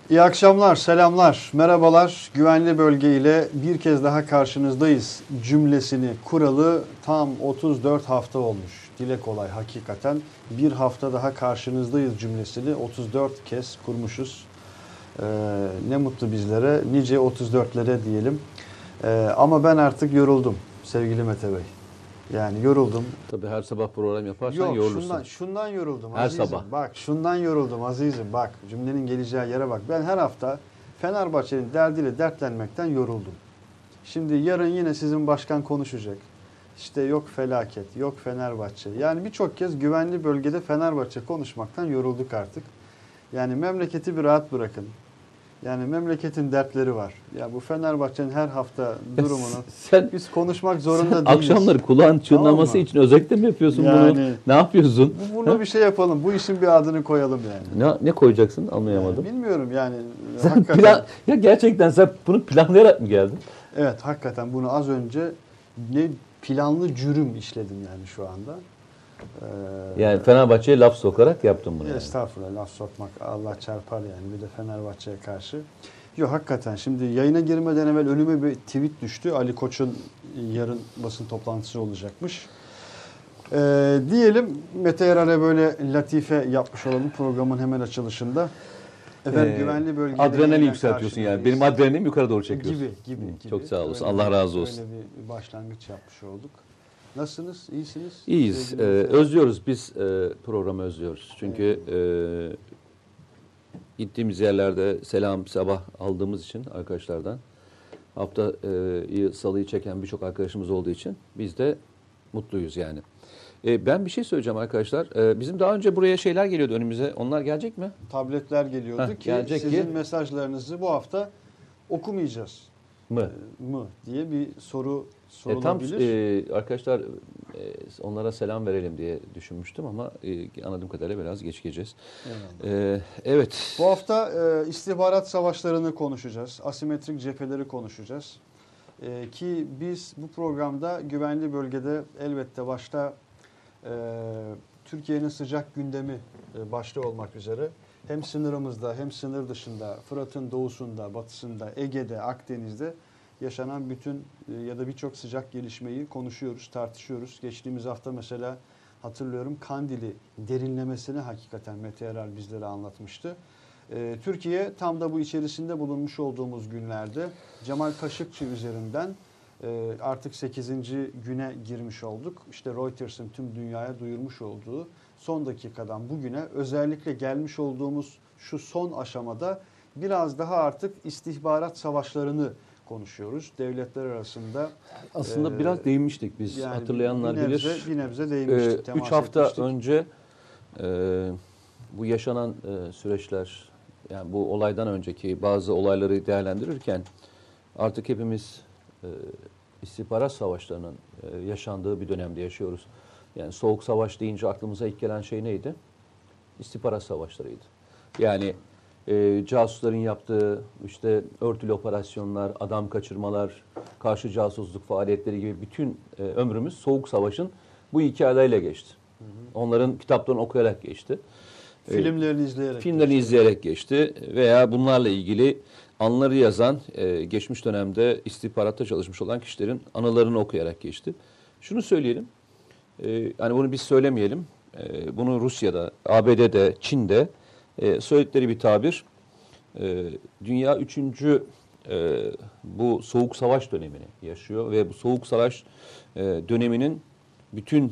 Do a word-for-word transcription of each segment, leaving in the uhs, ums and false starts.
İyi akşamlar, selamlar, merhabalar. Güvenli bölge ile bir kez daha karşınızdayız cümlesini kuralı tam otuz dört hafta olmuş. Dile kolay hakikaten. Bir hafta daha karşınızdayız cümlesini otuz dört kez kurmuşuz. Ee, ne mutlu bizlere, nice otuz dörtlere diyelim. Ee, ama ben artık yoruldum sevgili Mete Bey. Yani yoruldum. Tabii her sabah program yaparsan Yok, yorulursun. Şundan, şundan yoruldum her azizim. sabah. Bak şundan yoruldum azizim. Bak cümlenin geleceği yere bak. Ben her hafta Fenerbahçe'nin derdiyle dertlenmekten yoruldum. Şimdi yarın yine sizin başkan konuşacak. İşte yok felaket, yok Fenerbahçe. Yani birçok kez güvenli bölgede Fenerbahçe konuşmaktan yorulduk artık. Yani memleketi bir rahat bırakın. Yani memleketin dertleri var. Ya bu Fenerbahçe'nin her hafta durumunu sen, biz konuşmak zorunda sen değiliz. Akşamları kulağın çınlaması tamam için özellikle mi yapıyorsun yani, bunu? Ne yapıyorsun? Bunu ha? bir şey yapalım. Bu işin bir adını koyalım yani. Ne, ne koyacaksın? Anlayamadım. Yani bilmiyorum yani. Sen hakikaten, plan, ya gerçekten sen bunu planlayarak mı geldin? Evet hakikaten bunu az önce ne planlı cürüm işledim yani şu anda. Ee, yani Fenerbahçe'ye laf sokarak yaptım bunu. Yani. Estağfurullah laf sokmak Allah çarpar yani bir de Fenerbahçe'ye karşı. Yok hakikaten şimdi yayına girmeden evvel önüme bir tweet düştü. Ali Koç'un yarın basın toplantısı olacakmış. Ee, diyelim Mete Yarar'a böyle latife yapmış olalım programın hemen açılışında. Efendim ee, güvenli bölgede adrenalin yükseltiyorsun yani. Benim adrenalinim yukarı doğru çekiyorsun. Gibi gibi. gibi. Çok sağ olasın. Öyle, Allah razı olsun. Böyle bir başlangıç yapmış olduk. Nasılsınız? İyisiniz? İyiyiz. Ee, özlüyoruz. Biz e, programı özlüyoruz. Çünkü evet. e, gittiğimiz yerlerde selam sabah aldığımız için arkadaşlardan haftayı salıyı çeken birçok arkadaşımız olduğu için biz de mutluyuz yani. E, ben bir şey söyleyeceğim arkadaşlar. E, bizim daha önce buraya şeyler geliyordu önümüze. Onlar gelecek mi? Tabletler geliyordu Heh, ki gelecek sizin ki, mesajlarınızı bu hafta okumayacağız. Mı? E, mı diye bir soru sorulabilir. E, tam e, arkadaşlar e, onlara selam verelim diye düşünmüştüm ama e, anladığım kadarıyla biraz geç geleceğiz. E, evet. Bu hafta e, istihbarat savaşlarını konuşacağız. Asimetrik cepheleri konuşacağız. E, ki biz bu programda güvenli bölgede elbette başta e, Türkiye'nin sıcak gündemi e, başta olmak üzere hem sınırımızda hem sınır dışında, Fırat'ın doğusunda, batısında, Ege'de, Akdeniz'de yaşanan bütün ya da birçok sıcak gelişmeyi konuşuyoruz, tartışıyoruz. Geçtiğimiz hafta mesela hatırlıyorum Kandil'i derinlemesine hakikaten Mete Yarar bizlere anlatmıştı. Ee, Türkiye tam da bu içerisinde bulunmuş olduğumuz günlerde Cemal Kaşıkçı üzerinden e, artık sekizinci güne girmiş olduk. İşte Reuters'ın tüm dünyaya duyurmuş olduğu son dakikadan bugüne özellikle gelmiş olduğumuz şu son aşamada biraz daha artık istihbarat savaşlarını konuşuyoruz. Devletler arasında. Aslında e, biraz değinmiştik biz. Yani hatırlayanlar bir nebze, bilir. Bir nebze değinmiştik. E, üç hafta etmiştik. önce e, bu yaşanan e, süreçler, yani bu olaydan önceki bazı olayları değerlendirirken artık hepimiz e, istihbarat savaşlarının e, yaşandığı bir dönemde yaşıyoruz. Yani soğuk savaş deyince aklımıza ilk gelen şey neydi? İstihbarat savaşlarıydı. Yani E, casusların yaptığı işte örtülü operasyonlar, adam kaçırmalar, karşı casusluk faaliyetleri gibi bütün e, ömrümüz Soğuk Savaş'ın bu hikayeleriyle geçti. Hı hı. Onların kitaplarını okuyarak geçti. Filmlerini izleyerek. Filmlerini geçti. izleyerek geçti veya bunlarla ilgili anıları yazan, e, geçmiş dönemde istihbaratta çalışmış olan kişilerin anılarını okuyarak geçti. Şunu söyleyelim, e, hani bunu biz söylemeyelim, e, bunu Rusya'da, A B D'de, Çin'de Ee, söyledikleri bir tabir, ee, dünya üçüncü e, bu soğuk savaş dönemini yaşıyor ve bu soğuk savaş e, döneminin bütün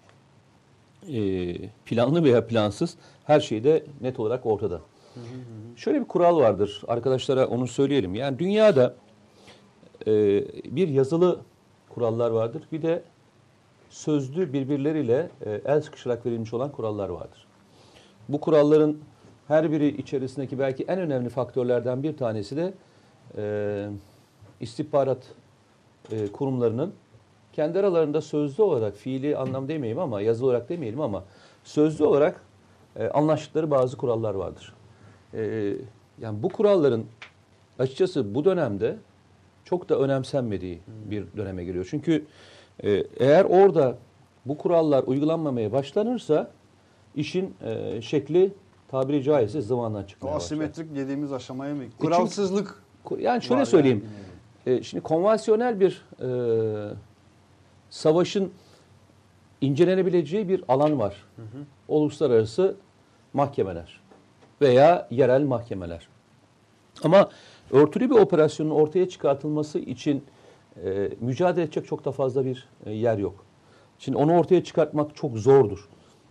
e, planlı veya plansız her şey de net olarak ortada. Hı hı hı. Şöyle bir kural vardır, arkadaşlara onu söyleyelim. Yani dünyada e, bir yazılı kurallar vardır, bir de sözlü birbirleriyle e, el sıkışarak verilmiş olan kurallar vardır. Bu kuralların her biri içerisindeki belki en önemli faktörlerden bir tanesi de e, istihbarat e, kurumlarının kendi aralarında sözlü olarak, fiili anlam demeyeyim ama yazılı olarak demeyelim ama sözlü olarak e, anlaştıkları bazı kurallar vardır. E, yani bu kuralların açıkçası bu dönemde çok da önemsenmediği bir döneme giriyor. Çünkü e, eğer orada bu kurallar uygulanmamaya başlanırsa işin e, şekli tabiri caizse zıvandan O çıkmaya başlar. asimetrik dediğimiz aşamaya mı? Kuralsızlık. Yani şöyle var söyleyeyim. yani. E, şimdi konvansiyonel bir e, savaşın incelenebileceği bir alan var. Hı hı. Uluslararası mahkemeler veya yerel mahkemeler. Ama örtülü bir operasyonun ortaya çıkartılması için e, mücadele edecek çok da fazla bir e, yer yok. Şimdi onu ortaya çıkartmak çok zordur.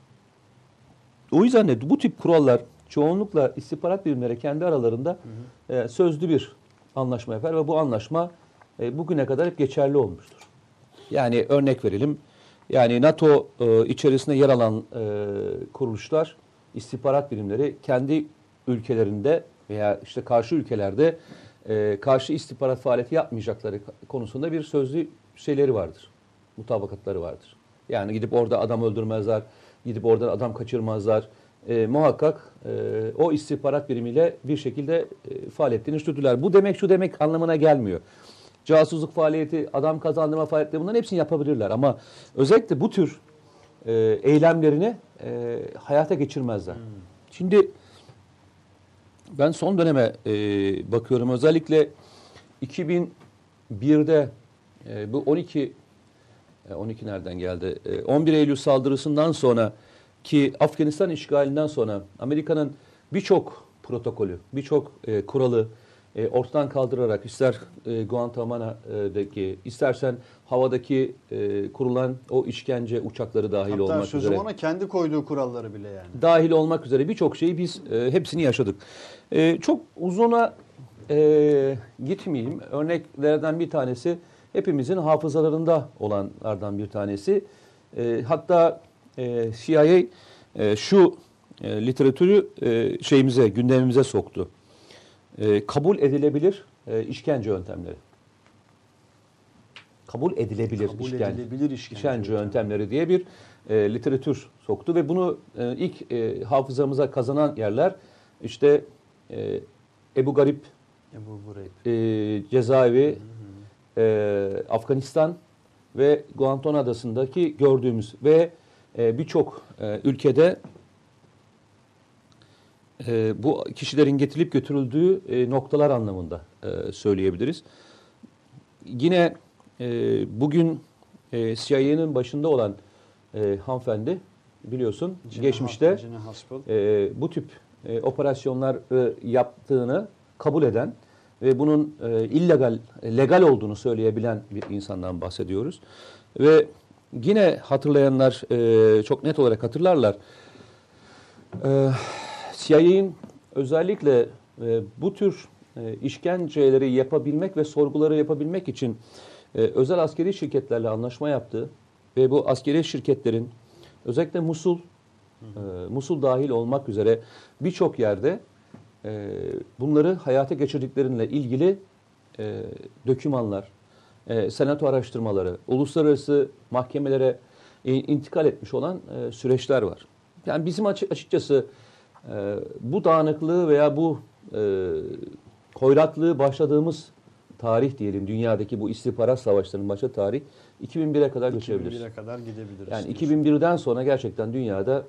O yüzden de bu tip kurallar çoğunlukla istihbarat birimleri kendi aralarında hı hı. E, sözlü bir anlaşma yapar ve bu anlaşma e, bugüne kadar hep geçerli olmuştur. Yani örnek verelim. Yani NATO e, içerisinde yer alan e, kuruluşlar, istihbarat birimleri kendi ülkelerinde veya işte karşı ülkelerde e, karşı istihbarat faaliyeti yapmayacakları konusunda bir sözlü şeyleri vardır. Mutabakatları vardır. Yani gidip orada adam öldürmezler, gidip oradan adam kaçırmazlar. E, muhakkak e, o istihbarat birimiyle bir şekilde e, faaliyetlerini sürdüler. Bu demek şu demek anlamına gelmiyor. Casusluk faaliyeti, adam kazandırma faaliyetleri bunların hepsini yapabilirler. Ama özellikle bu tür e, eylemlerini e, hayata geçirmezler. Hmm. Şimdi ben son döneme e, bakıyorum. Özellikle iki bin birde e, bu on iki e, on iki nereden geldi? E, on bir Eylül saldırısından sonra ki Afganistan işgalinden sonra Amerika'nın birçok protokolü, birçok e, kuralı E, ortadan kaldırarak ister e, Guantanamo'daki istersen havadaki e, kurulan o işkence uçakları dahil Hatta olmak sözüm üzere. ona kendi koyduğu kuralları bile yani. Dahil olmak üzere birçok şeyi biz e, hepsini yaşadık. E, çok uzuna e, gitmeyeyim. Örneklerden bir tanesi hepimizin hafızalarında olanlardan bir tanesi. E, hatta e, C I A e, şu e, literatürü e, şeyimize, gündemimize soktu. E, kabul edilebilir e, işkence yöntemleri. Kabul edilebilir, kabul işkence, edilebilir işkence, işkence yöntemleri diye bir e, literatür soktu ve bunu e, ilk e, hafızamıza kazanan yerler işte e, Ebu Garip, Ebu Garip. E, cezaevi, hı hı. E, Afganistan ve Guantanamo Adası'ndaki gördüğümüz ve e, birçok e, ülkede E, bu kişilerin getirilip götürüldüğü e, noktalar anlamında e, söyleyebiliriz. Yine e, bugün e, C I A'nın başında olan e, hanımefendi biliyorsun Gina geçmişte e, bu tip e, operasyonları yaptığını kabul eden ve bunun e, illegal, legal olduğunu söyleyebilen bir insandan bahsediyoruz. Ve yine hatırlayanlar e, çok net olarak hatırlarlar. E, C I A'nin özellikle e, bu tür e, işkenceleri yapabilmek ve sorguları yapabilmek için e, özel askeri şirketlerle anlaşma yaptığı ve bu askeri şirketlerin özellikle Musul, e, Musul dahil olmak üzere birçok yerde e, bunları hayata geçirdikleriyle ilgili e, dokümanlar, e, senato araştırmaları, uluslararası mahkemelere e, intikal etmiş olan e, süreçler var. Yani bizim açık, açıkçası Ee, bu dağınıklığı veya bu e, koyraklığı başladığımız tarih diyelim, dünyadaki bu istihbarat savaşlarının başladığı tarih iki bin bire kadar götürebiliriz. iki bin bire kadar gidebiliriz. Yani diyorsun. iki bin birden sonra gerçekten dünyada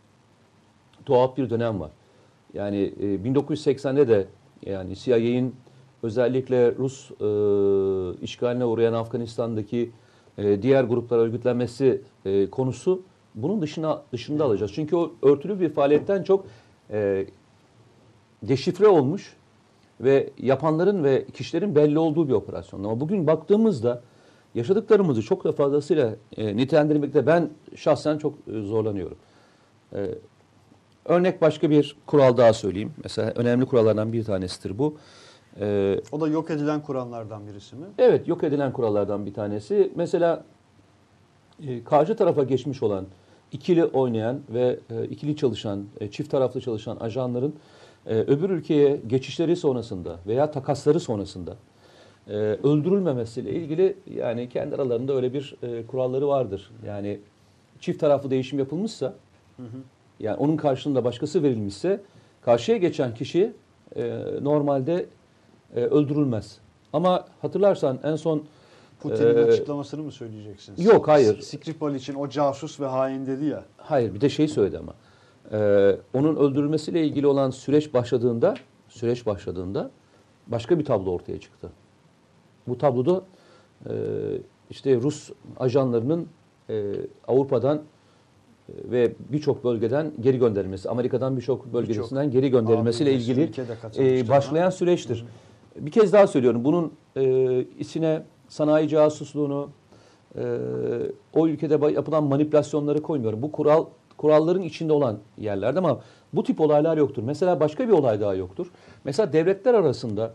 tuhaf bir dönem var. Yani e, bin dokuz yüz seksende de yani C I A'nin özellikle Rus e, işgaline uğrayan Afganistan'daki e, diğer gruplar örgütlenmesi e, konusu bunun dışına dışında alacağız. Çünkü o örtülü bir faaliyetten çok e, deşifre olmuş ve yapanların ve kişilerin belli olduğu bir operasyon. Ama bugün baktığımızda yaşadıklarımızı çok da fazlasıyla e, nitelendirmekte ben şahsen çok e, zorlanıyorum. E, örnek başka bir kural daha söyleyeyim. Mesela önemli kurallardan bir tanesidir bu. E, o da yok edilen kurallardan birisi mi? Evet, yok edilen kurallardan bir tanesi. Mesela e, karşı tarafa geçmiş olan İkili oynayan ve e, ikili çalışan, e, çift taraflı çalışan ajanların e, öbür ülkeye geçişleri sonrasında veya takasları sonrasında e, öldürülmemesiyle ilgili yani kendi aralarında öyle bir e, kuralları vardır. Yani çift taraflı değişim yapılmışsa, hı hı. yani onun karşılığında başkası verilmişse karşıya geçen kişi e, normalde e, öldürülmez. Ama hatırlarsan en son Putin'in ee, açıklamasını mı söyleyeceksiniz? Yok, hayır. Skripal için o casus ve hain dedi ya. Hayır, bir de şey söyledi ama. Ee, onun öldürülmesiyle ilgili olan süreç başladığında, süreç başladığında başka bir tablo ortaya çıktı. Bu tabloda e, işte Rus ajanlarının e, Avrupa'dan e, ve birçok bölgeden geri gönderilmesi, Amerika'dan birçok bölgesinden geri gönderilmesiyle ilgili e, başlayan süreçtir. Hı hı. Bir kez daha söylüyorum, bunun e, içine sanayi casusluğunu, e, o ülkede yapılan manipülasyonları koymuyorum. Bu kural kuralların içinde olan yerlerde ama bu tip olaylar yoktur. Mesela başka bir olay daha yoktur. Mesela devletler arasında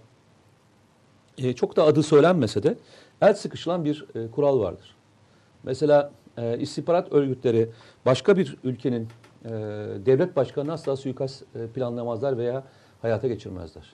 e, çok da adı söylenmese de el sıkışılan bir e, kural vardır. Mesela e, istihbarat örgütleri başka bir ülkenin e, devlet başkanına asla suikast e, planlamazlar veya hayata geçirmezler.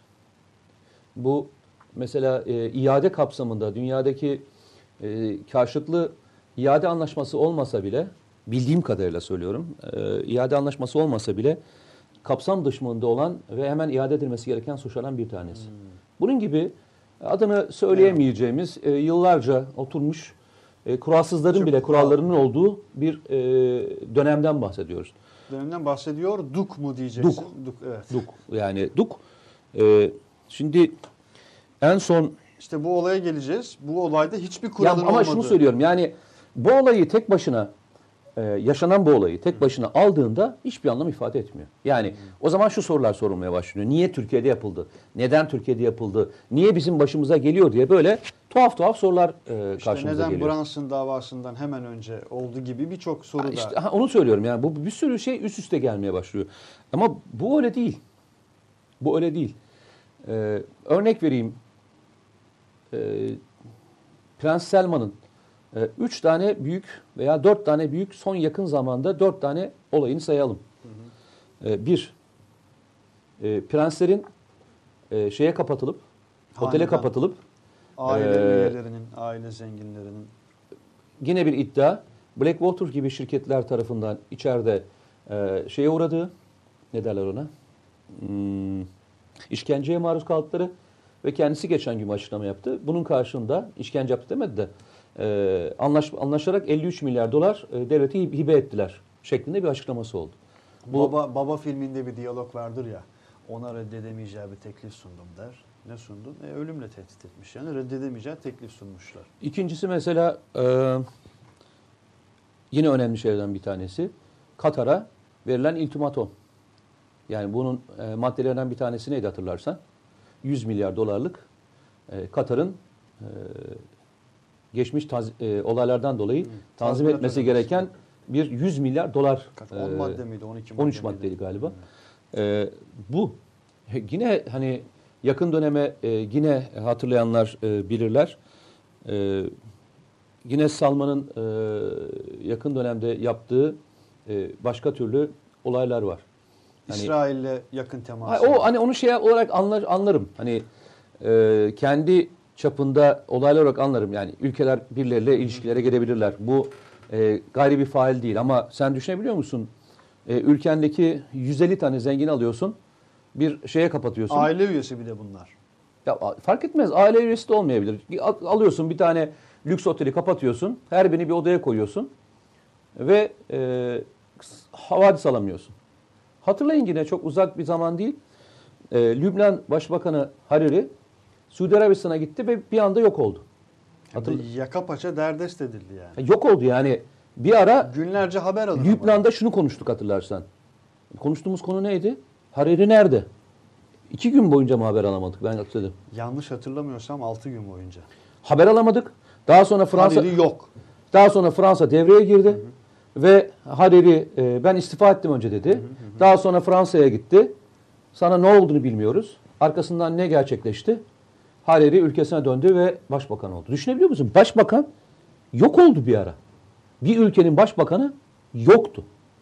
Bu mesela e, iade kapsamında dünyadaki e, karşılıklı iade anlaşması olmasa bile, bildiğim kadarıyla söylüyorum, e, iade anlaşması olmasa bile kapsam dışında olan ve hemen iade edilmesi gereken suçlardan bir tanesi. Hmm. Bunun gibi adını söyleyemeyeceğimiz, e, yıllarca oturmuş e, kuralsızların Çok bile kurallarının kural. olduğu bir e, dönemden bahsediyoruz. Dönemden bahsediyor. Duk mu diyeceksin? Duk. Duk, evet. Duk. Yani Duk. E, şimdi en son... İşte bu olaya geleceğiz. Bu olayda hiçbir kuralın ama olmadığı. Ama şunu söylüyorum, yani bu olayı tek başına, e, yaşanan bu olayı tek başına aldığında hiçbir anlam ifade etmiyor. Yani hmm. o zaman şu sorular sorulmaya başlıyor. Niye Türkiye'de yapıldı? Neden Türkiye'de yapıldı? Niye bizim başımıza geliyor diye böyle tuhaf tuhaf sorular e, işte karşımıza neden geliyor. Neden Brunson davasından hemen önce oldu gibi birçok soru ha, da. İşte, ha, onu söylüyorum, yani bu bir sürü şey üst üste gelmeye başlıyor. Ama bu öyle değil. Bu öyle değil. Ee, örnek vereyim. Ee, Prens Selman'ın e, üç tane büyük veya dört tane büyük son yakın zamanda dört tane olayını sayalım. Hı hı. Ee, bir, e, prenslerin e, şeye kapatılıp, Hanedan, otele kapatılıp, aile e, üyelerinin, aile zenginlerinin. Yine bir iddia, Blackwater gibi şirketler tarafından içeride e, şeye uğradığı, ne derler ona, hmm, işkenceye maruz kaldıkları ve kendisi geçen gün açıklama yaptı. Bunun karşılığında işkence yaptı demedi de e, anlaş, anlaşarak elli üç milyar dolar e, devlete hibe ettiler şeklinde bir açıklaması oldu. Bu, Baba, Baba filminde bir diyalog vardır ya, ona reddedemeyeceği bir teklif sundum der. Ne sundun? E, ölümle tehdit etmiş. Yani reddedemeyeceği teklif sunmuşlar. İkincisi mesela e, yine önemli şeylerden bir tanesi, Katar'a verilen ultimatom. Yani bunun e, maddelerinden bir tanesi neydi hatırlarsan? yüz milyar dolarlık e, Katar'ın e, geçmiş taz, e, olaylardan dolayı Hı, tanzim etmesi gereken bir yüz milyar dolar. on e, madde miydi? on iki madde on üç maddeli galiba. E, bu yine hani yakın döneme e, yine hatırlayanlar e, bilirler. E, yine Salman'ın e, yakın dönemde yaptığı e, başka türlü olaylar var. Hani, İsrail'le yakın teması. O hani onu şey olarak anlar, anlarım. Hani e, kendi çapında olaylar olarak anlarım. Yani ülkeler birbirleriyle ilişkilere gelebilirler. Bu e, gayri bir faal değil ama sen düşünebiliyor musun? E, ülkendeki yüz elli tane zengin alıyorsun. Bir şeye kapatıyorsun. Aile üyesi bir de bunlar. Ya fark etmez. Aile üyesi de olmayabilir. Alıyorsun bir tane lüks oteli kapatıyorsun. Her birini bir odaya koyuyorsun. Ve e, havadis alamıyorsun. Hatırlayın, yine çok uzak bir zaman değil. Ee, Lübnan Başbakanı Hariri Suudi Arabistan'a gitti ve bir anda yok oldu. Hatırla- Yaka paça derdest edildi yani. Yok oldu yani. Bir ara günlerce haber alındı. Lübnan'da şunu konuştuk hatırlarsan. Konuştuğumuz konu neydi? Hariri nerede? İki gün boyunca mı haber alamadık? Ben hatırladım. Yanlış hatırlamıyorsam altı gün boyunca. Haber alamadık. Daha sonra Fransa Hariri yok. Daha sonra Fransa devreye girdi. Hı hı. Ve Hariri e, ben istifa ettim önce dedi. Hı hı hı. Daha sonra Fransa'ya gitti. Sana ne olduğunu bilmiyoruz. Arkasından ne gerçekleşti? Hariri ülkesine döndü ve başbakan oldu. Düşünebiliyor musun? Başbakan yok oldu bir ara. Bir ülkenin başbakanı yoktu.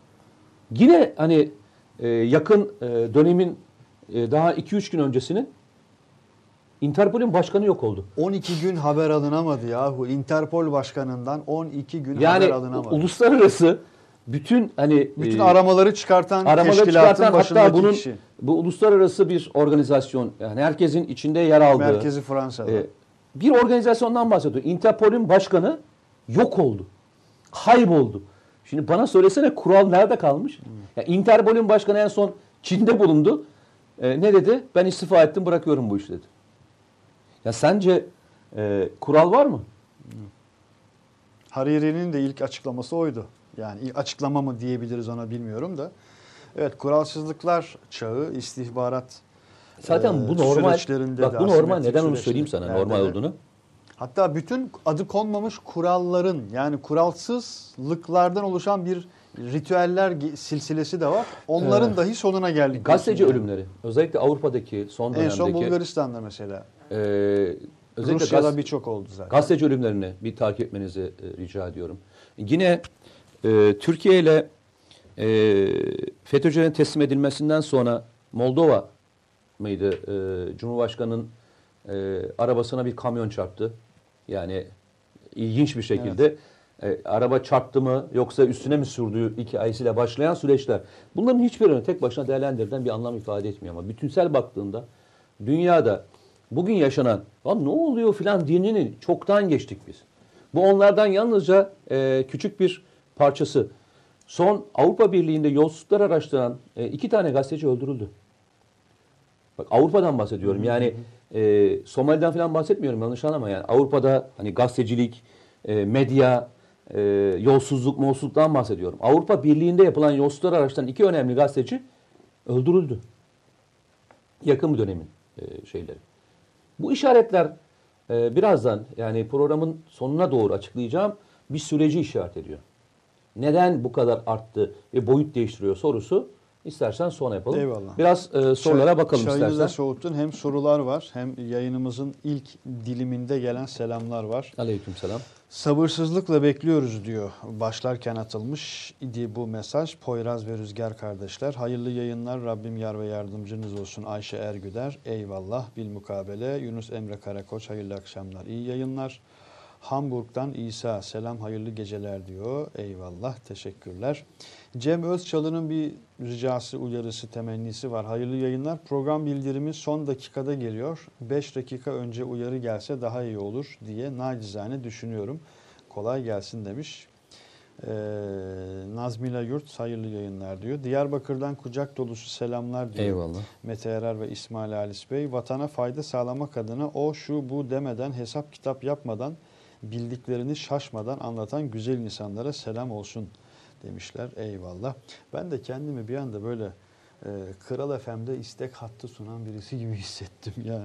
Yine hani e, yakın e, dönemin e, daha iki üç gün öncesinin Interpol'ün başkanı yok oldu. on iki gün haber alınamadı yahu. Interpol başkanından on iki gün yani haber alınamadı. Yani uluslararası bütün hani bütün e, aramaları çıkartan aramaları teşkilatın çıkartan, başındaki hatta bunun, kişi. Bu uluslararası bir organizasyon, yani herkesin içinde yer aldığı. Merkezi Fransa'da. E, bir organizasyondan bahsediyor. Interpol'ün başkanı yok oldu. Kayboldu. Şimdi bana söylesene kural nerede kalmış? Hmm. Yani Interpol'ün başkanı en son Çin'de bulundu. E, ne dedi? Ben istifa ettim, bırakıyorum bu işi dedi. Ya sence e, kural var mı? Hmm. Hariri'nin de ilk açıklaması oydu. Yani açıklama mı diyebiliriz ona bilmiyorum da. Evet, kuralsızlıklar çağı, istihbarat zaten bu normal. Bak bu normal. Neden onu söyleyeyim sana normal olduğunu. Hatta bütün adı konmamış kuralların, yani kuralsızlıklardan oluşan bir ritüeller silsilesi de var. Onların evet. dahi sonuna geldik. Gazeteci yani. Ölümleri. Özellikle Avrupa'daki son dönemdeki. En son Bulgaristan'da mesela. E, özellikle Rusya'da gaz, birçok oldu zaten. Gazeteci ölümlerini bir takip etmenizi e, rica ediyorum. Yine e, Türkiye ile e, FETÖ'cülerin teslim edilmesinden sonra Moldova mıydı? E, Cumhurbaşkanı'nın e, arabasına bir kamyon çarptı. Yani ilginç bir şekilde evet. e, araba çarptı mı yoksa üstüne mi sürdüğü hikayesiyle başlayan süreçler. Bunların hiçbirini tek başına değerlendirden bir anlam ifade etmiyor ama bütünsel baktığında dünyada bugün yaşanan ne oluyor filan dinini çoktan geçtik biz. Bu onlardan yalnızca e, küçük bir parçası. Son Avrupa Birliği'nde yolsuzluklar araştıran e, iki tane gazeteci öldürüldü. Bak Avrupa'dan bahsediyorum. Yani e, Somali'den falan bahsetmiyorum yanlış anlama. Yani Avrupa'da hani gazetecilik, e, medya, e, yolsuzluk, molsuzluktan bahsediyorum. Avrupa Birliği'nde yapılan yolsuzluklar araştıran iki önemli gazeteci öldürüldü. Yakın bir dönemin e, şeyleri. Bu işaretler e, birazdan yani programın sonuna doğru açıklayacağım bir süreci işaret ediyor. Neden bu kadar arttı ve boyut değiştiriyor sorusu istersen sonra yapalım. Eyvallah. Biraz e, sorulara Çay, bakalım istersen. Çayını da soğuttun. Hem sorular var hem yayınımızın ilk diliminde gelen selamlar var. Aleykümselam. Sabırsızlıkla bekliyoruz diyor. Başlarken atılmış idi bu mesaj. Poyraz ve Rüzgar kardeşler. Hayırlı yayınlar. Rabbim yar ve yardımcınız olsun. Ayşe Ergüder. Eyvallah. Bilmukabele. Yunus Emre Karakoç. Hayırlı akşamlar. İyi yayınlar. Hamburg'dan İsa. Selam, hayırlı geceler diyor. Eyvallah. Teşekkürler. Cem Özçalı'nın bir ricası, uyarısı, temennisi var. Hayırlı yayınlar. Program bildirimi son dakikada geliyor. beş dakika önce uyarı gelse daha iyi olur diye nacizane düşünüyorum. Kolay gelsin demiş. Ee, Nazmila Yurt hayırlı yayınlar diyor. Diyarbakır'dan kucak dolusu selamlar diyor. Eyvallah. Mete Erer ve İsmail Halis Bey. Vatana fayda sağlamak adına o şu bu demeden, hesap kitap yapmadan, bildiklerini şaşmadan anlatan güzel insanlara selam olsun demişler. Eyvallah. Ben de kendimi bir anda böyle e, Kral F M'de istek hattı sunan birisi gibi hissettim ya.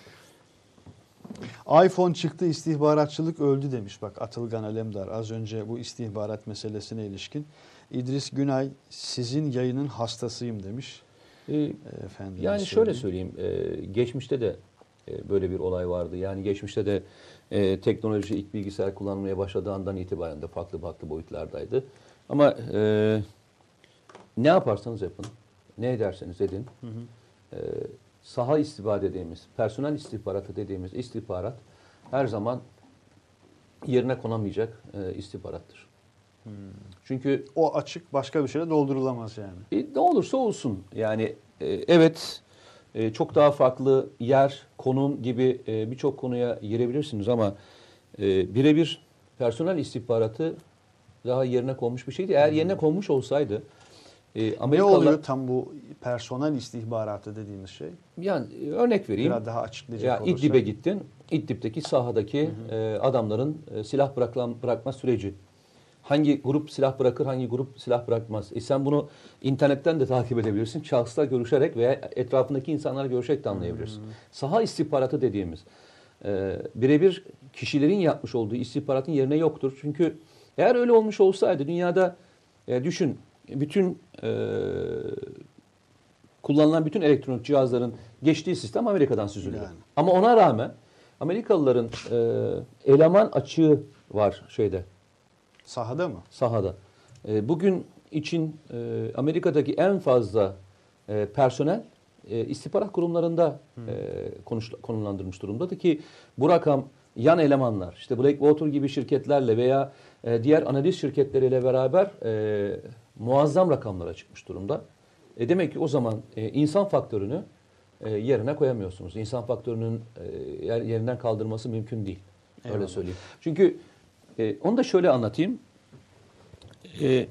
iPhone çıktı, istihbaratçılık öldü demiş. Bak Atılgan Alemdar az önce bu istihbarat meselesine ilişkin. İdris Günay sizin yayının hastasıyım demiş. Ee, Efendim yani şöyle söyleyeyim. E, geçmişte de e, böyle bir olay vardı. Yani geçmişte de e, teknoloji ilk bilgisayar kullanmaya başladığı andan itibaren de farklı farklı boyutlardaydı. Ama e, ne yaparsanız yapın, ne ederseniz edin, hı hı. E, saha istihbarat dediğimiz, personel istihbaratı dediğimiz istihbarat her zaman yerine konamayacak e, istihbarattır. Hmm. Çünkü o açık başka bir şeyle doldurulamaz yani. E, ne olursa olsun yani e, evet e, çok daha farklı yer, konum gibi e, birçok konuya girebilirsiniz ama e, birebir personel istihbaratı daha yerine konmuş bir şeydi. Eğer yerine konmuş olsaydı e, Amerikalılar... Ne oluyor tam bu personel istihbaratı dediğimiz şey? Yani örnek vereyim. Biraz daha açıklayacak ya, olursa. İdlib'e gittin. İdlib'deki sahadaki hı hı. E, adamların e, silah bırakma, bırakma süreci. Hangi grup silah bırakır, hangi grup silah bırakmaz. E sen bunu internetten de takip edebilirsin. Şahısla görüşerek veya etrafındaki insanlarla görüşerek de anlayabilirsin. Hmm. Saha istihbaratı dediğimiz e, birebir kişilerin yapmış olduğu istihbaratın yerine yoktur. Çünkü eğer öyle olmuş olsaydı dünyada e, düşün bütün e, kullanılan bütün elektronik cihazların geçtiği sistem Amerika'dan süzülüyor. Yani. Ama ona rağmen Amerikalıların e, eleman açığı var şeyde. Sahada mı? Sahada. E, bugün için e, Amerika'daki en fazla e, personel e, istihbarat kurumlarında hmm. e, konuş, konumlandırmış durumdadır ki bu rakam yan elemanlar, işte Blackwater gibi şirketlerle veya e, diğer analiz şirketleriyle beraber e, muazzam rakamlara çıkmış durumda. E, demek ki o zaman e, insan faktörünü e, yerine koyamıyorsunuz. İnsan faktörünün e, yerinden kaldırması mümkün değil. Öyle Eyvallah. söyleyeyim. Çünkü e, onu da şöyle anlatayım. E, Ee,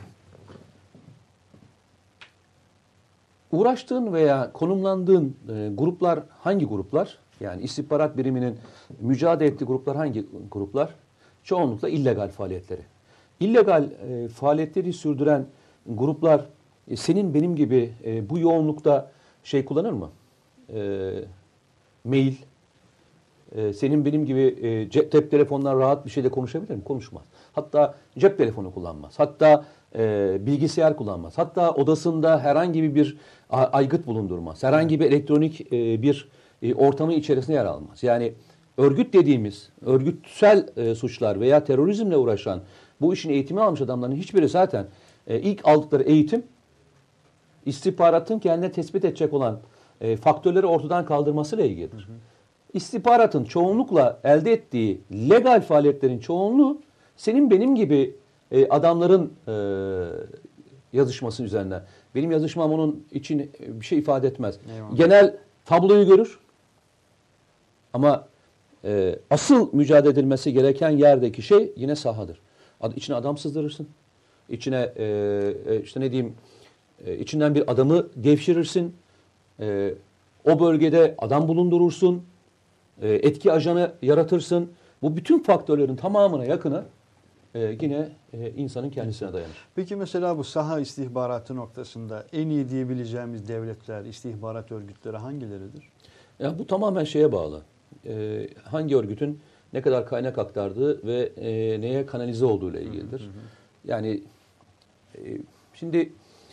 uğraştığın veya konumlandığın e, gruplar hangi gruplar? Yani istihbarat biriminin mücadele ettiği gruplar hangi gruplar? Çoğunlukla illegal faaliyetleri. İllegal e, faaliyetleri sürdüren gruplar e, senin benim gibi e, bu yoğunlukta şey kullanır mı? E, mail, e, senin benim gibi e, cep, cep telefonlar rahat bir şeyle konuşabilir mi? Konuşmaz. Hatta cep telefonu kullanmaz. Hatta e, bilgisayar kullanmaz. Hatta odasında herhangi bir aygıt bulundurmaz. Herhangi bir elektronik e, bir e, ortamın içerisinde yer almaz. Yani örgüt dediğimiz örgütsel e, suçlar veya terörizmle uğraşan bu işin eğitimi almış adamların hiçbiri zaten e, ilk aldıkları eğitim istihbaratın kendine tespit edecek olan e, faktörleri ortadan kaldırmasıyla ilgilidir. Hı hı. İstihbaratın çoğunlukla elde ettiği legal faaliyetlerin çoğunluğu senin benim gibi e, adamların e, yazışması üzerinden. Benim yazışmam onun için bir şey ifade etmez. Eyvallah. Genel tabloyu görür ama e, asıl mücadele edilmesi gereken yerdeki şey yine sahadır. Ad, içine adam sızdırırsın. İçine e, e, işte ne diyeyim e, içinden bir adamı devşirirsin. E, o bölgede adam bulundurursun. E, etki ajanı yaratırsın. Bu bütün faktörlerin tamamına yakını e, yine e, insanın kendisine dayanır. Peki mesela bu saha istihbaratı noktasında en iyi diyebileceğimiz devletler, istihbarat örgütleri hangileridir? Ya bu tamamen şeye bağlı. E, hangi örgütün ne kadar kaynak aktardığı ve e, neye kanalize olduğu ile ilgilidir. Hı hı hı. Yani e, şimdi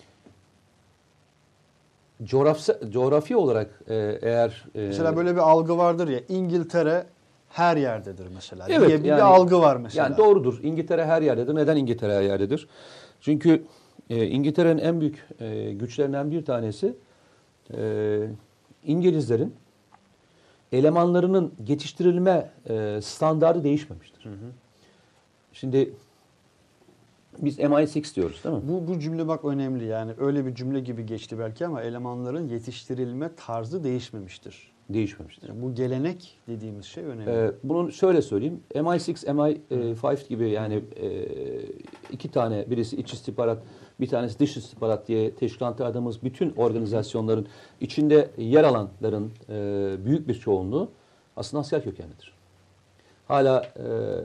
coğrafya, coğrafi olarak e, eğer... E, mesela böyle bir algı vardır ya, İngiltere her yerdedir mesela evet, diye bir, yani, bir algı var mesela. Yani doğrudur. İngiltere her yerdedir. Neden İngiltere her yerdedir? Çünkü e, İngiltere'nin en büyük e, güçlerinden bir tanesi e, İngilizlerin elemanlarının yetiştirilme e, standardı değişmemiştir. Hı hı. Şimdi biz M I altı diyoruz değil mi? Bu, bu cümle bak önemli, yani öyle bir cümle gibi geçti belki ama elemanların yetiştirilme tarzı değişmemiştir. Değişmemiştir. Yani bu gelenek dediğimiz şey önemli. Ee, bunu şöyle söyleyeyim. M I altı, M I beş gibi yani e, iki tane, birisi iç istihbarat, bir tanesi dış istihbarat diye teşkilatı adımız bütün organizasyonların içinde yer alanların e, büyük bir çoğunluğu aslında asker kökenlidir. Hala e,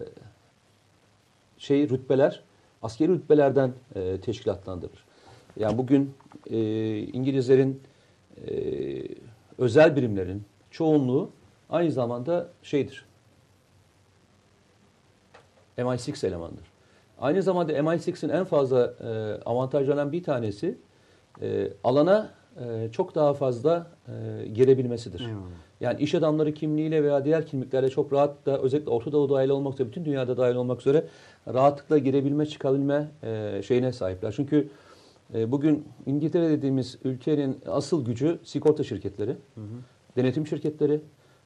şey rütbeler askeri rütbelerden e, teşkilatlandırılır. Yani bugün e, İngilizlerin e, özel birimlerin çoğunluğu aynı zamanda şeydir. M I altı elemandır. Aynı zamanda M I altı'nın en fazla e, avantajlanan bir tanesi e, alana e, çok daha fazla e, gelebilmesidir. Eyvallah. Yani iş adamları kimliğiyle veya diğer kimliklerle çok rahat da özellikle Orta Doğu dahil olmak üzere bütün dünyada dahil olmak üzere rahatlıkla girebilme, çıkabilme e, şeyine sahipler. Çünkü e, bugün İngiltere dediğimiz ülkenin asıl gücü sigorta şirketleri, hı hı. denetim şirketleri,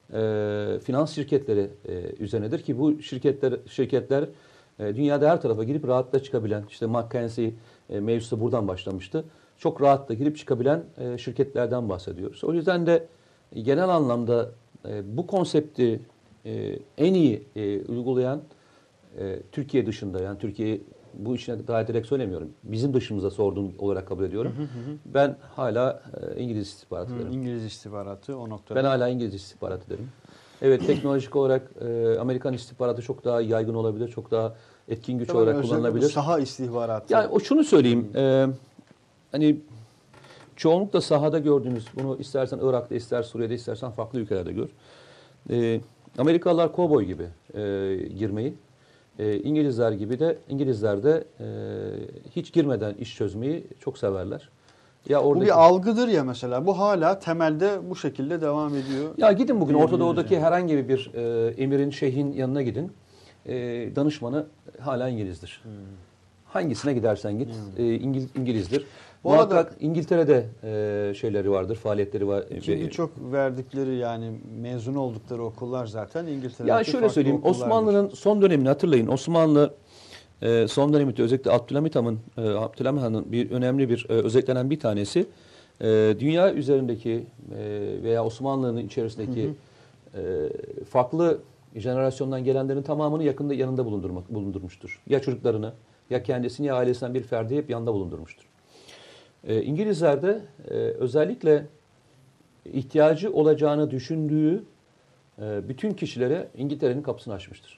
e, finans şirketleri e, üzerinedir ki bu şirketler şirketler e, dünyada her tarafa girip rahatla çıkabilen, işte McKinsey e, mevzusu buradan başlamıştı. Çok rahatla girip çıkabilen e, şirketlerden bahsediyoruz. O yüzden de e, genel anlamda e, bu konsepti e, en iyi e, uygulayan e, Türkiye dışında, yani Türkiye bu işine daha direkt söylemiyorum. Bizim dışımıza sorduğum olarak kabul ediyorum. Hı hı hı. Ben hala e, İngiliz istihbaratı derim. İngiliz istihbaratı o noktada. Ben hala İngiliz istihbaratı derim. Evet, teknolojik olarak e, Amerikan istihbaratı çok daha yaygın olabilir, çok daha etkin güç Tabii olarak kullanılabilir. Saha istihbaratı. Yani o şunu söyleyeyim, e, hani çoğunlukla sahada gördüğünüz, bunu istersen Irak'ta, ister Suriye'de, istersen farklı ülkelerde gör. E, Amerikalılar kovboy gibi e, girmeyi, e, İngilizler gibi de İngilizler de e, hiç girmeden iş çözmeyi çok severler. Ya oradaki... Bu bir algıdır ya mesela. Bu hala temelde bu şekilde devam ediyor. Ya gidin bugün Orta Doğu'daki yani. herhangi bir e, emirin, şeyhin yanına gidin. E, danışmanı hala İngilizdir. Hmm. Hangisine gidersen git hmm. e, İngiliz, İngilizdir. Bu Muhakkak arada İngiltere'de e, şeyleri vardır, faaliyetleri var. Çünkü çok verdikleri, yani mezun oldukları okullar zaten İngiltere'de. Ya şöyle söyleyeyim, Osmanlı'nın son dönemini hatırlayın. Osmanlı e, son döneminde özellikle Abdülhamit Han'ın e, Abdülhamit Han'ın bir önemli bir e, özetlenen bir tanesi e, dünya üzerindeki e, veya Osmanlı'nın içerisindeki hı hı. E, farklı jenerasyondan gelenlerin tamamını yakında yanında bulundurmak bulundurmuştur. Ya çocuklarını, ya kendisini ya ailesinden bir ferdi hep yanında bulundurmuştur. E, İngilizler de e, özellikle ihtiyacı olacağını düşündüğü e, bütün kişilere İngiltere'nin kapısını açmıştır.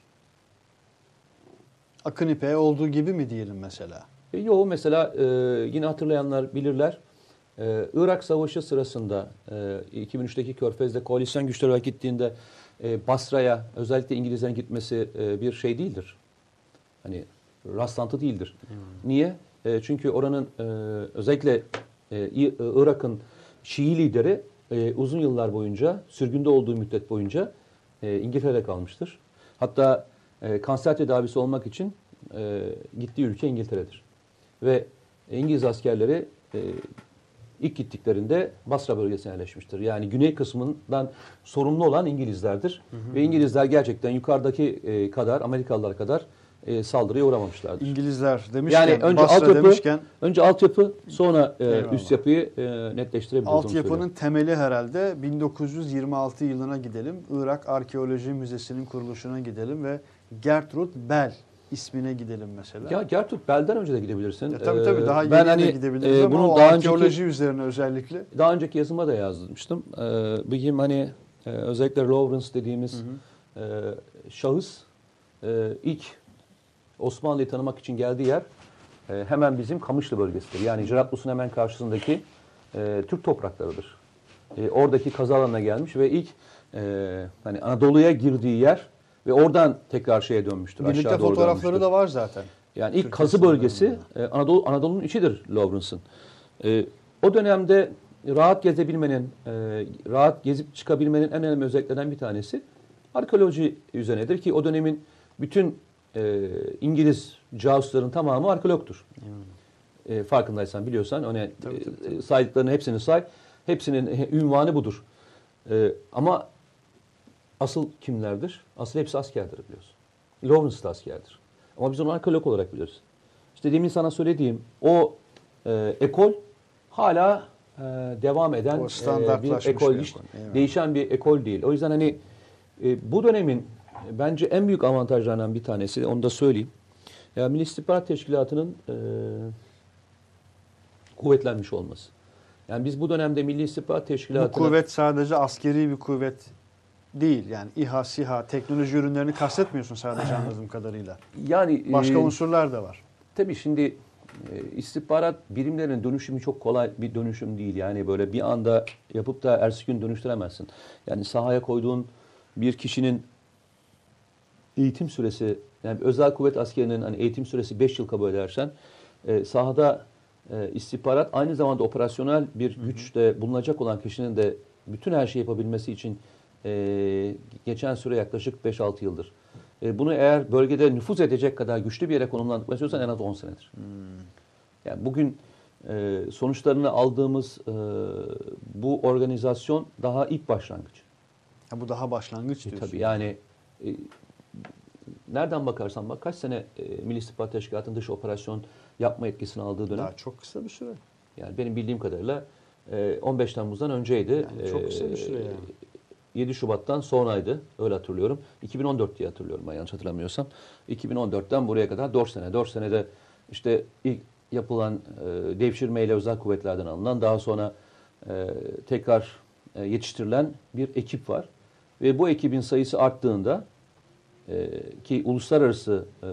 Akın İpek'e olduğu gibi mi diyelim mesela? E, yo mesela e, yine hatırlayanlar bilirler. E, Irak Savaşı sırasında e, iki bin üçteki Körfez'de koalisyon güçleri olarak gittiğinde e, Basra'ya özellikle İngilizlerin gitmesi e, bir şey değildir. Hani rastlantı değildir. Hmm. Niye? E, çünkü oranın e, özellikle e, Irak'ın Şii lideri e, uzun yıllar boyunca sürgünde olduğu müddet boyunca e, İngiltere'de kalmıştır. Hatta e, kanser tedavisi olmak için e, gittiği ülke İngiltere'dir. Ve İngiliz askerleri e, ilk gittiklerinde Basra bölgesine yerleşmiştir. Yani güney kısmından sorumlu olan İngilizlerdir. Hı hı. Ve İngilizler gerçekten yukarıdaki e, kadar, Amerikalılar kadar e, saldırıya uğramamışlardır. İngilizler demişken, yani önce Basra altyapı, demişken, önce altyapı, sonra e, üst yapıyı e, netleştirebiliriz. Altyapının temeli herhalde bin dokuz yüz yirmi altı yılına gidelim. Irak Arkeoloji Müzesi'nin kuruluşuna gidelim ve Gertrude Bell ismine gidelim mesela. Ya Gertrude Bell'den önce de gidebilirsin. Ya, tabii tabii daha ben yeni hani, de gidebiliriz e, ama bunun o daha arkeoloji önceki, üzerine özellikle. Daha önceki yazıma da yazmıştım. E, bugün hani e, özellikle Lawrence dediğimiz hı hı. E, şahıs e, ilk Osmanlı'yı tanımak için geldiği yer e, hemen bizim Kamışlı bölgesidir. Yani Cerablus'un hemen karşısındaki e, Türk topraklarıdır. E, oradaki kazı alanına gelmiş ve ilk e, hani Anadolu'ya girdiği yer ve oradan tekrar şeye dönmüştür. Birlikte aşağı doğru fotoğrafları dönmüştür. da var zaten. Yani ilk Türk kazı bölgesi e, Anadolu Anadolu'nun içidir Lawrence'ın. E, o dönemde rahat gezebilmenin, e, rahat gezip çıkabilmenin en önemli özelliklerinden bir tanesi arkeoloji üzerinedir ki o dönemin bütün e, İngiliz casusların tamamı arkeologtur. Hmm. E, farkındaysan, biliyorsan hani tabii, tabii, tabii. E, saydıklarını hepsini say. Hepsinin e, ünvanı budur. E, ama asıl kimlerdir? Asıl hepsi askerdir biliyorsun. Lawrence da askerdir. Ama biz onu arkeolog olarak biliriz. İşte demin sana söylediğim o e, ekol hala e, devam eden e, bir ekol. Bir değişen bir ekol değil. O yüzden hani e, bu dönemin bence en büyük avantajlarından bir tanesi, onu da söyleyeyim. Ya Milli İstihbarat Teşkilatı'nın e, kuvvetlenmiş olması. Yani biz bu dönemde Milli İstihbarat Teşkilatı'nın... Bu kuvvet sadece askeri bir kuvvet değil. Yani İHA, SİHA, teknoloji ürünlerini kastetmiyorsun sadece anladığım kadarıyla. Yani başka e, unsurlar da var. Tabii şimdi e, istihbarat birimlerinin dönüşümü çok kolay bir dönüşüm değil. Yani böyle bir anda yapıp da ertesi gün dönüştüremezsin. Yani sahaya koyduğun bir kişinin eğitim süresi, yani özel kuvvet askerinin hani eğitim süresi beş yıl kabul edersen e, sahada e, istihbarat aynı zamanda operasyonel bir güçte bulunacak olan kişinin de bütün her şeyi yapabilmesi için e, geçen süre yaklaşık beş altı yıldır. E, bunu eğer bölgede nüfuz edecek kadar güçlü bir yere konumlandırmak istiyorsan en az on senedir. Hmm. Yani bugün e, sonuçlarını aldığımız e, bu organizasyon daha ilk başlangıç. Ha, bu daha başlangıç diyorsun. E, tabii yani e, nereden bakarsan bak kaç sene e, Milli İstihbarat Teşkilatı'nın dış operasyon yapma etkisini aldığı dönem. Daha çok kısa bir süre. Yani benim bildiğim kadarıyla e, on beş Temmuz'dan önceydi. Yani çok kısa bir süre yani. yedi Şubat'tan sonraydı. Öyle hatırlıyorum. iki bin on dört diye hatırlıyorum ben yanlış hatırlamıyorsam. iki bin on dörtten buraya kadar dört sene. dört senede işte ilk yapılan e, devşirmeyle özel kuvvetlerden alınan, daha sonra e, tekrar e, yetiştirilen bir ekip var. Ve bu ekibin sayısı arttığında e, ki uluslararası e,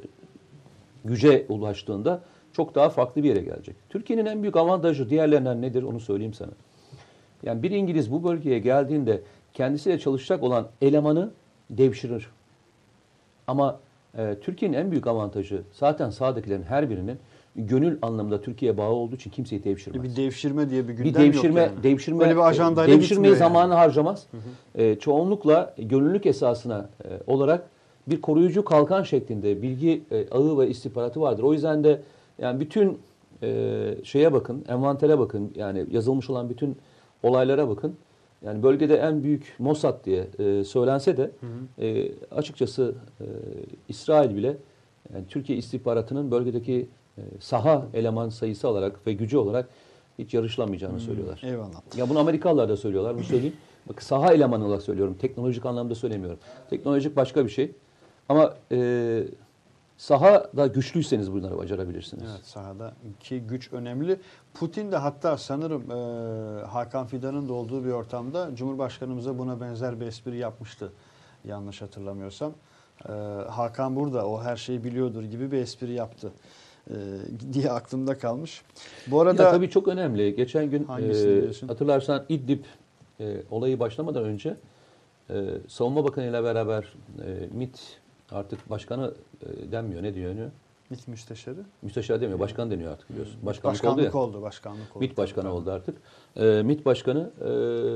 güce ulaştığında çok daha farklı bir yere gelecek. Türkiye'nin en büyük avantajı diğerlerinden nedir onu söyleyeyim sana. Yani bir İngiliz bu bölgeye geldiğinde kendisiyle çalışacak olan elemanı devşirir. Ama e, Türkiye'nin en büyük avantajı zaten sahadakilerin her birinin gönül anlamında Türkiye'ye bağlı olduğu için kimseyi devşirmez. Bir devşirme diye bir gündem bir devşirme, yok yani. Devşirme, Böyle bir ajandayla devşirmeyi zamanı yani. harcamaz. Hı hı. E, çoğunlukla gönüllülük esasına e, olarak bir koruyucu kalkan şeklinde bilgi e, ağı ve istihbaratı vardır. O yüzden de yani bütün e, şeye bakın, envantere bakın, yani yazılmış olan bütün olaylara bakın. Yani bölgede en büyük Mossad diye e, söylense de hı hı. E, açıkçası e, İsrail bile yani Türkiye istihbaratının bölgedeki e, saha eleman sayısı olarak ve gücü olarak hiç yarışılamayacağını hmm, söylüyorlar. Eyvallah. Ya bunu Amerikalılar da söylüyorlar, bunu söyleyeyim. Bak saha elemanı olarak söylüyorum, teknolojik anlamda söylemiyorum. Teknolojik başka bir şey. Ama e, Sahada güçlüyseniz bunları başarabilirsiniz. Evet, sahadaki güç önemli. Putin de hatta sanırım e, Hakan Fidan'ın da olduğu bir ortamda Cumhurbaşkanımıza buna benzer bir espri yapmıştı. Yanlış hatırlamıyorsam. E, Hakan burada, o her şeyi biliyordur gibi bir espri yaptı e, diye aklımda kalmış. Bu arada ya, tabii çok önemli. Geçen gün e, hatırlarsan İdlib e, olayı başlamadan önce e, Savunma Bakanı ile beraber e, MİT artık başkanı e, denmiyor. Ne diyor? MİT müsteşarı. Müsteşar demiyor. Başkan deniyor artık biliyorsun. Başkanlık, başkanlık oldu, oldu. Başkanlık oldu. MİT başkanı oldu artık. E, MİT başkanı e,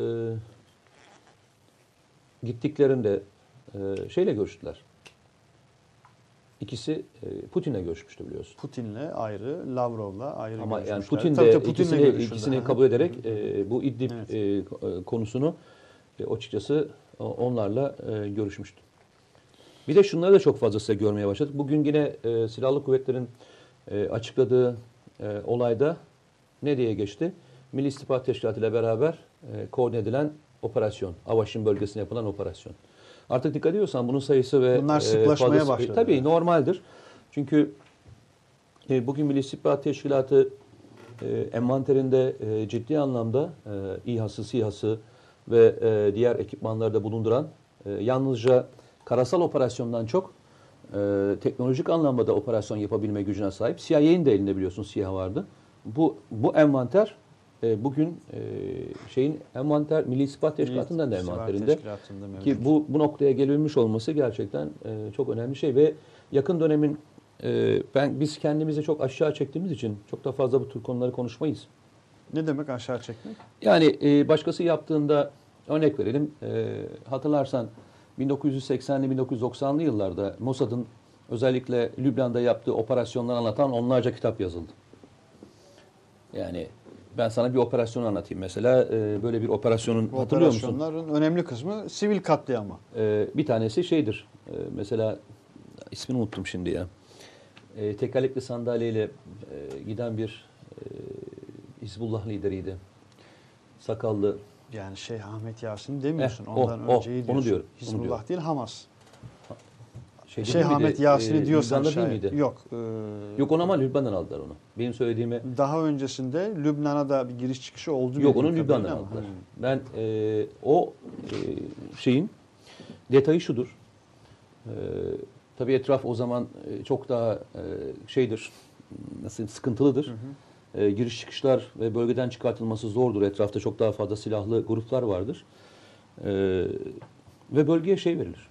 gittiklerinde e, şeyle görüştüler. İkisi e, Putin'le görüşmüştü biliyorsun. Putin'le ayrı, Lavrov'la ayrı ama yani görüşmüşler. Putin de tabii, tabii, ikisini, Putin'le ikisini kabul ederek e, bu İdlib evet. e, konusunu e, açıkçası onlarla e, görüşmüştü. Bir de şunları da çok fazla size görmeye başladık. Bugün yine e, Silahlı Kuvvetler'in e, açıkladığı e, olayda ne diye geçti? Milli İstihbarat Teşkilatı ile beraber e, koordine edilen operasyon. Avaşin bölgesine yapılan operasyon. Artık dikkat ediyorsan bunun sayısı ve bunlar sıklaşmaya fazlası, başladı. Tabii evet. normaldir. Çünkü e, bugün Milli İstihbarat Teşkilatı e, envanterinde e, ciddi anlamda e, İHA'sı, SİHA'sı ve e, diğer ekipmanları da bulunduran e, yalnızca karasal operasyondan çok e, teknolojik anlamda da operasyon yapabilme gücüne sahip. C I A'nin de elinde biliyorsun SİHA vardı. Bu bu envanter e, bugün e, şeyin envanter Milli İstihbarat Teşkilatı'ndan da envanterinde ki bu bu noktaya gelebilmiş olması gerçekten e, çok önemli şey ve yakın dönemin e, ben biz kendimizi çok aşağı çektiğimiz için çok da fazla bu tür konuları konuşmayız. Ne demek aşağı çekmek? Yani e, başkası yaptığında örnek verelim. E, hatırlarsan bin dokuz yüz seksenli bin dokuz yüz doksanlı yıllarda Mossad'ın özellikle Lübnan'da yaptığı operasyonları anlatan onlarca kitap yazıldı. Yani ben sana bir operasyon anlatayım mesela. E, böyle bir operasyonun Bu hatırlıyor musun? operasyonların önemli kısmı sivil katliamı. E, bir tanesi şeydir. E, mesela ismini unuttum şimdi ya. E, tekerlekli sandalyeyle e, giden bir e, Hizbullah lideriydi. Sakallı. Yani Şeyh Ahmet Yasin demiyorsun. Eh, Ondan o, önceyi o, diyorsun. onu diyorum. Hizbullah Onu diyorum. değil, Hamas. Şey Şeyh Ahmet Yasin'i e, diyorsan Lübnan'da şayet. değil miydi? Yok. E, Yok onu ama Lübnan'dan aldılar onu. Benim söylediğimi. Daha öncesinde Lübnan'a da bir giriş çıkışı oldu. Yok onu Lübnan'dan aldılar. Hmm. Ben e, o e, şeyin detayı şudur. E, tabii etraf o zaman e, çok daha e, şeydir. Nasıl sıkıntılıdır. Hı hı. E, giriş çıkışlar ve bölgeden çıkartılması zordur. Etrafta çok daha fazla silahlı gruplar vardır. E, ve bölgeye şey verilir.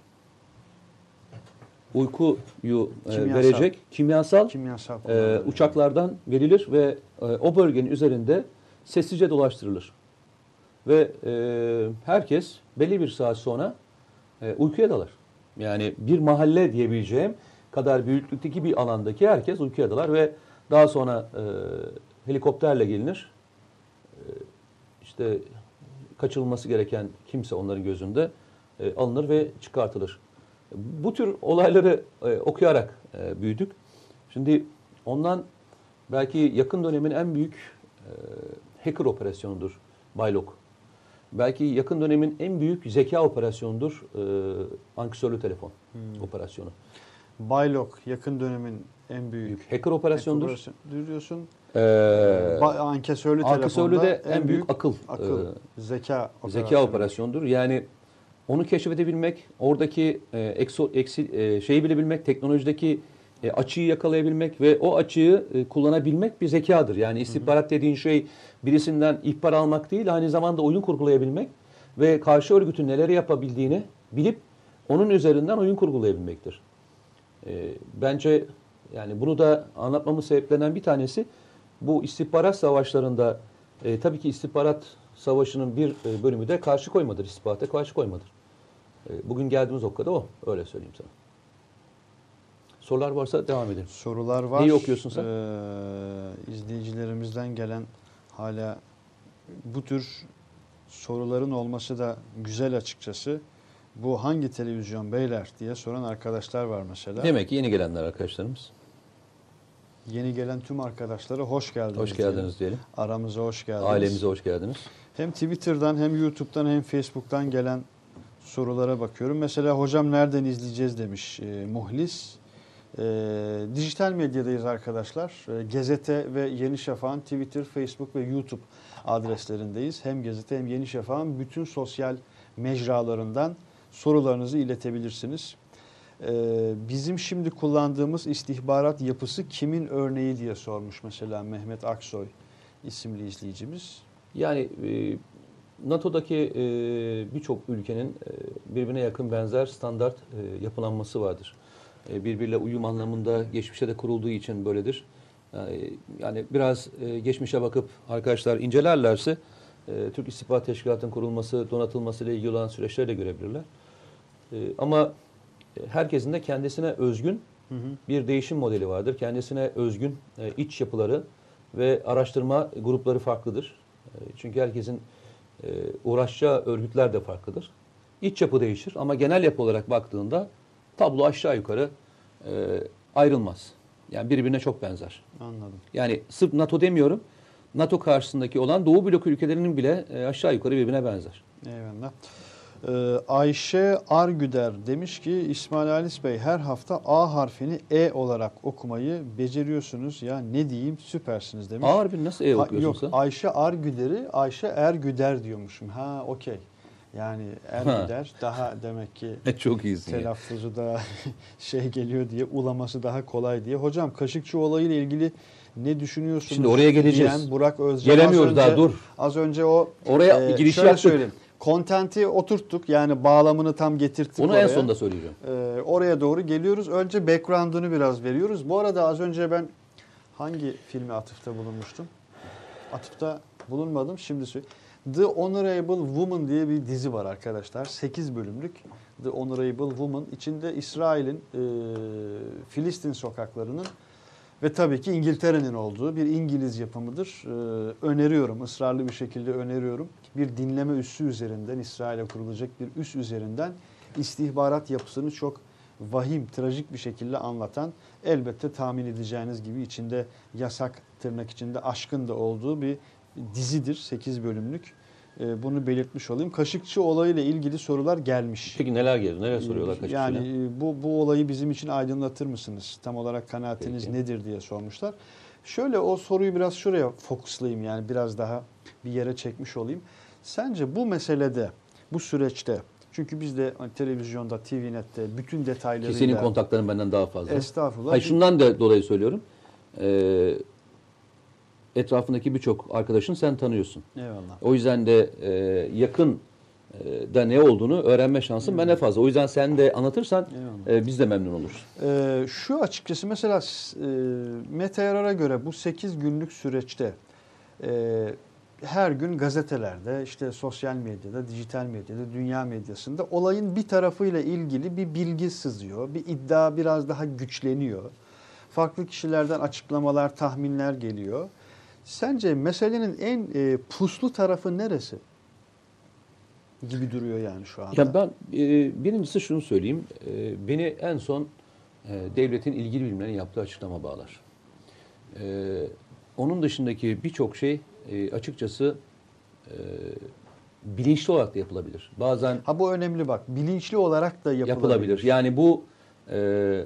Uykuyu kimyasal. verecek kimyasal, kimyasal e, uçaklardan verilir ve e, o bölgenin üzerinde sessizce dolaştırılır. Ve e, herkes belli bir saat sonra e, uykuya dalar. Yani bir mahalle diyebileceğim kadar büyüklükteki bir alandaki herkes uykuya dalar ve daha sonra e, helikopterle gelinir. E, işte kaçırılması gereken kimse onların gözünde e, alınır ve çıkartılır. Bu tür olayları e, okuyarak e, büyüdük. Şimdi ondan belki yakın dönemin en büyük e, hacker operasyonudur Baylok. Belki yakın dönemin en büyük zeka operasyonudur e, ankesörlü telefon hmm. operasyonu. Baylok yakın dönemin en büyük, büyük hacker operasyonudur. Hacker operasyon, diyorsun. Ee, ankesörlü telefonda de en, en büyük, büyük akıl, akıl e, zeka zeka operasyonudur. Yani onu keşfedebilmek, oradaki e, ekso, eksi, e, şeyi bilebilmek, teknolojideki e, açığı yakalayabilmek ve o açığı e, kullanabilmek bir zekadır. Yani istihbarat dediğin şey birisinden ihbar almak değil, aynı zamanda oyun kurgulayabilmek ve karşı örgütün neleri yapabildiğini bilip onun üzerinden oyun kurgulayabilmektir. E, bence yani bunu da anlatmamın sebeplerinden bir tanesi bu istihbarat savaşlarında e, tabii ki istihbarat savaşının bir e, bölümü de karşı koymadır, istihbarata karşı koymadır. Bugün geldiğimiz noktada o. Öyle söyleyeyim sana. Sorular varsa devam edelim. Sorular var. Neyi okuyorsun sen? Ee, izleyicilerimizden gelen hala bu tür soruların olması da güzel açıkçası. Bu hangi televizyon beyler diye soran arkadaşlar var mesela. Demek ki yeni gelenler arkadaşlarımız. Yeni gelen tüm arkadaşlara hoş geldiniz. Hoş geldiniz diyelim. diyelim. Aramıza hoş geldiniz. Ailemize hoş geldiniz. Hem Twitter'dan hem YouTube'dan hem Facebook'tan gelen sorulara bakıyorum. Mesela hocam nereden izleyeceğiz demiş e, Muhlis. Ee, dijital medyadayız arkadaşlar. Ee, Gazete ve Yeni Şafak'ın Twitter, Facebook ve YouTube adreslerindeyiz. Hem Gazete hem Yeni Şafak'ın bütün sosyal mecralarından sorularınızı iletebilirsiniz. Ee, bizim şimdi kullandığımız istihbarat yapısı kimin örneği diye sormuş mesela Mehmet Aksoy isimli izleyicimiz. Yani e, NATO'daki e, birçok ülkenin e, birbirine yakın benzer standart e, yapılanması vardır. E, birbiriyle uyum anlamında geçmişte de kurulduğu için böyledir. Yani, yani biraz e, geçmişe bakıp arkadaşlar incelerlerse e, Türk İstihbarat Teşkilatı'nın kurulması, donatılması ile ilgili olan süreçleri de görebilirler. E, ama herkesin de kendisine özgün hı hı. bir değişim modeli vardır. Kendisine özgün e, iç yapıları ve araştırma grupları farklıdır. E, çünkü herkesin e, uğraşacağı örgütler de farklıdır. İç yapı değişir ama genel yapı olarak baktığında tablo aşağı yukarı e, ayrılmaz. Yani birbirine çok benzer. Anladım. Yani sırf NATO demiyorum. NATO karşısındaki olan Doğu bloku ülkelerinin bile e, aşağı yukarı birbirine benzer. Eyvallah. Ee, Ayşe Arguder demiş ki İsmail Halis Bey her hafta A harfini E olarak okumayı beceriyorsunuz ya ne diyeyim süpersiniz demiş. A harfini nasıl E okuyorsun ha, yok, sen? Ayşe Arguder'i Ayşe Ergüder diyormuşum. Ha okey. Yani Ergüder daha demek ki çok iyisin. Telaffuzu daha şey geliyor diye ulaması daha kolay diye. Hocam Kaşıkçı olayıyla ilgili ne düşünüyorsunuz? Şimdi oraya geleceğiz. Diyen Burak Özcan. Gelemiyoruz az önce, daha dur. Az önce o oraya e, giriş şöyle yaptık. söyleyeyim. Kontenti oturttuk yani bağlamını tam getirttik Onu oraya. en sonunda söyleyeceğim. Ee, oraya doğru geliyoruz. Önce background'unu biraz veriyoruz. Bu arada az önce ben hangi filme atıfta bulunmuştum? Atıfta bulunmadım. Şimdi söyleyeyim. The Honorable Woman diye bir dizi var arkadaşlar. sekiz bölümlük The Honorable Woman. İçinde İsrail'in e, Filistin sokaklarının ve tabii ki İngiltere'nin olduğu bir İngiliz yapımıdır. Ee, öneriyorum, ısrarlı bir şekilde öneriyorum. Bir dinleme üssü üzerinden, İsrail'e kurulacak bir üs üzerinden istihbarat yapısını çok vahim, trajik bir şekilde anlatan, elbette tahmin edeceğiniz gibi içinde yasak tırnak içinde aşkın da olduğu bir dizidir. sekiz bölümlük. Ee, bunu belirtmiş olayım. Kaşıkçı olayıyla ilgili sorular gelmiş. Peki neler geldi? Nereye soruyorlar Kaşıkçı'ya? Yani bu, bu olayı bizim için aydınlatır mısınız? Tam olarak kanaatiniz Peki. nedir diye sormuşlar. Şöyle o soruyu biraz şuraya fokuslayayım yani biraz daha bir yere çekmiş olayım. Sence bu meselede, bu süreçte çünkü biz de hani televizyonda, T V Net'te bütün detaylarıyla... Ki senin kontakların benden daha fazla. Estağfurullah. Hayır, şundan da dolayı söylüyorum. Ee, etrafındaki birçok arkadaşın sen tanıyorsun. Eyvallah. O yüzden de e, yakın e, da ne olduğunu öğrenme şansın bende fazla. O yüzden sen de anlatırsan e, biz de memnun oluruz. Ee, şu açıkçası mesela e, Mete Yarar'a göre bu sekiz günlük süreçte e, her gün gazetelerde, işte sosyal medyada, dijital medyada, dünya medyasında olayın bir tarafıyla ilgili bir bilgi sızıyor. Bir iddia biraz daha güçleniyor. Farklı kişilerden açıklamalar, tahminler geliyor. Sence meselenin en e, puslu tarafı neresi? Gibi duruyor yani şu anda. Ya ben e, birincisi şunu söyleyeyim. E, beni en son e, devletin ilgili birimlerinin yaptığı açıklama bağlar. E, onun dışındaki birçok şey e, açıkçası e, bilinçli olarak da yapılabilir. Bazen ha bu önemli bak. Bilinçli olarak da yapılabilir. yapılabilir. Yani bu e,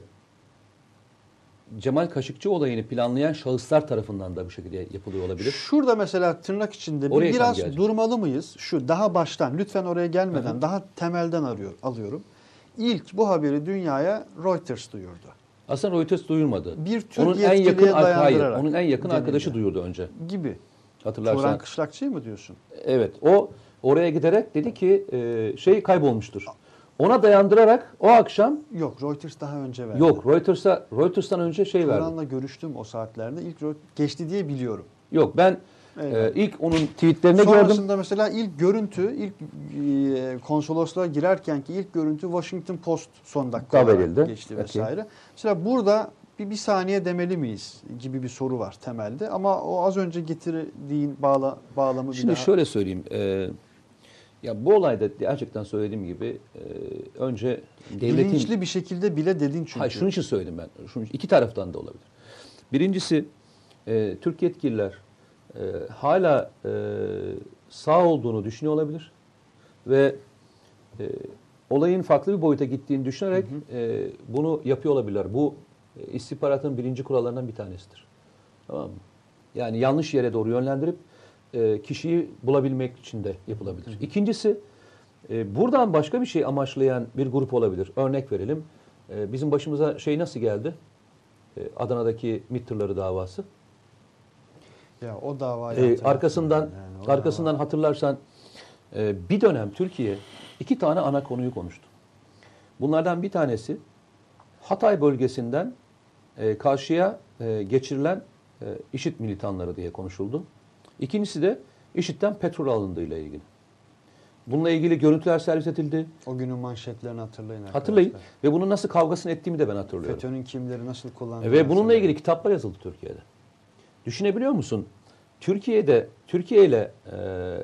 Cemal Kaşıkçı olayını planlayan şahıslar tarafından da bu şekilde yapılıyor olabilir. Şurada mesela tırnak içinde bir Oraya biraz tam durmalı mıyız? Şu daha baştan lütfen oraya gelmeden Hı hı. daha temelden arıyor, alıyorum. İlk bu haberi dünyaya Reuters duyurdu. Aslında Reuters duyurmadı. Bir Türk onun en yakın yetkiliye hayır, dayandırarak onun en yakın denildi. arkadaşı duyurdu önce. Gibi. Hatırlarsan. Turan Kışlakçı'yı mı diyorsun? Evet. O oraya giderek dedi ki e, şey kaybolmuştur. Ona dayandırarak o akşam Yok, Reuters daha önce verdi. yok Reuters'a Reuters'tan önce şey verdi. Turan'la görüştüm o saatlerde. İlk Reuters geçti diye biliyorum. Yok ben Evet. e, ilk onun tweetlerini Sonrasında gördüm. mesela ilk görüntü, ilk e, konsolosluğa girerkenki ilk görüntü Washington Post son dakika Haber olarak verildi. geçti Peki. vesaire. Mesela burada bir, bir saniye demeli miyiz gibi bir soru var temelde. Ama o az önce getirdiğin bağla, bağlamı bir Şimdi daha... şöyle söyleyeyim. E, ya bu olayda gerçekten söylediğim gibi e, önce devletin... Bilinçli bir şekilde bile dedin çünkü. Hayır, şunun için söyledim ben. Şunun için, iki taraftan da olabilir. Birincisi e, Türk yetkililer e, hala e, sağ olduğunu düşünüyor olabilir ve e, olayın farklı bir boyuta gittiğini düşünerek hı hı. E, bunu yapıyor olabilirler. Bu e, istihbaratın birinci kurallarından bir tanesidir. Tamam mı? Yani yanlış yere doğru yönlendirip e, kişiyi bulabilmek için de yapılabilir. Hı hı. İkincisi, e, buradan başka bir şey amaçlayan bir grup olabilir. Örnek verelim. E, bizim başımıza şey nasıl geldi? E, Adana'daki MİT tırları davası. Ya o davayı e, arkasından yani, arkasından dava. hatırlarsan e, bir dönem Türkiye iki tane ana konuyu konuştu. Bunlardan bir tanesi Hatay bölgesinden e, karşıya e, geçirilen e, IŞİD militanları diye konuşuldu. İkincisi de IŞİD'den petrol alındığı ile ilgili. Bununla ilgili görüntüler servis edildi. O günün manşetlerini hatırlayın arkadaşlar. Hatırlayın. Ve bunun nasıl kavgasını ettiğimi de ben hatırlıyorum. FETÖ'nün kimleri nasıl kullandığı. Ve bununla ilgili kitaplar yazıldı Türkiye'de. Düşünebiliyor musun? Türkiye'de, Türkiye ile e,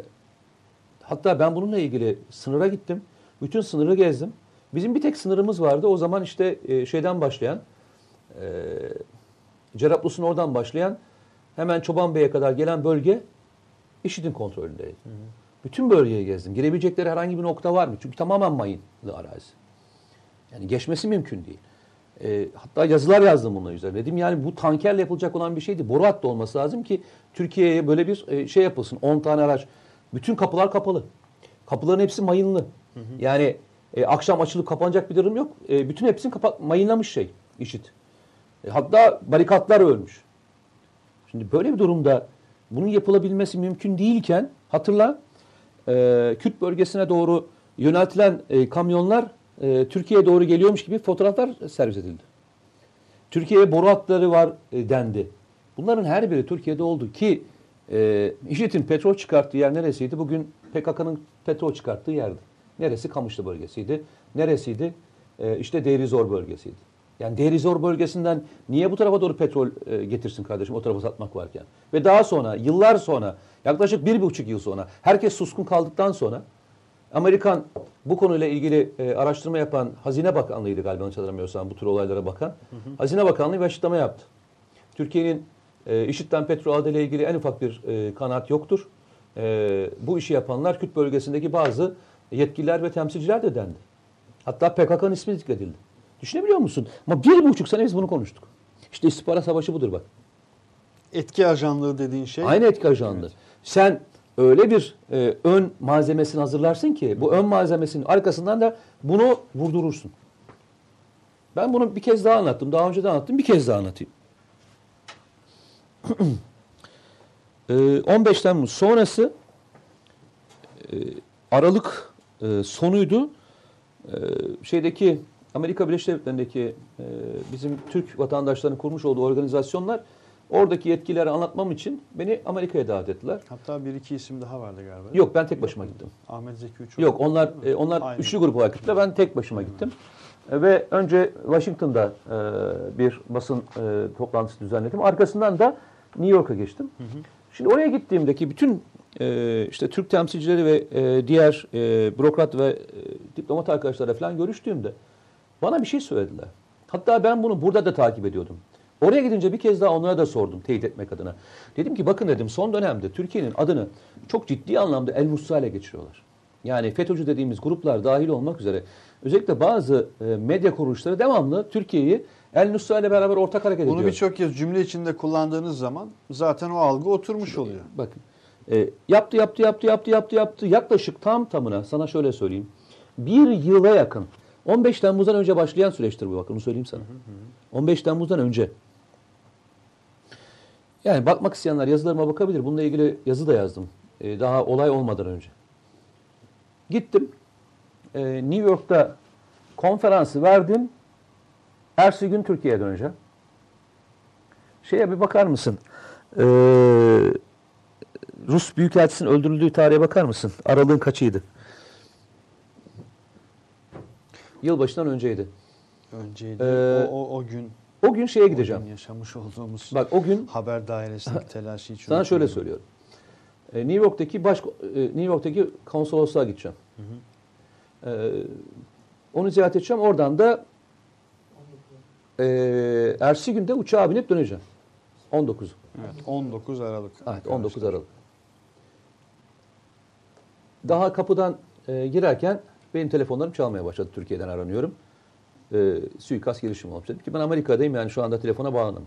hatta ben bununla ilgili sınıra gittim. Bütün sınırı gezdim. Bizim bir tek sınırımız vardı. O zaman işte e, şeyden başlayan, e, Cerrahpaşa'nın oradan başlayan, hemen Çobanbey'e kadar gelen bölge IŞİD'in kontrolündeydi. Hı hı. Bütün bölgeyi gezdim. Girebilecekleri herhangi bir nokta var mı? Çünkü tamamen mayınlı arazi. Yani geçmesi mümkün değil. E, hatta yazılar yazdım bununla üzerine. Dedim yani bu tankerle yapılacak olan bir şeydi. Boru hattı olması lazım ki Türkiye'ye böyle bir e, şey yapılsın. on tane araç. Bütün kapılar kapalı. Kapıların hepsi mayınlı. Hı hı. Yani e, akşam açılıp kapanacak bir durum yok. E, bütün hepsini kapa- mayınlamış şey IŞİD. E, hatta barikatlar ölmüş. Şimdi böyle bir durumda bunun yapılabilmesi mümkün değilken hatırla e, Kürt bölgesine doğru yöneltilen e, kamyonlar e, Türkiye'ye doğru geliyormuş gibi fotoğraflar servis edildi. Türkiye'ye boru hatları var e, dendi. Bunların her biri Türkiye'de oldu ki e, IŞİD'in petrol çıkarttığı yer neresiydi? Bugün P K K'nın petrol çıkarttığı yerdi. Neresi? Kamışlı bölgesiydi. Neresiydi? E, işte Deirizor bölgesiydi. Yani Deirizor bölgesinden niye bu tarafa doğru petrol e, getirsin kardeşim o tarafa satmak varken? Ve daha sonra, yıllar sonra, yaklaşık bir buçuk yıl sonra, herkes suskun kaldıktan sonra Amerikan bu konuyla ilgili e, araştırma yapan Hazine Bakanlığı'ydı galiba hatırlamıyorsam bu tür olaylara bakan. Hı hı. Hazine Bakanlığı bir açıklama yaptı. Türkiye'nin e, IŞİD'den petrol aldığıyla ilgili en ufak bir e, kanaat yoktur. E, bu işi yapanlar Kürt bölgesindeki bazı yetkililer ve temsilciler de dendi. Hatta P K K'nın ismi zikredildi. Düşünebiliyor musun? Ama bir buçuk sene biz bunu konuştuk. İşte istihbarat savaşı budur bak. Etki ajanlığı dediğin şey. Aynı etki ajanlığı. Evet. Sen öyle bir e, ön malzemesini hazırlarsın ki bu ön malzemesinin arkasından da bunu vurdurursun. Ben bunu bir kez daha anlattım. Daha önce de anlattım. Bir kez daha anlatayım. e, on beş Temmuz sonrası e, Aralık e, sonuydu. E, şeydeki Amerika Birleşik Devletleri'ndeki e, bizim Türk vatandaşlarının kurmuş olduğu organizasyonlar oradaki yetkileri anlatmam için beni Amerika'ya davet ettiler. Hatta bir iki isim daha vardı galiba. Yok ben tek başıma gittim. Ahmet Zeki Uçok. Yok onlar e, onlar Aynı. üçlü grup olarak gittiler. Ben tek başıma gittim. E, ve önce Washington'da e, bir basın e, toplantısı düzenledim. Arkasından da New York'a geçtim. Hı hı. Şimdi oraya gittiğimdeki bütün e, işte Türk temsilcileri ve e, diğer e, bürokrat ve e, diplomat arkadaşlarla falan görüştüğümde bana bir şey söylediler. Hatta ben bunu burada da takip ediyordum. Oraya gidince bir kez daha onlara da sordum teyit etmek adına. Dedim ki bakın dedim son dönemde Türkiye'nin adını çok ciddi anlamda El Nusra'yla geçiriyorlar. Yani FETÖ'cü dediğimiz gruplar dahil olmak üzere özellikle bazı e, medya kuruluşları devamlı Türkiye'yi El Nusra ile beraber ortak hareket ediyor. Bunu birçok kez cümle içinde kullandığınız zaman zaten o algı oturmuş oluyor. Bakın e, yaptı yaptı yaptı yaptı yaptı yaptı yaklaşık tam tamına sana şöyle söyleyeyim. Bir yıla yakın on beş Temmuz'dan önce başlayan süreçtir bu bakın onu söyleyeyim sana. Hı hı. on beş Temmuz'dan önce. Yani bakmak isteyenler yazılarıma bakabilir. Bununla ilgili yazı da yazdım. Ee, daha olay olmadan önce. Gittim. Ee, New York'ta konferansı verdim. Ertesi gün Türkiye'ye döneceğim. Şeye bir bakar mısın? Ee, Rus Büyükelçisi'nin öldürüldüğü tarihe bakar mısın? Aralığın kaçıydı? Yılbaşından önceydi. Önceydi. Ee, o, o, o gün. O gün şeye gideceğim. O gün yaşamış olduğumuz Bak o gün haber dairesindeki telaşı hiç sana şöyle söylüyorum. Ee, New York'taki baş New York'taki konsolosluğa gideceğim. Hı hı. Ee, onu ziyaret edeceğim. Oradan da e, ertesi günde uçağa binip döneceğim. on dokuz. Evet, on dokuz Aralık. Evet, on dokuz Aralık. Daha kapıdan e, girerken benim telefonlarım çalmaya başladı. Türkiye'den aranıyorum. e, suikast girişimi olmuş. Dedim ki ben Amerika'dayım, yani şu anda telefona bağlanamam.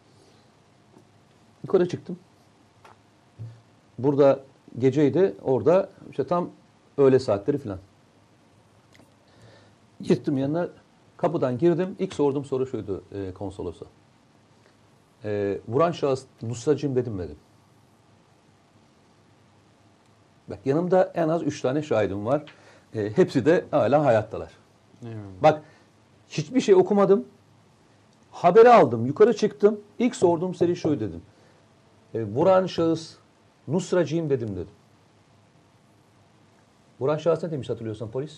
Yukarı çıktım. Burada geceydi, orada işte tam öğle saatleri falan. Gittim yanına, kapıdan girdim. İlk sorduğum soru şuydu e, konsolosa. E, vuran şahıs Nusracığım dedim dedim. Bak yanımda en az üç tane şahidim var. E, hepsi de hala hayattalar. Eyvallah. Bak hiçbir şey okumadım. Haberi aldım. Yukarı çıktım. İlk sorduğum seri şuydu dedim. E, vuran şahıs Nusracığım dedim dedim. Vuran şahıs ne demiş hatırlıyorsan polis?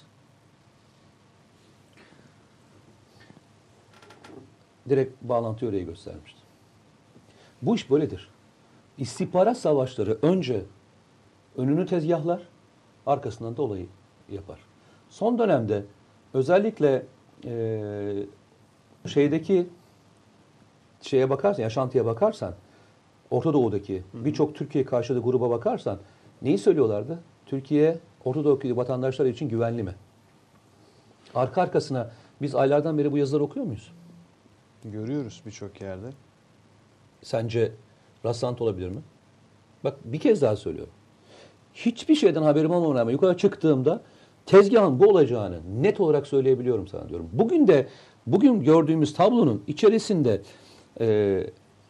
Direkt bağlantıyı oraya göstermişti. Bu iş böyledir. İstihbarat savaşları önce önünü tezgahlar, arkasından da olayı yapar. Son dönemde özellikle e, şeydeki şeye bakarsan, yaşantıya bakarsan, Orta Doğu'daki birçok Türkiye karşıtı gruba bakarsan neyi söylüyorlardı? Türkiye Orta Doğu'daki vatandaşlar için güvenli mi? Arka arkasına biz aylardan beri bu yazıları okuyor muyuz? Görüyoruz birçok yerde. Sence rastlantı olabilir mi? Bak bir kez daha söylüyorum. Hiçbir şeyden haberim olmadan rağmen yukarı çıktığımda tezgahın bu olacağını net olarak söyleyebiliyorum sana diyorum. Bugün de bugün gördüğümüz tablonun içerisinde e,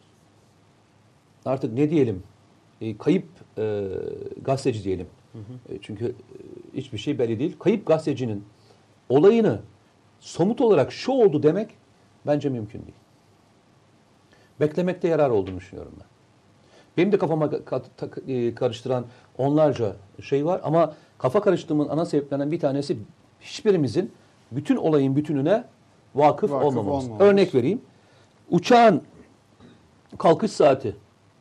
artık ne diyelim e, kayıp e, gazeteci diyelim. Hı hı. E, çünkü e, hiçbir şey belli değil. Kayıp gazetecinin olayını somut olarak şu oldu demek bence mümkün değil. Beklemekte yarar olduğunu düşünüyorum ben. Benim de kafama karıştıran onlarca şey var ama kafa karıştırmanın ana sebeplerinden bir tanesi hiçbirimizin bütün olayın bütününe vakıf, vakıf olmamamız. olmamamız. Örnek vereyim. Uçağın kalkış saati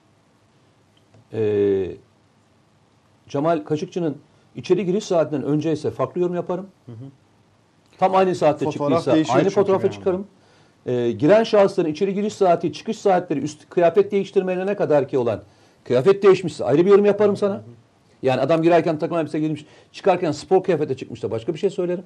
e, Cemal Kaşıkçı'nın içeri giriş saatinden önce ise farklı yorum yaparım. Hı hı. Tam aynı saatte Fotoğraf çıktıysa aynı fotoğrafı çıkarım. E, giren şahısların içeri giriş saati, çıkış saatleri, üst kıyafet değiştirmelerine kadar ki olan kıyafet değişmişse ayrı bir yorum yaparım sana. Hı hı. Yani adam girerken takım elbise giymiş, çıkarken spor kıyafete çıkmışsa başka bir şey söylerim.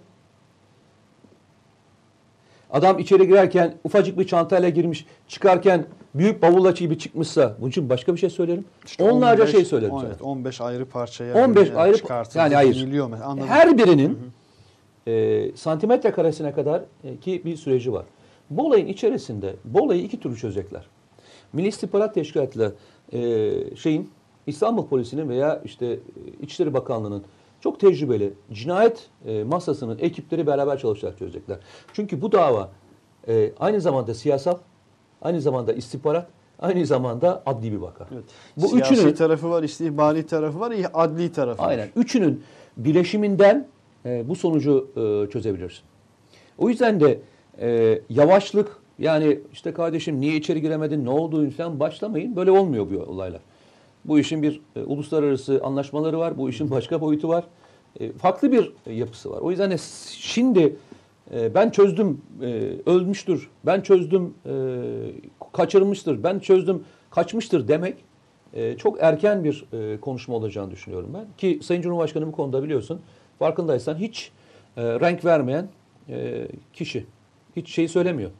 Adam içeri girerken ufacık bir çantayla girmiş, çıkarken büyük bavulla gibi çıkmışsa bunun için başka bir şey söylerim. İşte Onlarca on beş, şey söylerim. on, evet, on beş ayrı parçaya on beş ayrı yani hayır. Her birinin hı hı. E, santimetre karesine kadar e, ki bir süreci var. Bu olayın içerisinde bu olayı iki türlü çözecekler. Milli İstihbarat Teşkilatı'yla e, şeyin İstanbul Polisi'nin veya işte İçişleri Bakanlığı'nın çok tecrübeli cinayet e, masasının ekipleri beraber çalışarak çözecekler. Çünkü bu dava e, aynı zamanda siyasal, aynı zamanda istihbarat, aynı zamanda adli bir vaka. Evet. Bu siyasi üçünün tarafı var, istihbari tarafı var, adli tarafı aynen, var. Üçünün bileşiminden e, bu sonucu e, çözebilirsin. O yüzden de e, yavaşlık, yani işte kardeşim niye içeri giremedin, ne olduğunu falan başlamayın. Böyle olmuyor bu olaylar. Bu işin bir e, uluslararası anlaşmaları var. Bu işin başka boyutu var. E, farklı bir e, yapısı var. O yüzden de şimdi e, ben çözdüm, e, ölmüştür, ben çözdüm, e, kaçırılmıştır, ben çözdüm, kaçmıştır demek e, çok erken bir e, konuşma olacağını düşünüyorum ben. Ki Sayın Cumhurbaşkanı bu konuda biliyorsun, farkındaysan hiç e, renk vermeyen e, kişi. Hiç şey söylemiyor.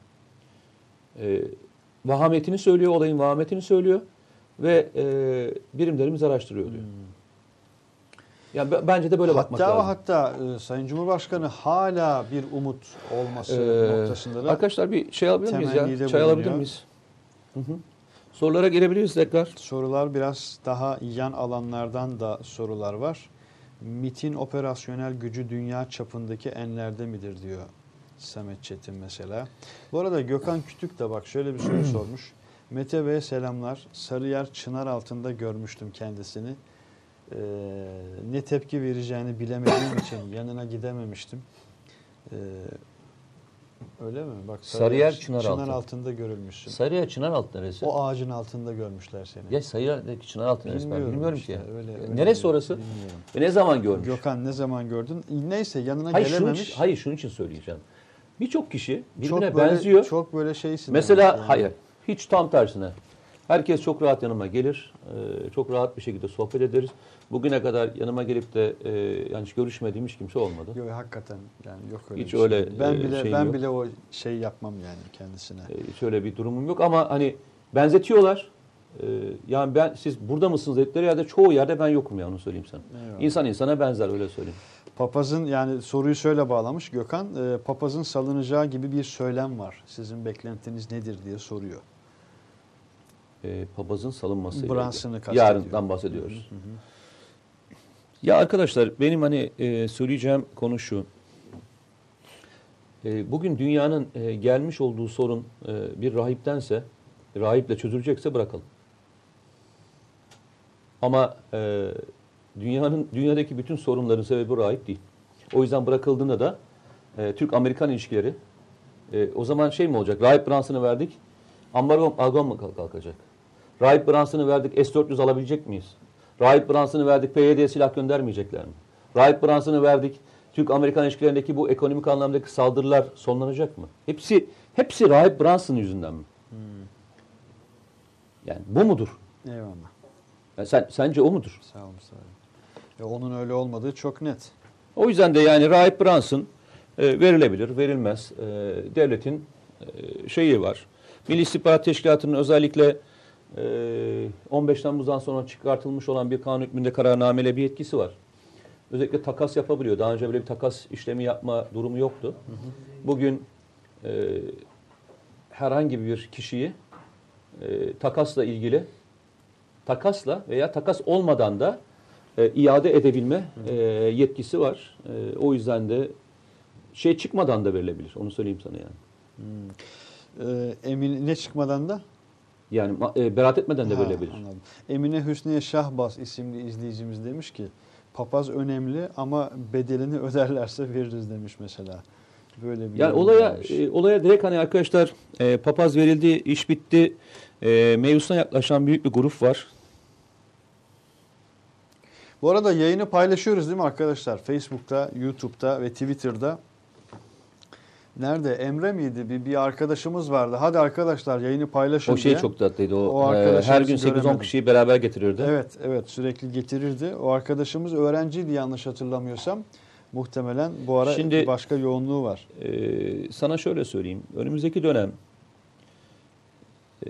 E, vahametini söylüyor, olayın vahametini söylüyor. Ve e, birimlerimiz araştırıyor diyor. Hmm. Yani b- bence de böyle hatta bakmak lazım. Hatta hatta e, Sayın Cumhurbaşkanı hala bir umut olması ee, noktasında da arkadaşlar bir şey alabilir miyiz ya? Çay alabilir miyiz? Hı hı. Sorulara gelebiliriz tekrar. Sorular biraz daha yan alanlardan da sorular var. MİT'in operasyonel gücü dünya çapındaki enlerde midir diyor Samet Çetin mesela. Bu arada Gökhan Kütük de bak şöyle bir soru sormuş. Mete Bey'e selamlar. Sarıyer çınar altında görmüştüm kendisini. Ee, ne tepki vereceğini bilemediğim için yanına gidememiştim. Ee, öyle mi? Bak Sarıyer, Sarıyer çınar, çınar altı. altında görülmüşsün. Sarıyer çınar altı neresi? O ağacın altında görmüşler seni. Ya Sarıyer'deki çınar altı neresi? Bilmiyorum Ben bilmiyorum işte, ki. Öyle, öyle neresi orası? Bilmiyorum. Ve ne zaman görmüş? Gökhan ne zaman gördün? Neyse yanına hayır, gelememiş. Şunun için, hayır şunun için söyleyeceğim. Birçok kişi birbirine çok böyle, benziyor. Çok böyle şeysin. Mesela yani. hayır. Hiç tam tersine. Herkes çok rahat yanıma gelir. E, çok rahat bir şekilde sohbet ederiz. Bugüne kadar yanıma gelip de e, yani hiç görüşmediğim hiç kimse olmadı. Yok hakikaten yani yok öyle. Hiç bir şey. öyle Ben e, bile şey ben yok. bile o şey yapmam yani kendisine. E, hiç öyle bir durumum yok ama hani benzetiyorlar. E, yani ben siz burada mısınız dedikleri yerde çoğu yerde ben yokum ya onu söyleyeyim sana. Eyvallah. İnsan insana benzer öyle söyleyeyim. Papazın yani soruyu şöyle bağlamış Gökhan. E, papazın salınacağı gibi bir söylem var. Sizin beklentiniz nedir diye soruyor. E, papazın salınmasıyla Brunson'ı ilgili. kastediyor. Yarından bahsediyoruz. Hı hı. Ya arkadaşlar benim hani e, söyleyeceğim konu şu. E, bugün dünyanın e, gelmiş olduğu sorun e, bir rahiptense, rahiple çözülecekse bırakalım. Ama e, dünyanın dünyadaki bütün sorunların sebebi rahip değil. O yüzden bırakıldığında da e, Türk-Amerikan ilişkileri e, o zaman şey mi olacak? Rahip Brunson'ı verdik, ambargo ambargo mu kalkacak? Rahip Brunson'ı verdik, S dört yüz alabilecek miyiz? Rahip Brunson'ı verdik, P Y D'ye silah göndermeyecekler mi? Rahip Brunson'ı verdik, Türk-Amerikan ilişkilerindeki bu ekonomik anlamdaki saldırılar sonlanacak mı? Hepsi hepsi Rahip Brunson yüzünden mi? Hmm. Yani bu mudur? Eyvallah. Yani sen, sence o mudur? Sağ olun. Sağ olun. E, onun öyle olmadığı çok net. O yüzden de yani Rahip Brunson e, verilebilir, verilmez. E, devletin e, şeyi var. Milli İstihbarat Teşkilatı'nın özellikle e, on beş Temmuz'dan sonra çıkartılmış olan bir kanun hükmünde kararnameli bir yetkisi var. Özellikle takas yapabiliyor. Daha önce böyle bir takas işlemi yapma durumu yoktu. Hı hı. Bugün e, herhangi bir kişiyi e, takasla ilgili takasla veya takas olmadan da e, iade edebilme e, yetkisi var. E, o yüzden de şey çıkmadan da verilebilir. Onu söyleyeyim sana yani. Hmm. E, Emin ne çıkmadan da? Yani e, beraat etmeden de Ha, verilebilir. Anladım. Emine Hüsniye Şahbaz isimli izleyicimiz demiş ki papaz önemli ama bedelini öderlerse veririz demiş mesela. Böyle bir yani olaya e, olaya direkt hani arkadaşlar e, papaz verildi, iş bitti. E, mevzusuna yaklaşan büyük bir grup var. Bu arada yayını paylaşıyoruz değil mi arkadaşlar? Facebook'ta, YouTube'da ve Twitter'da. Nerede? Emre miydi? Bir, bir arkadaşımız vardı. Hadi arkadaşlar yayını paylaşın O şey diye. çok tatlıydı. O, O e, her gün sekiz on göremedim. kişiyi beraber getirirdi. Evet, evet sürekli getirirdi. O arkadaşımız öğrenciydi yanlış hatırlamıyorsam. Muhtemelen bu ara Şimdi, başka yoğunluğu var. E, sana şöyle söyleyeyim. Önümüzdeki dönem e,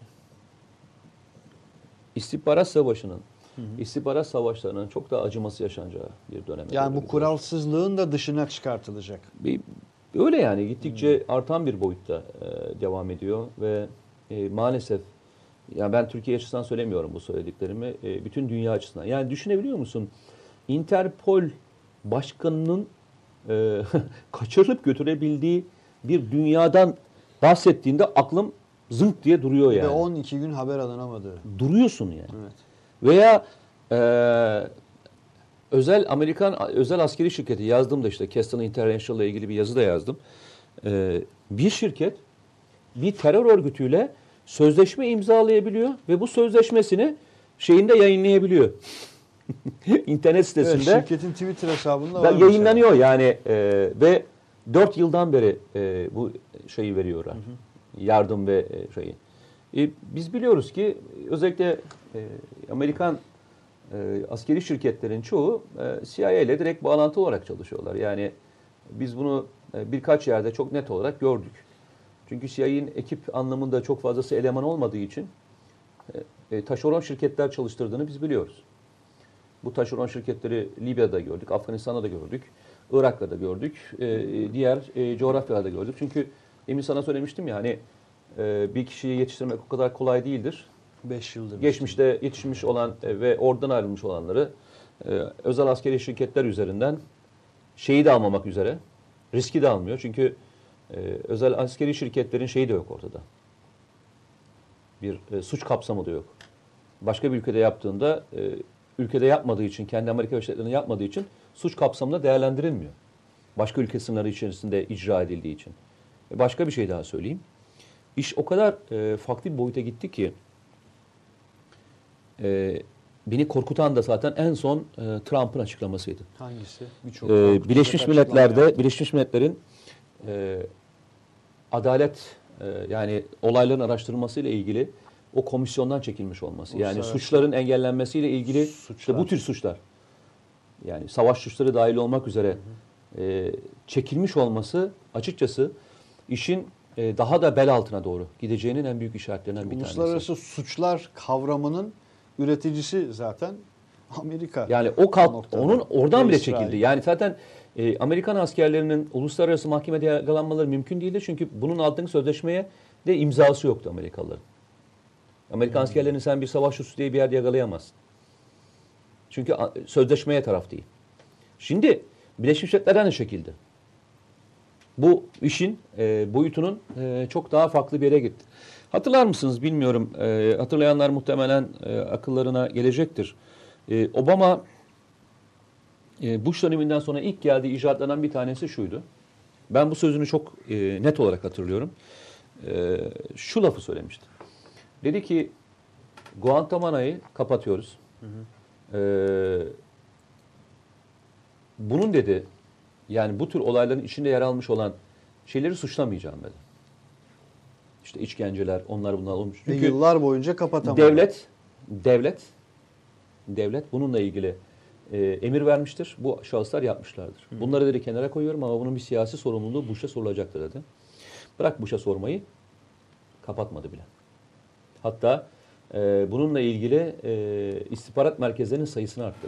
istihbarat savaşının, hı hı. istihbarat savaşlarının çok daha acıması yaşanacağı bir dönem. Yani bu kuralsızlığın da dışına çıkartılacak. Bir, öyle yani gittikçe hmm. artan bir boyutta e, devam ediyor ve e, maalesef yani ben Türkiye açısından söylemiyorum bu söylediklerimi, e, bütün dünya açısından. Yani düşünebiliyor musun? Interpol başkanının e, kaçırılıp götürebildiği bir dünyadan bahsettiğinde aklım zınk diye duruyor yani. Ve on iki gün haber alınamadı. Duruyorsun yani. Evet. Veya e, özel Amerikan özel askeri şirketi yazdığımda işte Keston International ile ilgili bir yazı da yazdım. E, bir şirket bir terör örgütüyle sözleşme imzalayabiliyor ve bu sözleşmesini şeyinde yayınlayabiliyor. İnternet sitesinde. Evet, şirketin Twitter hesabında var. Yayınlanıyor yani e, ve dört yıldan beri e, bu şeyi veriyorlar. Hı hı. Yardım ve e, şeyi. E, biz biliyoruz ki özellikle e, Amerikan e, askeri şirketlerin çoğu e, C I A ile direkt bağlantı olarak çalışıyorlar. Yani biz bunu e, birkaç yerde çok net olarak gördük. Çünkü C I A'nin ekip anlamında çok fazlası eleman olmadığı için e, e, taşeron şirketler çalıştırdığını biz biliyoruz. Bu taşeron şirketleri Libya'da gördük, Afganistan'da da gördük, Irak'ta da gördük, e, diğer e, coğrafyalarda gördük. Çünkü emin sana söylemiştim ya hani e, bir kişiyi yetiştirmek o kadar kolay değildir. beş yıldır. Geçmişte yetişmiş olan e, ve oradan ayrılmış olanları e, özel askeri şirketler üzerinden şeyi de almamak üzere, riski de almıyor. Çünkü e, özel askeri şirketlerin şeyi de yok ortada. Bir e, suç kapsamı da yok. Başka bir ülkede yaptığında e, ülkede yapmadığı için, kendi Amerika Birleşik Devletleri'nde yapmadığı için suç kapsamında değerlendirilmiyor. Başka ülke sınırları içerisinde icra edildiği için. E başka bir şey daha söyleyeyim. İş o kadar e, farklı bir boyuta gitti ki e, beni korkutan da zaten en son e, Trump'ın açıklamasıydı. Hangisi? Birçok e, Birleşmiş Milletler'de Birleşmiş Milletler'in e, adalet e, yani olayların araştırılması ile ilgili o komisyondan çekilmiş olması. Yani Uluslararası suçların engellenmesiyle ilgili suçlar. işte bu tür suçlar. Yani savaş suçları dahil olmak üzere e, çekilmiş olması açıkçası işin e, daha da bel altına doğru gideceğinin en büyük işaretlerinden bir tanesi. Uluslararası suçlar kavramının üreticisi zaten Amerika. Yani o kalk, noktada. onun oradan Ve bile İsrail. çekildi. Yani zaten e, Amerikan askerlerinin uluslararası mahkemede yargılanmaları mümkün değildi. Çünkü bunun altındaki sözleşmeye de imzası yoktu Amerikalıların. Amerikan Hmm. askerlerini sen bir savaş suçu diye bir yerde yakalayamazsın. Çünkü a- sözleşmeye taraf değil. Şimdi Birleşmiş Milletler aynı şekilde. Bu işin e, boyutunun e, çok daha farklı bir yere gitti. Hatırlar mısınız bilmiyorum. E, hatırlayanlar muhtemelen e, akıllarına gelecektir. E, Obama e, Bush döneminden sonra ilk geldiği icraatlardan bir tanesi şuydu. Ben bu sözünü çok e, net olarak hatırlıyorum. E, şu lafı söylemişti. Dedi ki Guantanamo'yu kapatıyoruz. Hı hı. E, bunun dedi yani bu tür olayların içinde yer almış olan şeyleri suçlamayacağım dedi. İşte işkenceler, onlar bunlar olmuş. Ve Çünkü yıllar boyunca kapatamadı. devlet, devlet, devlet bununla ilgili e, emir vermiştir. Bu şahıslar yapmışlardır. Hı. Bunları dedi kenara koyuyorum ama bunun bir siyasi sorumluluğu Bush'a sorulacaktır dedi. Bırak Bush'a sormayı, kapatmadı bile. Hatta e, bununla ilgili e, istihbarat merkezlerinin sayısını arttırdı.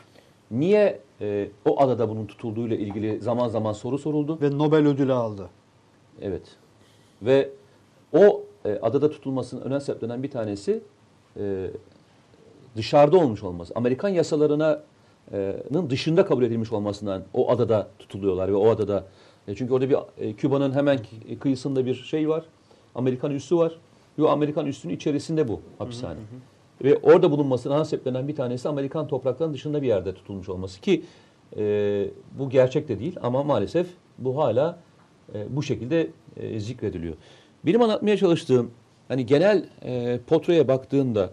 Niye e, o adada bunun tutulduğuyla ilgili zaman zaman soru soruldu. Ve Nobel ödülü aldı. Evet. Ve o e, adada tutulmasının önemli sebeplerinden bir tanesi e, dışarıda olmuş olması. Amerikan yasalarının dışında kabul edilmiş olmasından o adada tutuluyorlar ve o adada e, çünkü orada bir e, Küba'nın hemen kıyısında bir şey var. Amerikan üssü var. Ve o Amerikan üssünün içerisinde bu hapishane. Hı hı hı. Ve orada bulunmasının ana sebeplerinden bir tanesi Amerikan topraklarının dışında bir yerde tutulmuş olması ki e, bu gerçek de değil ama maalesef bu hala e, bu şekilde e, zikrediliyor. Benim anlatmaya çalıştığım hani genel e, portreye baktığında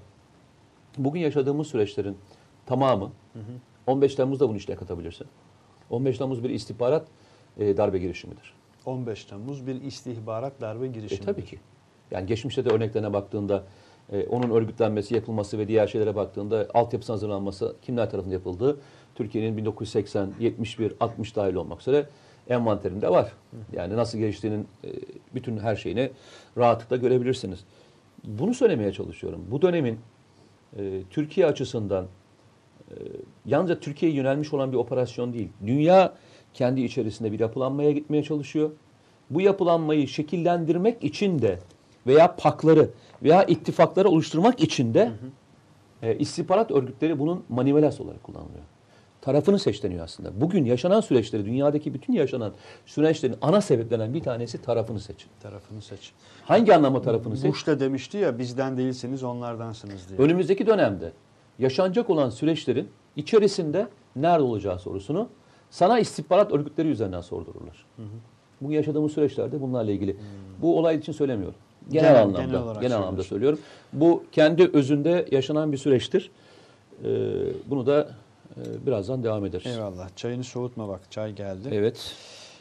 bugün yaşadığımız süreçlerin tamamı hı hı. on beş Temmuz'da bunu işte katabilirsin. on beş Temmuz bir istihbarat e, darbe girişimidir. on beş Temmuz bir istihbarat darbe girişimidir. E, tabii ki. Yani geçmişte de örneklerine baktığında e, onun örgütlenmesi, yapılması ve diğer şeylere baktığında altyapısının hazırlanması kimler tarafından yapıldığı Türkiye'nin bin dokuz yüz seksen, yetmiş bir, altmış dahil olmak üzere envanterinde var. Yani nasıl geliştiğinin e, bütün her şeyini rahatlıkla görebilirsiniz. Bunu söylemeye çalışıyorum. Bu dönemin e, Türkiye açısından e, yalnızca Türkiye'ye yönelmiş olan bir operasyon değil. Dünya kendi içerisinde bir yapılanmaya gitmeye çalışıyor. Bu yapılanmayı şekillendirmek için de veya pakları veya ittifakları oluşturmak için de hı hı. E, istihbarat örgütleri bunun manivelas olarak kullanılıyor. Tarafını seç deniyor aslında. Bugün yaşanan süreçleri, dünyadaki bütün yaşanan süreçlerin ana sebeplerinden bir tanesi tarafını seç. Tarafını seç. Hangi anlamda tarafını seç? Bush da demişti ya bizden değilseniz onlardansınız diye. Önümüzdeki dönemde yaşanacak olan süreçlerin içerisinde nerede olacağı sorusunu sana istihbarat örgütleri üzerinden sordururlar. Hı hı. Bugün yaşadığımız süreçlerde bunlarla ilgili. Hmm. Bu olay için söylemiyorum. Genel, genel anlamda, genel, genel anlamda söylüyorum. Bu kendi özünde yaşanan bir süreçtir. Ee, bunu da e, birazdan devam ederiz. Eyvallah. Çayını soğutma bak. Çay geldi. Evet.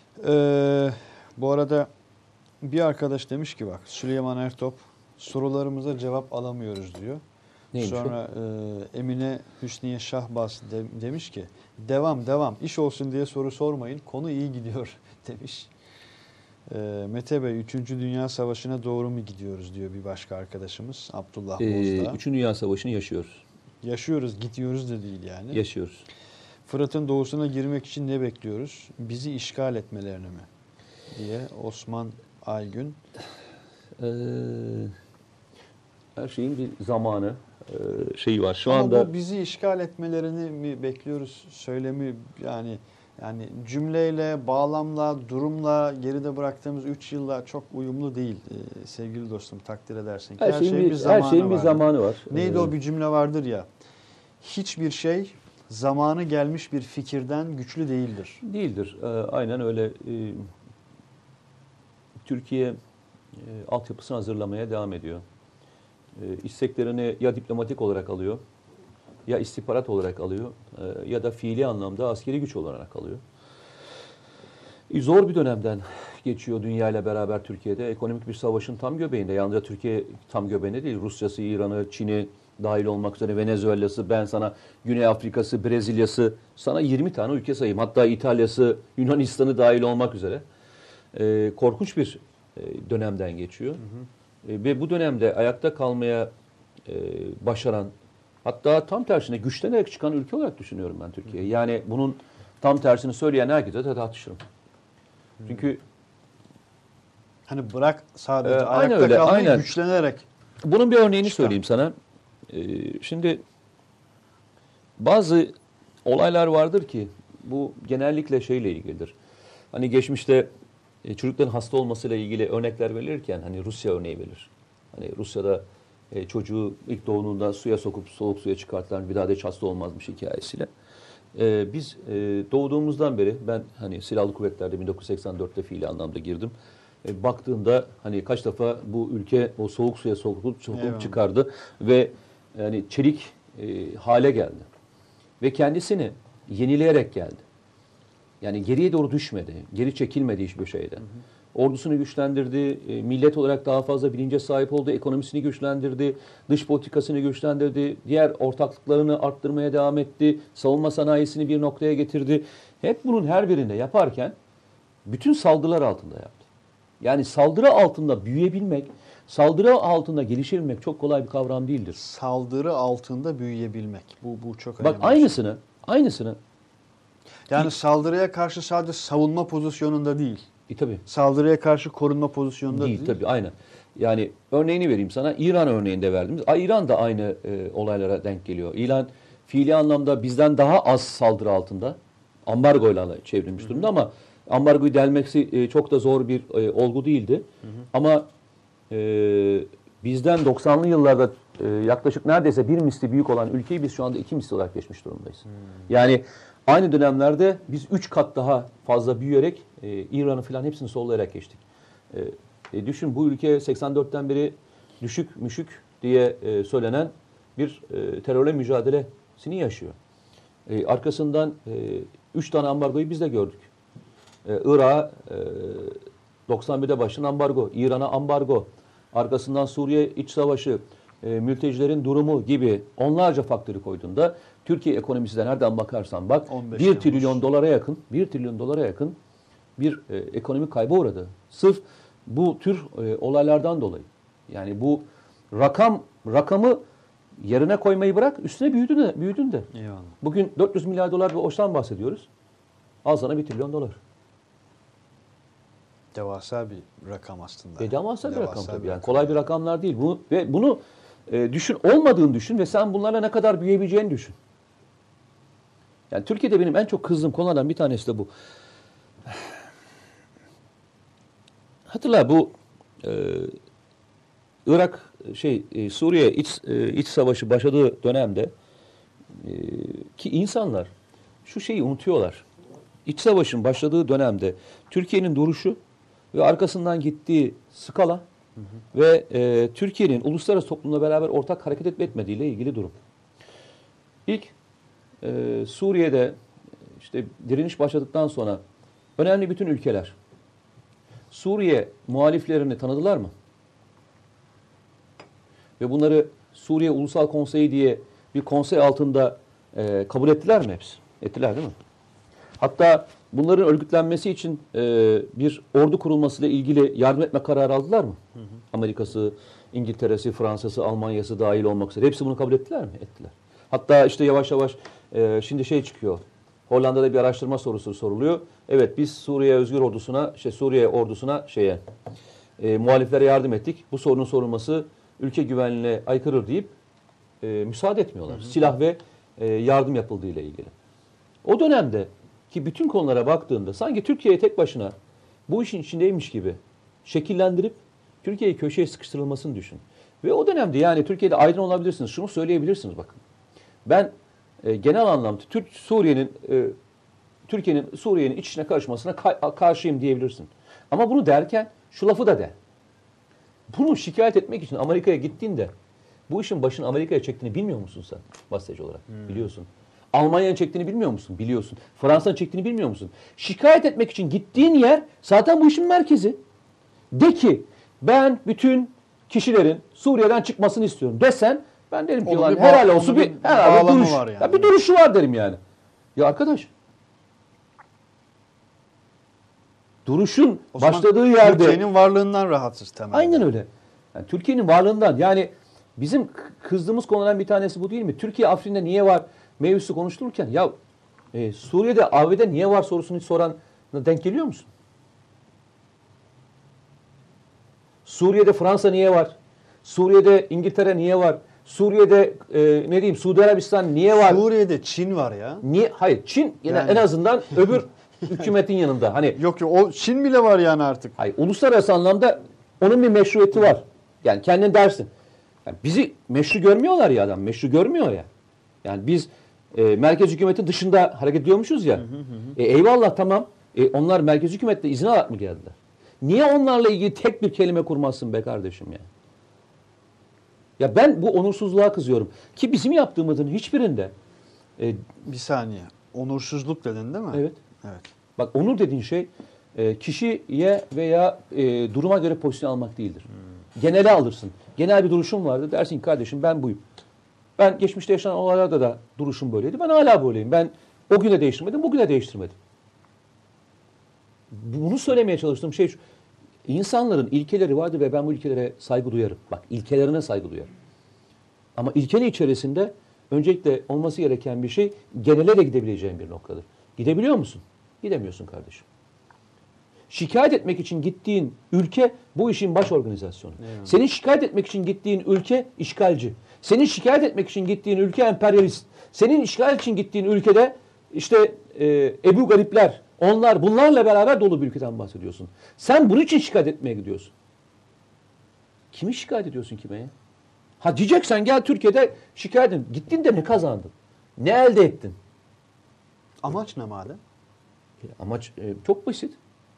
Ee, bu arada bir arkadaş demiş ki bak Süleyman Ertop sorularımıza cevap alamıyoruz diyor. Neymiş Sonra e, Emine Hüsniye Şahbaz de, demiş ki devam devam iş olsun diye soru sormayın. Konu iyi gidiyor demiş. E, Mete Bey üçüncü Dünya Savaşı'na doğru mu gidiyoruz diyor bir başka arkadaşımız Abdullah ee, Bozdağ. üçüncü Dünya Savaşı'nı yaşıyoruz. Yaşıyoruz, gidiyoruz da değil yani. Yaşıyoruz. Fırat'ın doğusuna girmek için ne bekliyoruz? Bizi işgal etmelerini mi? Diye Osman Aygün. Ee, her şeyin bir zamanı e, şeyi var. Şu Ama anda bu bizi işgal etmelerini mi bekliyoruz? Söylemi yani yani cümleyle, bağlamla, durumla geride bıraktığımız üç yılla çok uyumlu değil ee, sevgili dostum takdir edersin ki. Her, her şeyin, bir, bir zamanı her şeyin bir zamanı var. Neydi ee, o bir cümle vardır ya. Hiçbir şey zamanı gelmiş bir fikirden güçlü değildir. Değildir. Ee, aynen öyle. Ee, Türkiye e, altyapısını hazırlamaya devam ediyor. E, isteklerini ya diplomatik olarak alıyor, ya istihbarat olarak alıyor, e, ya da fiili anlamda askeri güç olarak alıyor. E, zor bir dönemden geçiyor dünya ile beraber Türkiye'de. Ekonomik bir savaşın tam göbeğinde. Yalnızca Türkiye tam göbeğinde değil. Rusya'sı, İran'ı, Çin'i dahil olmak üzere Venezuela'sı, ben sana Güney Afrika'sı, Brezilya'sı, sana yirmi tane ülke sayayım. Hatta İtalya'sı, Yunanistan'ı dahil olmak üzere. Ee, korkunç bir e, dönemden geçiyor. Hı hı. E, ve bu dönemde ayakta kalmaya e, başaran, hatta tam tersine güçlenerek çıkan ülke olarak düşünüyorum ben Türkiye'yi. Yani bunun tam tersini söyleyen herkese de tartışırım. Çünkü hani bırak sadece e, ayakta öyle, kalmayı aynen. güçlenerek. Bunun bir örneğini çıkan. söyleyeyim sana. E, şimdi bazı olaylar vardır ki bu genellikle şeyle ilgilidir. Hani geçmişte e, çocukların hasta olmasıyla ilgili örnekler verilirken hani Rusya örneği verilir. Hani Rusya'da e, çocuğu ilk doğduğunda suya sokup soğuk suya çıkartılan bir daha da hiç hasta olmazmış hikayesiyle. E, biz e, doğduğumuzdan beri ben hani silahlı kuvvetlerde bin dokuz yüz seksen dörtte fiili anlamda girdim. E, baktığında hani kaç defa bu ülke o soğuk suya sokup, sokup çıkardı ve yani çelik e, hale geldi. Ve kendisini yenileyerek geldi. Yani geriye doğru düşmedi. Geri çekilmedi hiçbir şeyden. Hı hı. Ordusunu güçlendirdi. E, millet olarak daha fazla bilince sahip oldu. Ekonomisini güçlendirdi. Dış politikasını güçlendirdi. Diğer ortaklıklarını arttırmaya devam etti. Savunma sanayisini bir noktaya getirdi. Hep bunun her birinde yaparken bütün saldırılar altında yaptı. Yani saldırı altında büyüyebilmek, saldırı altında gelişebilmek çok kolay bir kavram değildir. Saldırı altında büyüyebilmek. Bu bu çok önemli. Bak aynısını, aynısını. Yani saldırıya karşı sadece savunma pozisyonunda değil. E tabii. Saldırıya karşı korunma pozisyonunda değil. Değil tabii, aynen. Yani örneğini vereyim sana. İran örneğinde verdim. İran da aynı e, olaylara denk geliyor. İran fiili anlamda bizden daha az saldırı altında. Ambargoyla çevrilmiş durumda ama ambargoyu delmesi e, çok da zor bir e, olgu değildi. Hı hı. Ama e, bizden doksanlı yıllarda e, yaklaşık neredeyse bir misli büyük olan ülkeyi biz şu anda iki misli olarak geçmiş durumdayız. Hı. Yani aynı dönemlerde biz üç kat daha fazla büyüyerek e, İran'ı falan hepsini sollayarak geçtik. E, e, düşün bu ülke seksen dörtten beri düşük müşük diye e, söylenen bir e, terörle mücadelesini yaşıyor. E, arkasından e, üç tane ambargoyu biz de gördük. E, Irak'a e, doksan birde başlayan ambargo, İran'a ambargo, arkasından Suriye iç savaşı, e, mültecilerin durumu gibi onlarca faktörü koyduğunda Türkiye ekonomisi de nereden bakarsan bak bir trilyon dolara yakın, bir trilyon dolara yakın bir e, ekonomik kayba uğradı. Sırf bu tür e, olaylardan dolayı. Yani bu rakam rakamı yerine koymayı bırak, üstüne büyüdün de. Büyüdün de. Eyvallah. Bugün dört yüz milyar dolar bir borçtan bahsediyoruz. Al sana bir trilyon dolar. Devasa bir rakam aslında. E, devasa bir devasa rakam tabii. Bir Yani rakam. kolay bir rakamlar değil. Bu ve bunu e, düşün olmadığını düşün ve sen bunlarla ne kadar büyüyebileceğini düşün. Yani Türkiye'de benim en çok kızdığım konulardan bir tanesi de bu. Hatırla bu e, Irak şey e, Suriye iç e, iç savaşı başladığı dönemde e, ki insanlar şu şeyi unutuyorlar. İç savaşın başladığı dönemde Türkiye'nin duruşu ve arkasından gittiği skala hı hı. ve e, Türkiye'nin uluslararası toplumla beraber ortak hareket etme etmediğiyle ilgili durum. İlk e, Suriye'de işte direniş başladıktan sonra önemli bütün ülkeler Suriye muhaliflerini tanıdılar mı? Ve bunları Suriye Ulusal Konseyi diye bir konsey altında e, kabul ettiler mi hepsi? Ettiler değil mi? Hatta bunların örgütlenmesi için e, bir ordu kurulmasıyla ilgili yardım etme kararı aldılar mı? Hı hı. Amerika'sı, İngiltere'si, Fransa'sı, Almanya'sı dahil olmak üzere. Hepsi bunu kabul ettiler mi? Ettiler. Hatta işte yavaş yavaş e, şimdi şey çıkıyor. Hollanda'da bir araştırma sorusu soruluyor. Evet biz Suriye Özgür Ordusu'na, şey Suriye ordusuna şeye e, muhaliflere yardım ettik. Bu sorunun sorulması ülke güvenliğine aykırı deyip e, müsaade etmiyorlar. Hı hı. Silah ve e, yardım yapıldığı ile ilgili. O dönemde ki bütün konulara baktığında sanki Türkiye'ye tek başına bu işin içindeymiş gibi şekillendirip Türkiye'yi köşeye sıkıştırılmasını düşün. Ve o dönemde yani Türkiye'de aydın olabilirsiniz. Şunu söyleyebilirsiniz bakın. Ben e, genel anlamda Türk Suriye'nin e, Türkiye'nin Suriye'nin iç içine karışmasına ka- karşıyım diyebilirsin. Ama bunu derken şu lafı da de. Bunu şikayet etmek için Amerika'ya gittiğinde bu işin başını Amerika'ya çektiğini bilmiyor musun sen gazeteci olarak? Hmm. Biliyorsun. Almanya'nın çektiğini bilmiyor musun? Biliyorsun. Fransa'nın çektiğini bilmiyor musun? Şikayet etmek için gittiğin yer zaten bu işin merkezi. De ki ben bütün kişilerin Suriye'den çıkmasını istiyorum desen ben derim ki Onun ulan bir helal bağ- olsun onun bir, bir herhalde bağlamı duruş, var yani. ya bir duruşu var derim yani. Ya arkadaş duruşun O zaman başladığı yerde Türkiye'nin varlığından rahatsız temelde. aynen öyle. Yani Türkiye'nin varlığından yani bizim kızdığımız konulardan bir tanesi bu değil mi? Türkiye Afrin'de niye var mevzusu konuşulurken ya e, Suriye'de A B D niye var sorusunu hiç soran denk geliyor musun? Suriye'de Fransa niye var? Suriye'de İngiltere niye var? Suriye'de e, ne diyeyim Suudi Arabistan niye var? Suriye'de Çin var ya. Niye? Hayır Çin yine Yani. en azından öbür hükümetin yanında. Hani Yok yok o Çin bile var yani artık. hayır uluslararası anlamda onun bir meşruiyeti var. Yani kendin dersin. Yani bizi meşru görmüyorlar ya adam. Meşru görmüyor ya. Yani biz e, merkez hükümetin dışında hareket ediyormuşuz ya. Hı hı hı. E, eyvallah tamam. E, onlar merkez hükümette izin alarak mı geldiler? Niye onlarla ilgili tek bir kelime kurmazsın be kardeşim ya? Ya ben bu onursuzluğa kızıyorum. Ki bizim yaptığımızın hiçbirinde e, Bir saniye. Onursuzluk dedin değil mi? evet. Evet. Bak onur dediğin şey e, kişiye veya e, duruma göre pozisyon almak değildir. Hmm. Genele alırsın. Genel bir duruşum vardı. Dersin ki kardeşim ben buyum. Ben geçmişte yaşanan olaylarda da duruşum böyleydi. Ben hala böyleyim. Ben o güne değiştirmedim, bugüne değiştirmedim. Bunu söylemeye çalıştığım şey şu. İnsanların ilkeleri vardır ve ben bu ilkelere saygı duyarım. Bak ilkelerine saygı duyarım. Ama ilkenin içerisinde öncelikle olması gereken bir şey genele de gidebileceğin bir noktadır. Gidebiliyor musun? Gidemiyorsun kardeşim. Şikayet etmek için gittiğin ülke bu işin baş organizasyonu. Evet. Senin şikayet etmek için gittiğin ülke işgalci. Senin şikayet etmek için gittiğin ülke emperyalist. Senin şikayet için gittiğin ülkede işte e, Ebu Garipler, onlar bunlarla beraber dolu bir ülkeden bahsediyorsun. Sen bunun için şikayet etmeye gidiyorsun. Kimi şikayet ediyorsun kime ya? Ha diyeceksen gel Türkiye'de şikayet edin. Gittin de ne kazandın? Ne elde ettin? Amaç ne madem? Amaç e, çok basit.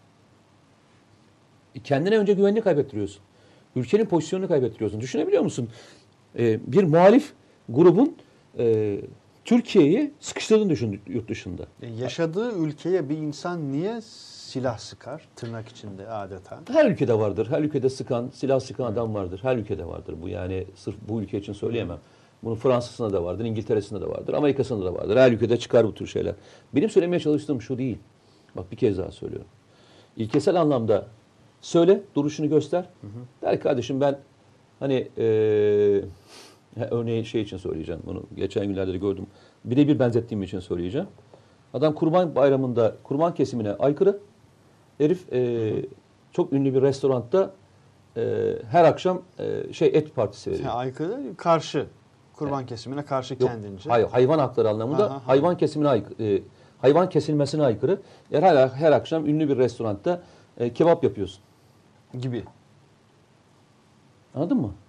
E, kendine önce güvenini kaybettiriyorsun. Ülkenin pozisyonunu kaybettiriyorsun. Düşünebiliyor musun? E, bir muhalif grubun e, Türkiye'yi sıkıştırdığını düşün yurt dışında. E, yaşadığı ülkeye bir insan niye silah sıkar? Tırnak içinde adeta. Her ülkede vardır. Her ülkede sıkan, silah sıkan adam vardır. Her ülkede vardır bu. Yani sırf bu ülke için söyleyemem. Bunun Fransa'sında da vardır, İngiltere'sinde de vardır, Amerika'sında da vardır. Her ülkede çıkar bu tür şeyler. Benim söylemeye çalıştığım şu değil. Bak bir kez daha söylüyorum. İlkesel anlamda söyle, duruşunu göster. Hı hı. Der kardeşim ben hani e, örneğin şey için söyleyeceğim bunu. Geçen günlerde de gördüm. Birebir benzettiğim için söyleyeceğim. Adam Kurban Bayramı'nda kurban kesimine aykırı. Herif e, çok ünlü bir restoranda e, her akşam e, şey et partisi veriyor. Ha, aykırı karşı. Kurban evet. kesimine karşı Yok, kendince. Hayır, hayvan hakları anlamında aha, hayvan aha. kesimine aykırı, e, hayvan kesilmesine aykırı. Her, her akşam ünlü bir restoranda e, kebap yapıyorsun. Gibi. Anladın mı?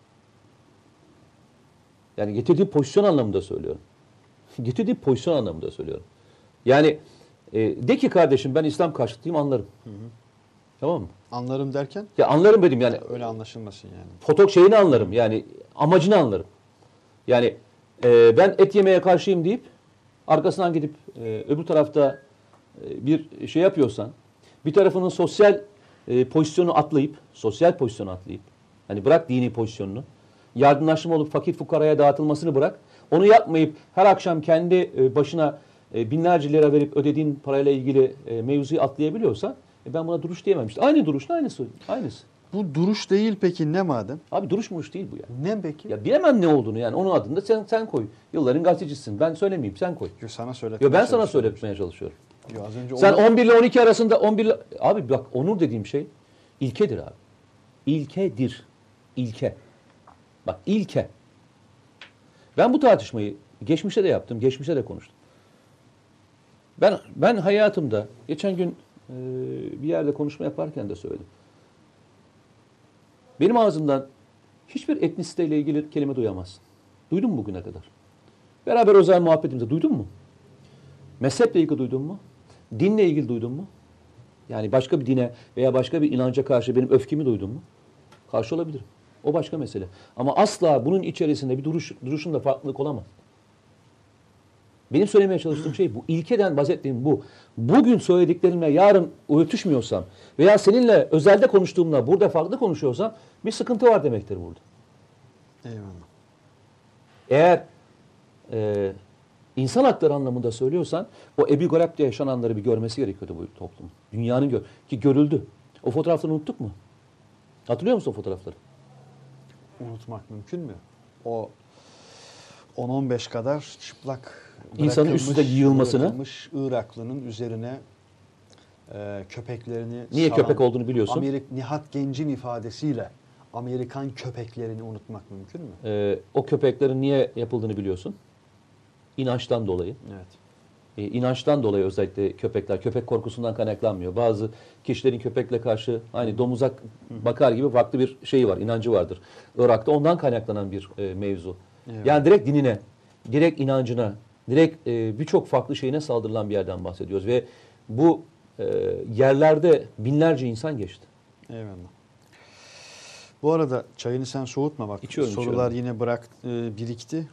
Yani getirdiği pozisyon anlamında söylüyorum. Getirdiği pozisyon anlamında söylüyorum. Yani e, de ki kardeşim ben İslam karşıtıyım anlarım. Hı hı. Tamam mı? Anlarım derken? Ya anlarım dedim yani. Öyle anlaşılmasın yani. Foto şeyini anlarım yani amacını anlarım. Yani e, ben et yemeye karşıyım deyip arkasından gidip e, öbür tarafta e, bir şey yapıyorsan bir tarafının sosyal e, pozisyonu atlayıp sosyal pozisyonu atlayıp hani bırak dini pozisyonunu yardımlaşma olup fakir fukaraya dağıtılmasını bırak. Onu yapmayıp her akşam kendi e, başına e, binlerce lira verip ödediğin parayla ilgili e, mevzuyu atlayabiliyorsan e, ben buna duruş diyemem. İşte aynı duruşun aynısı. Aynısı. Bu duruş değil peki ne madem? Abi duruş muruş değil bu yani. Ne peki? Ya bilemem ne olduğunu yani. Onun adını da sen sen koy. Yılların gazetecisin. Ben söylemeyeyim sen koy. Yo, sana söyletmeye Yo, ben sana söyletmeye çalışıyorum. Yo, az önce sen onu... on bir ile on iki arasında on bir ile... Abi bak onur dediğim şey ilkedir abi. İlkedir. İlke. Bak ilke. Ben bu tartışmayı geçmişte de yaptım. Geçmişte de konuştum. Ben ben hayatımda geçen gün e, bir yerde konuşma yaparken de söyledim. Benim ağzımdan hiçbir etnisiteyle ilgili kelime duyamazsın. Duydun mu bugüne kadar? Beraber özel muhabbetimizde duydun mu? Mezheple ilgili duydun mu? Dinle ilgili duydun mu? Yani başka bir dine veya başka bir inanca karşı benim öfkemi duydun mu? Karşı olabilirim. O başka mesele. Ama asla bunun içerisinde bir duruş, duruşunda farklılık olamaz. Benim söylemeye çalıştığım şey bu. İlkeden bahsettiğim bu. Bugün söylediklerimle yarın örtüşmüyorsam veya seninle özelde konuştuğumla burada farklı konuşuyorsam bir sıkıntı var demektir burada. Eyvallah. Eğer e, insan hakları anlamında söylüyorsan o Ebi Gorab'da yaşananları bir görmesi gerekiyordu bu toplum. Dünyanın gör ki görüldü. O fotoğrafları unuttuk mu? Hatırlıyor musun o fotoğrafları? Unutmak mümkün mü? O on on beş kadar çıplak İnsanın üst üste yığılmasını. bırakılmış Iraklı'nın üzerine e, köpeklerini Niye salan, köpek olduğunu biliyorsun. Amerik, Nihat Genc'in ifadesiyle Amerikan köpeklerini unutmak mümkün mü? Ee, o köpeklerin niye yapıldığını biliyorsun. İnançtan dolayı. Evet. Ee, inançtan dolayı özellikle köpekler, köpek korkusundan kaynaklanmıyor. Bazı kişilerin köpekle karşı hani domuza bakar gibi farklı bir şeyi var, inancı vardır. Irak'ta ondan kaynaklanan bir e, mevzu. Evet. Yani direkt dinine, direkt inancına, direkt e, birçok farklı şeyine saldırılan bir yerden bahsediyoruz. Ve bu e, yerlerde binlerce insan geçti. Eyvallah. Bu arada çayını sen soğutma bak. İçiyorum, Sorular içiyorum. yine bırak e, birikti.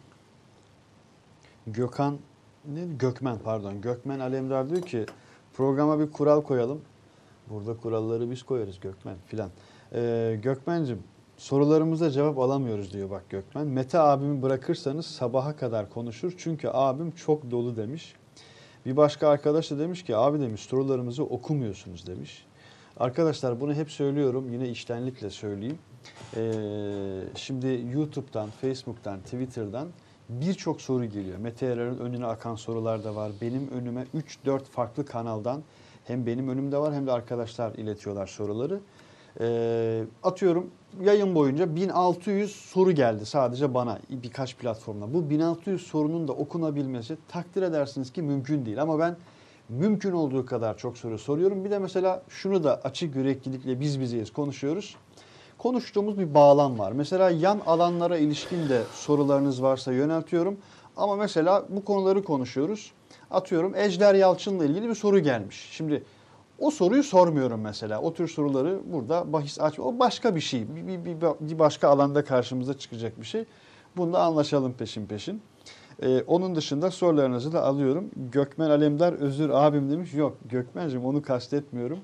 Gökhan ne Gökmen pardon. Gökmen Alemdar diyor ki programa bir kural koyalım. Burada kuralları biz koyarız Gökmen filan. Ee, Gökmen'cim sorularımıza cevap alamıyoruz diyor bak Gökmen. Mete abimi bırakırsanız sabaha kadar konuşur çünkü abim çok dolu demiş. Bir başka arkadaş da demiş ki abi demiş sorularımızı okumuyorsunuz demiş. Arkadaşlar bunu hep söylüyorum yine içtenlikle söyleyeyim. Ee, şimdi YouTube'dan, Facebook'tan, Twitter'dan birçok soru geliyor. Mete Yarar'ın önüne akan sorular da var. Benim önüme üç dört farklı kanaldan hem benim önümde var hem de arkadaşlar iletiyorlar soruları. Ee, atıyorum yayın boyunca bin altı yüz soru geldi sadece bana birkaç platformda. Bu bin altı yüz sorunun da okunabilmesi takdir edersiniz ki mümkün değil. Ama ben mümkün olduğu kadar çok soru soruyorum. Bir de mesela şunu da açık yüreklilikle biz bizeyiz konuşuyoruz. Konuştuğumuz bir bağlam var. Mesela yan alanlara ilişkin de sorularınız varsa yöneltiyorum. Ama mesela bu konuları konuşuyoruz. Atıyorum Ejder Yalçın'la ilgili bir soru gelmiş. Şimdi o soruyu sormuyorum mesela. O tür soruları burada bahis aç. O başka bir şey. Bir, bir, bir, bir başka alanda karşımıza çıkacak bir şey. Bunda anlaşalım peşin peşin. Ee, onun dışında sorularınızı da alıyorum. Gökmen Alemdar özür abim demiş. Yok Gökmen'cim onu kastetmiyorum.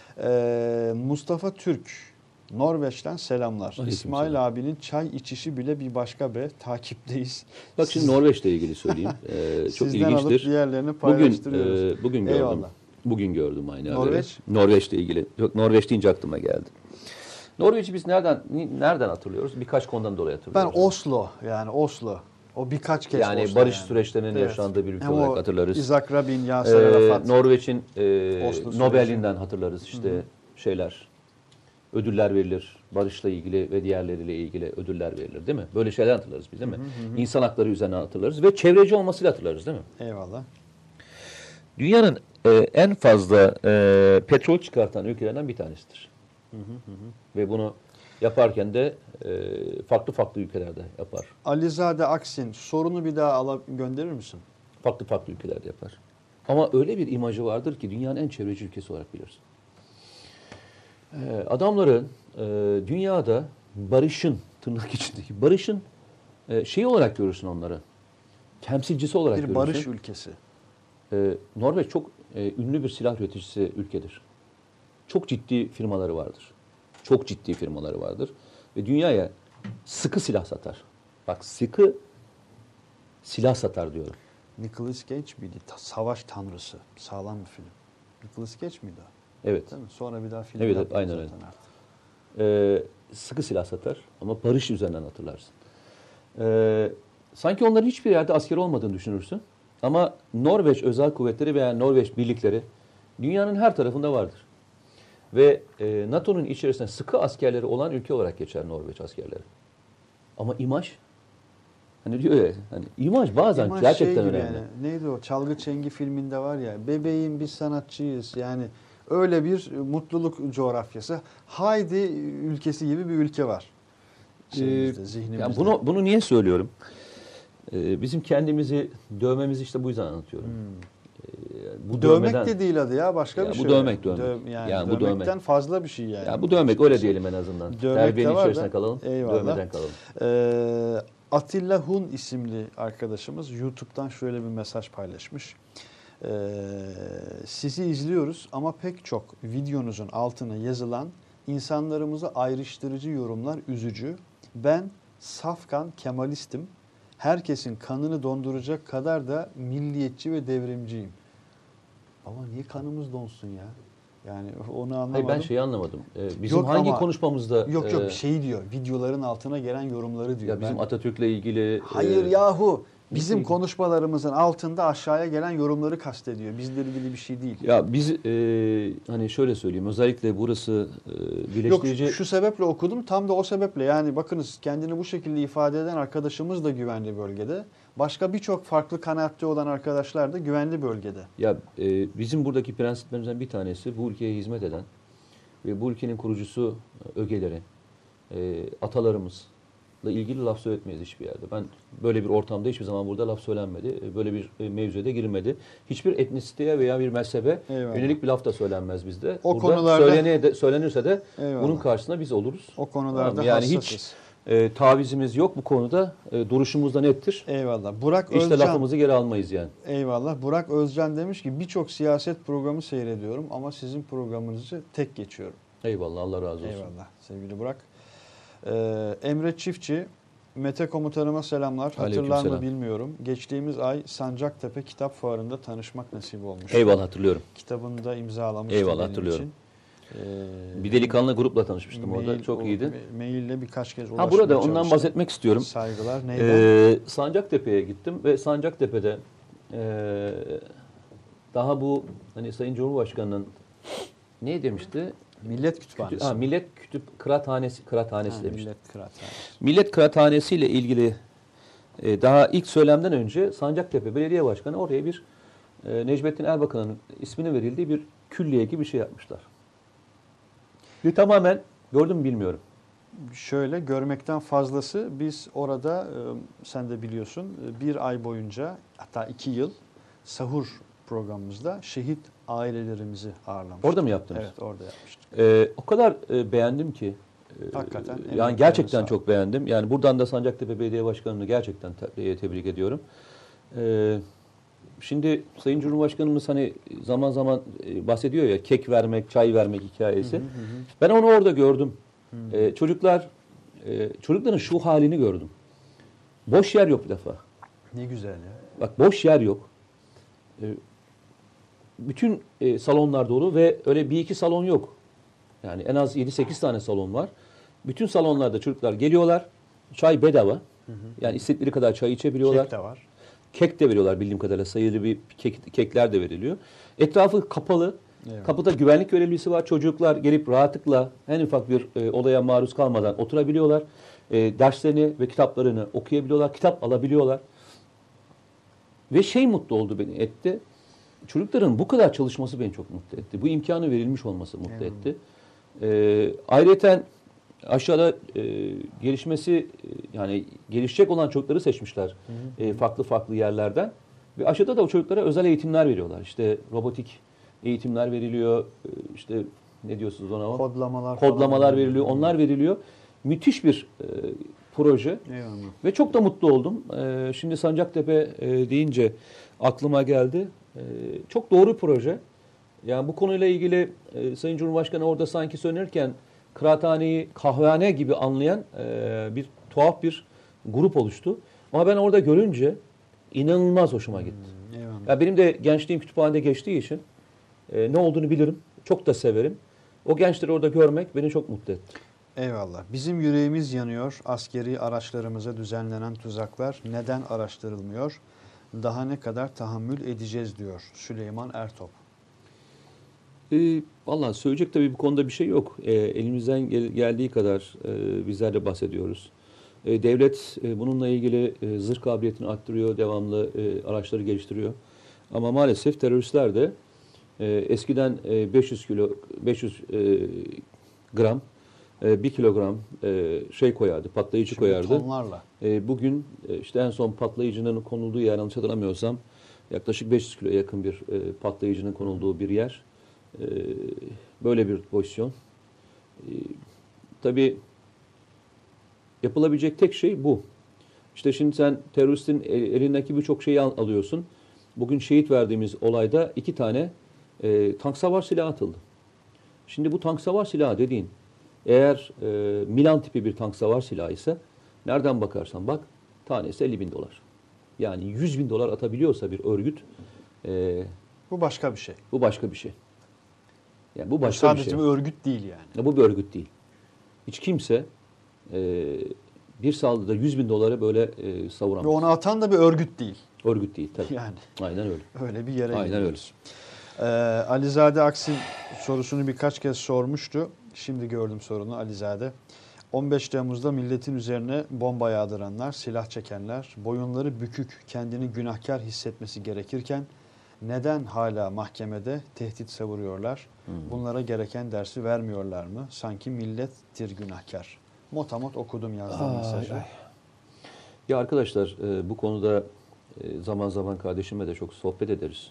Ee, Mustafa Türk Norveç'ten selamlar. Aleyküm İsmail selam. abinin çay içişi bile bir başka be. Takipteyiz. Bak şimdi Siz- Norveç'le ilgili söyleyeyim. Ee, çok Sizden alıp ilginçtir. diğerlerini Bugün paylaştırıyoruz. e, bugün gördüm. Eyvallah. Bugün gördüm aynı Norveç? haberi. Norveç'le ilgili. Yok, Norveç deyince aklıma geldi. Norveç'i biz nereden nereden hatırlıyoruz? Birkaç konudan dolayı Ben hatırlıyoruz. Oslo yani Oslo. O birkaç kez Yani Oslo barış yani. süreçlerinin Evet. yaşandığı bir ülke Hem olarak o hatırlarız. İzak Rabin, Ee, Yasser Arafat. Norveç'in e, Oslo süreci. Nobel'inden hatırlarız işte şeyler. Ödüller verilir. Barışla ilgili ve diğerleriyle ilgili ödüller verilir değil mi? Böyle şeyler hatırlarız biz değil mi? İnsan hakları üzerine hatırlarız ve çevreci olmasıyla hatırlarız değil mi? Eyvallah. Dünyanın e, en fazla e, petrol çıkartan ülkelerden bir tanesidir. Ve bunu yaparken de e, farklı farklı ülkelerde yapar. Alizade Aksin sorunu bir daha ala gönderir misin? Farklı farklı ülkelerde yapar. Ama öyle bir imajı vardır ki dünyanın en çevreci ülkesi olarak bilirsin. E, adamların e, dünyada barışın, tırnak içindeki barışın e, şeyi olarak görürsün onları. Temsilcisi olarak Bir görürsün. barış ülkesi. Ee, Norveç çok e, ünlü bir silah üreticisi ülkedir. Çok ciddi firmaları vardır. Çok ciddi firmaları vardır. Ve dünyaya sıkı silah satar. Bak sıkı silah satar diyorum. Nicolas Cage miydi? Ta- Savaş Tanrısı. Sağlam bir film. Nicolas Cage miydi o? Evet. Değil mi? Sonra bir daha film Evet, yapmadı aynen zaten öyle. artık. Ee, sıkı silah satar ama barış üzerinden hatırlarsın. Ee, sanki onların hiçbir yerde asker olmadığını düşünürsün. Ama Norveç Özel Kuvvetleri veya Norveç birlikleri dünyanın her tarafında vardır. Ve e, NATO'nun içerisinde sıkı askerleri olan ülke olarak geçer Norveç askerleri. Ama imaj, hani diyor ya, hani imaj bazen İmaj gerçekten şey gibi önemli. Yani, neydi o? Çalgı Çengi filminde var ya. Bebeğim biz sanatçıyız. Yani öyle bir mutluluk coğrafyası. Haydi ülkesi gibi bir ülke var. Şeyimizde, Ee, zihnimizde. yani bunu bunu niye söylüyorum? Ee, bizim kendimizi dövmemizi işte bu yüzden anlatıyorum. Ee, bu Dövmek dövmeden- de değil adı ya başka Ya bir bu şey. dövmek, dövmek. Döv- yani, Yani bu dövmekten dövmek. fazla bir şey yani. Ya bu dövmek öyle diyelim en azından. Dövmek de Terbiyenin var içerisinde da. kalalım. Eyvallah. Dövmeden kalalım. Ee, Atilla Hun isimli arkadaşımız YouTube'dan şöyle bir mesaj paylaşmış. Ee, sizi izliyoruz ama pek çok videonuzun altına yazılan insanlarımızı ayrıştırıcı yorumlar üzücü. Ben safkan Kemalistim. Herkesin kanını donduracak kadar da milliyetçi ve devrimciyim. Ama niye kanımız donsun ya? Yani onu anlamadım. Hayır, ben şeyi anlamadım. Ee, bizim Yok hangi ama- konuşmamızda... Yok yok e, şey diyor. Videoların altına gelen yorumları diyor. ya bizim Ben- Atatürk'le ilgili... Hayır e, yahu. Bizim ilgili? konuşmalarımızın altında aşağıya gelen yorumları kastediyor. Bizle ilgili bir şey değil. Ya biz e, hani şöyle söyleyeyim, özellikle burası e, Yok birleştirici... şu sebeple okudum. Tam da o sebeple. Yani bakınız kendini bu şekilde ifade eden arkadaşımız da güvenli bölgede. Başka birçok farklı kanaatte olan arkadaşlar da güvenli bölgede. Ya e, bizim buradaki prensiplerimizden bir tanesi bu ülkeye hizmet eden ve bu ülkenin kurucusu e, ögeleri, e, atalarımızla ilgili laf söyletmeyiz hiçbir yerde. Ben böyle bir ortamda hiçbir zaman burada laf söylenmedi. e, Böyle bir e, mevzuya da girilmedi. Hiçbir etnisiteye veya bir mezhebe Eyvallah. yönelik bir laf da söylenmez bizde. O burada konularda- söylene de, söylenirse de Eyvallah. bunun karşısında biz oluruz. O konularda Tamam, yani hassasız. hiç e, tavizimiz yok bu konuda. E, duruşumuz da nettir. Eyvallah. Burak İşte Özcan. lafımızı geri almayız yani. Eyvallah. Burak Özcan demiş ki birçok siyaset programı seyrediyorum ama sizin programınızı tek geçiyorum. Eyvallah, Allah razı olsun. Eyvallah sevgili Burak. Ee, Emre Çiftçi, Mete komutanıma selamlar. Hatırlar mı Aleykümselam. bilmiyorum. Geçtiğimiz ay Sancaktepe Kitap Fuarı'nda tanışmak nasip olmuş. Eyvallah, hatırlıyorum. Kitabını da imzalamıştı Eyvallah, benim hatırlıyorum. için. Ee, Bir delikanlı grupla tanışmıştım mail- orada. Çok o- iyiydi. me- Maille birkaç kez Ha ulaşmaya burada ondan çalıştım. bahsetmek istiyorum. Saygılar. Neyden? Ee, Sancaktepe'ye gittim ve Sancaktepe'de ee, daha bu hani Sayın Cumhurbaşkanı'nın ne demişti? Millet Kütüphanesi. Ha, Millet Kütüp Kıraathanesi Kıraathanesi Ha, demişti. Millet Kıraathanesi. Millet Kıraathanesi ile ilgili e, daha ilk söylemden önce Sancaktepe Belediye Başkanı oraya bir e, Necmettin Erbakan'ın ismini verildiği bir külliye gibi bir şey yapmışlar. Ve tamamen gördüm mü bilmiyorum. Şöyle görmekten fazlası biz orada e, sen de biliyorsun e, bir ay boyunca hatta iki yıl sahur programımızda şehit ailelerimizi ağırlamıştık. Orada mı yaptınız? Evet orada yapmıştık. E, o kadar e, beğendim ki. e, Hakikaten, Yani emeklerine gerçekten sağlık. çok beğendim. Yani buradan da Sancaktepe Belediye Başkanı'nı gerçekten te- tebrik ediyorum. E, şimdi Sayın Cumhurbaşkanımız hani zaman zaman e, bahsediyor ya kek vermek, çay vermek hikayesi. Hı hı hı. Ben onu orada gördüm. Hı. E, çocuklar, e, çocukların şu halini gördüm. Boş yer yok bir defa. Ne güzel ya. Bak boş yer yok. E, bütün e, salonlar dolu ve öyle bir iki salon yok. Yani en az yedi sekiz tane salon var. Bütün salonlarda çocuklar geliyorlar. Çay bedava. Hı hı. Yani istedikleri kadar çay içebiliyorlar. Kek de var. Kek de veriyorlar bildiğim kadarıyla. Sayılı bir kek, kekler de veriliyor. Etrafı kapalı. Eyvallah. Kapıda güvenlik görevlisi var. Çocuklar gelip rahatlıkla en ufak bir e, olaya maruz kalmadan oturabiliyorlar. E, derslerini ve kitaplarını okuyabiliyorlar. Kitap alabiliyorlar. Ve şey mutlu oldu beni etti. Çocukların bu kadar çalışması beni çok mutlu etti. Bu imkanı verilmiş olması mutlu Eyvallah. etti. E, ayrıca aşağıda e, gelişmesi e, yani gelişecek olan çocukları seçmişler. Hı hı. E, farklı farklı yerlerden. Ve aşağıda da o çocuklara özel eğitimler veriyorlar. İşte robotik eğitimler veriliyor. E, işte ne diyorsunuz ona? o? Kodlamalar falan Kodlamalar veriliyor. Onlar veriliyor. Müthiş bir e, proje. Eyvallah. Ve çok da mutlu oldum. E, şimdi Sancaktepe e, deyince aklıma geldi. E, çok doğru proje. Yani bu konuyla ilgili e, Sayın Cumhurbaşkanı orada sanki söylenirken kıraathaneyi kahvehane gibi anlayan e, bir tuhaf bir grup oluştu. Ama ben orada görünce inanılmaz hoşuma gitti. Hmm, eyvallah. Ya benim de gençliğim kütüphanede geçtiği için e, ne olduğunu bilirim. Çok da severim. O gençleri orada görmek beni çok mutlu etti. Eyvallah. Bizim yüreğimiz yanıyor. Askeri araçlarımıza düzenlenen tuzaklar neden araştırılmıyor? Daha ne kadar tahammül edeceğiz diyor Süleyman Ertop. E, Valla söyleyecek tabii bu konuda bir şey yok. E, elimizden gel- geldiği kadar e, bizler de bahsediyoruz. E, devlet e, bununla ilgili e, zırh kabiliyetini arttırıyor, devamlı e, araçları geliştiriyor. Ama maalesef teröristler de e, eskiden e, beş yüz kilo, beş yüz e, gram, e, bir kilogram e, şey koyardı, patlayıcı Şimdi koyardı. tonlarla. E, bugün e, işte en son patlayıcının konulduğu yer, yanlış hatırlamıyorsam yaklaşık beş yüz kiloya yakın bir e, patlayıcının konulduğu bir yer. E, böyle bir pozisyon. E, tabii yapılabilecek tek şey bu. İşte şimdi sen teröristin elindeki birçok şeyi al- alıyorsun. Bugün şehit verdiğimiz olayda iki tane e, tank savar silahı atıldı. Şimdi bu tank savar silahı dediğin eğer e, Milan tipi bir tank savar silahı ise nereden bakarsan bak tanesi elli bin dolar. Yani yüz bin dolar atabiliyorsa bir örgüt e, Bu başka bir şey. bu başka bir şey. Yani bu başka Sadece bir şey. bir örgüt değil yani. Ya bu bir örgüt değil. Hiç kimse e, bir saldırıda yüz bin doları böyle e, Ve savuramaz. onu atan da bir örgüt değil. Örgüt değil tabii. Yani Aynen öyle. öyle bir yere Aynen geliyoruz. Ee, Alizade Aksin sorusunu birkaç kez sormuştu. Şimdi gördüm sorunu Alizade. on beş Temmuz'da milletin üzerine bomba yağdıranlar, silah çekenler, boyunları bükük, kendini günahkar hissetmesi gerekirken neden hala mahkemede tehdit savuruyorlar? Hmm. Bunlara gereken dersi vermiyorlar mı? Sanki millettir günahkar. Motamot okudum yazdığım Ay, mesajı. ay. Ya arkadaşlar e, bu konuda e, zaman zaman kardeşimle de çok sohbet ederiz.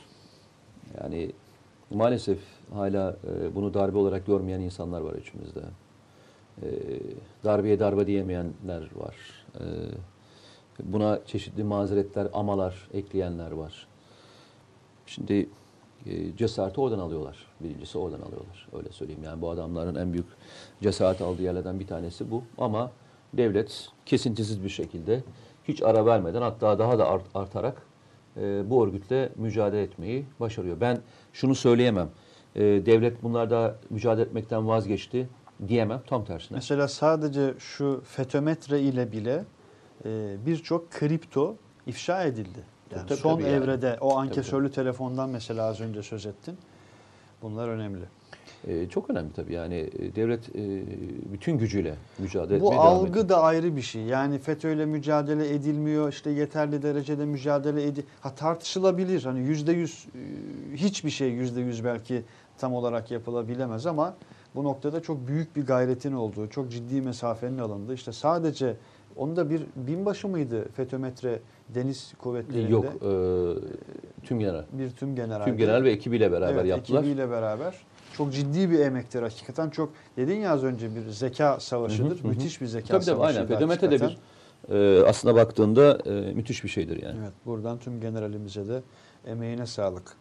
Yani maalesef hala e, bunu darbe olarak görmeyen insanlar var içimizde. E, darbeye darbe diyemeyenler var. E, buna çeşitli mazeretler, amalar ekleyenler var. Şimdi e, cesareti oradan alıyorlar. Birincisi oradan alıyorlar. Öyle söyleyeyim. Yani bu adamların en büyük cesaret aldığı yerlerden bir tanesi bu. Ama devlet kesintisiz bir şekilde hiç ara vermeden hatta daha da art, artarak e, bu örgütle mücadele etmeyi başarıyor. Ben şunu söyleyemem. E, devlet bunlarda mücadele etmekten vazgeçti diyemem. Tam tersine. Mesela sadece şu fetometre ile bile e, birçok kripto ifşa edildi. Yani Tabii, son tabii yani. evrede o ankesörlü Tabii, telefondan mesela az önce söz ettin. Bunlar önemli. E, çok önemli tabii. Yani e, devlet e, bütün gücüyle mücadele Bu etmeye devam ediyor. algı da ayrı bir şey. Yani FETÖ'yle mücadele edilmiyor. İşte yeterli derecede mücadele edil. Ha tartışılabilir. Hani yüzde yüz e, hiçbir şey yüzde yüz belki tam olarak yapılabilemez ama bu noktada çok büyük bir gayretin olduğu, çok ciddi mesafenin alındığı. İşte sadece onda bir binbaşı mıydı FETÖmetre deniz kuvvetlerinde? Yok. E, tüm general. Bir tüm general. Tüm general ve ekibiyle beraber evet, yaptılar. ekibiyle beraber. Çok ciddi bir emektir hakikaten. Çok dedin ya az önce bir zeka savaşıdır. Hı hı hı. Müthiş bir zeka Tabii tabii savaşıydı aynen. FETÖMET'e de hakikaten. bir e, aslına baktığında e, müthiş bir şeydir yani. Evet, buradan tüm generalimize de emeğine sağlık.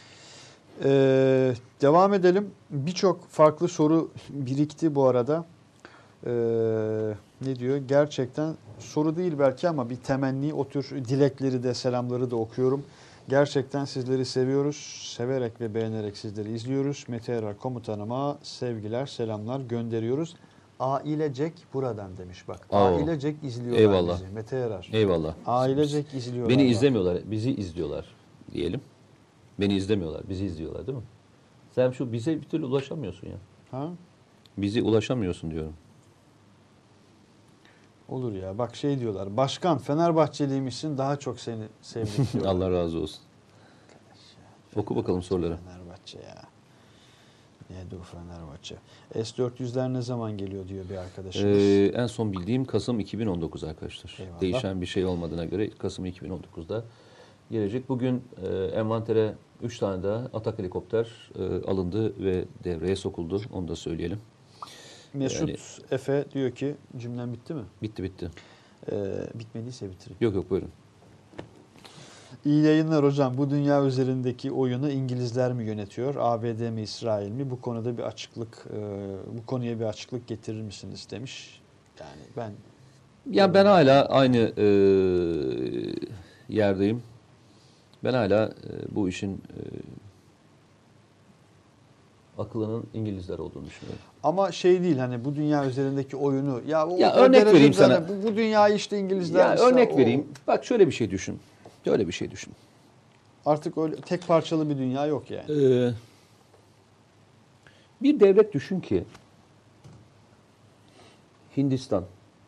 Ee, devam edelim. Birçok farklı soru birikti bu arada. Ee, ne diyor? Gerçekten soru değil belki ama bir temenni. O tür dilekleri de selamları da okuyorum. Gerçekten sizleri seviyoruz. Severek ve beğenerek sizleri izliyoruz. Mete Erar komutanıma sevgiler, selamlar gönderiyoruz. Ailecek buradan demiş bak. Oo. Ailecek izliyorlar Eyvallah. bizi. Mete Erar. Eyvallah. Ailecek izliyorlar. Beni bak. izlemiyorlar, bizi izliyorlar diyelim. Beni izlemiyorlar, bizi izliyorlar değil mi? Sen şu bize bir türlü ulaşamıyorsun ya. Ha? Bizi ulaşamıyorsun diyorum. Olur ya. Bak şey diyorlar. Başkan Fenerbahçeliymişsin daha çok seni sevdik diyorlar. Allah razı olsun. Oku bakalım soruları. Fenerbahçe ya. Neydi o Fenerbahçe? S dört yüzler ne zaman geliyor diyor bir arkadaşımız. Ee, en son bildiğim Kasım iki bin on dokuz arkadaşlar. Eyvallah. Değişen bir şey olmadığına göre Kasım iki bin on dokuzda gelecek. Bugün e, envantere üç tane daha Atak helikopter e, alındı ve devreye sokuldu. Onu da söyleyelim. Mesut yani- Efe diyor ki cümlem bitti mi? Bitti bitti. Ee, bitmediyse bitireyim. Yok yok buyurun. İyi yayınlar hocam. Bu dünya üzerindeki oyunu İngilizler mi yönetiyor? A B D mi İsrail mi? Bu konuda bir açıklık, e, bu konuya bir açıklık getirir misiniz demiş. Yani ben Ya ben hala aynı e, yerdeyim. Ben hala e, bu işin e, akılının İngilizler olduğunu düşünüyorum. ama şey değil hani bu dünya üzerindeki oyunu ya, o, Ya o örnek derecede vereyim hani sana. Bu, bu dünyayı işte İngilizler Ya mesela örnek o- vereyim. Bak şöyle bir şey düşün. Şöyle bir şey düşün. Artık öyle tek parçalı bir dünya yok yani. Ee, bir devlet düşün ki Hindistan,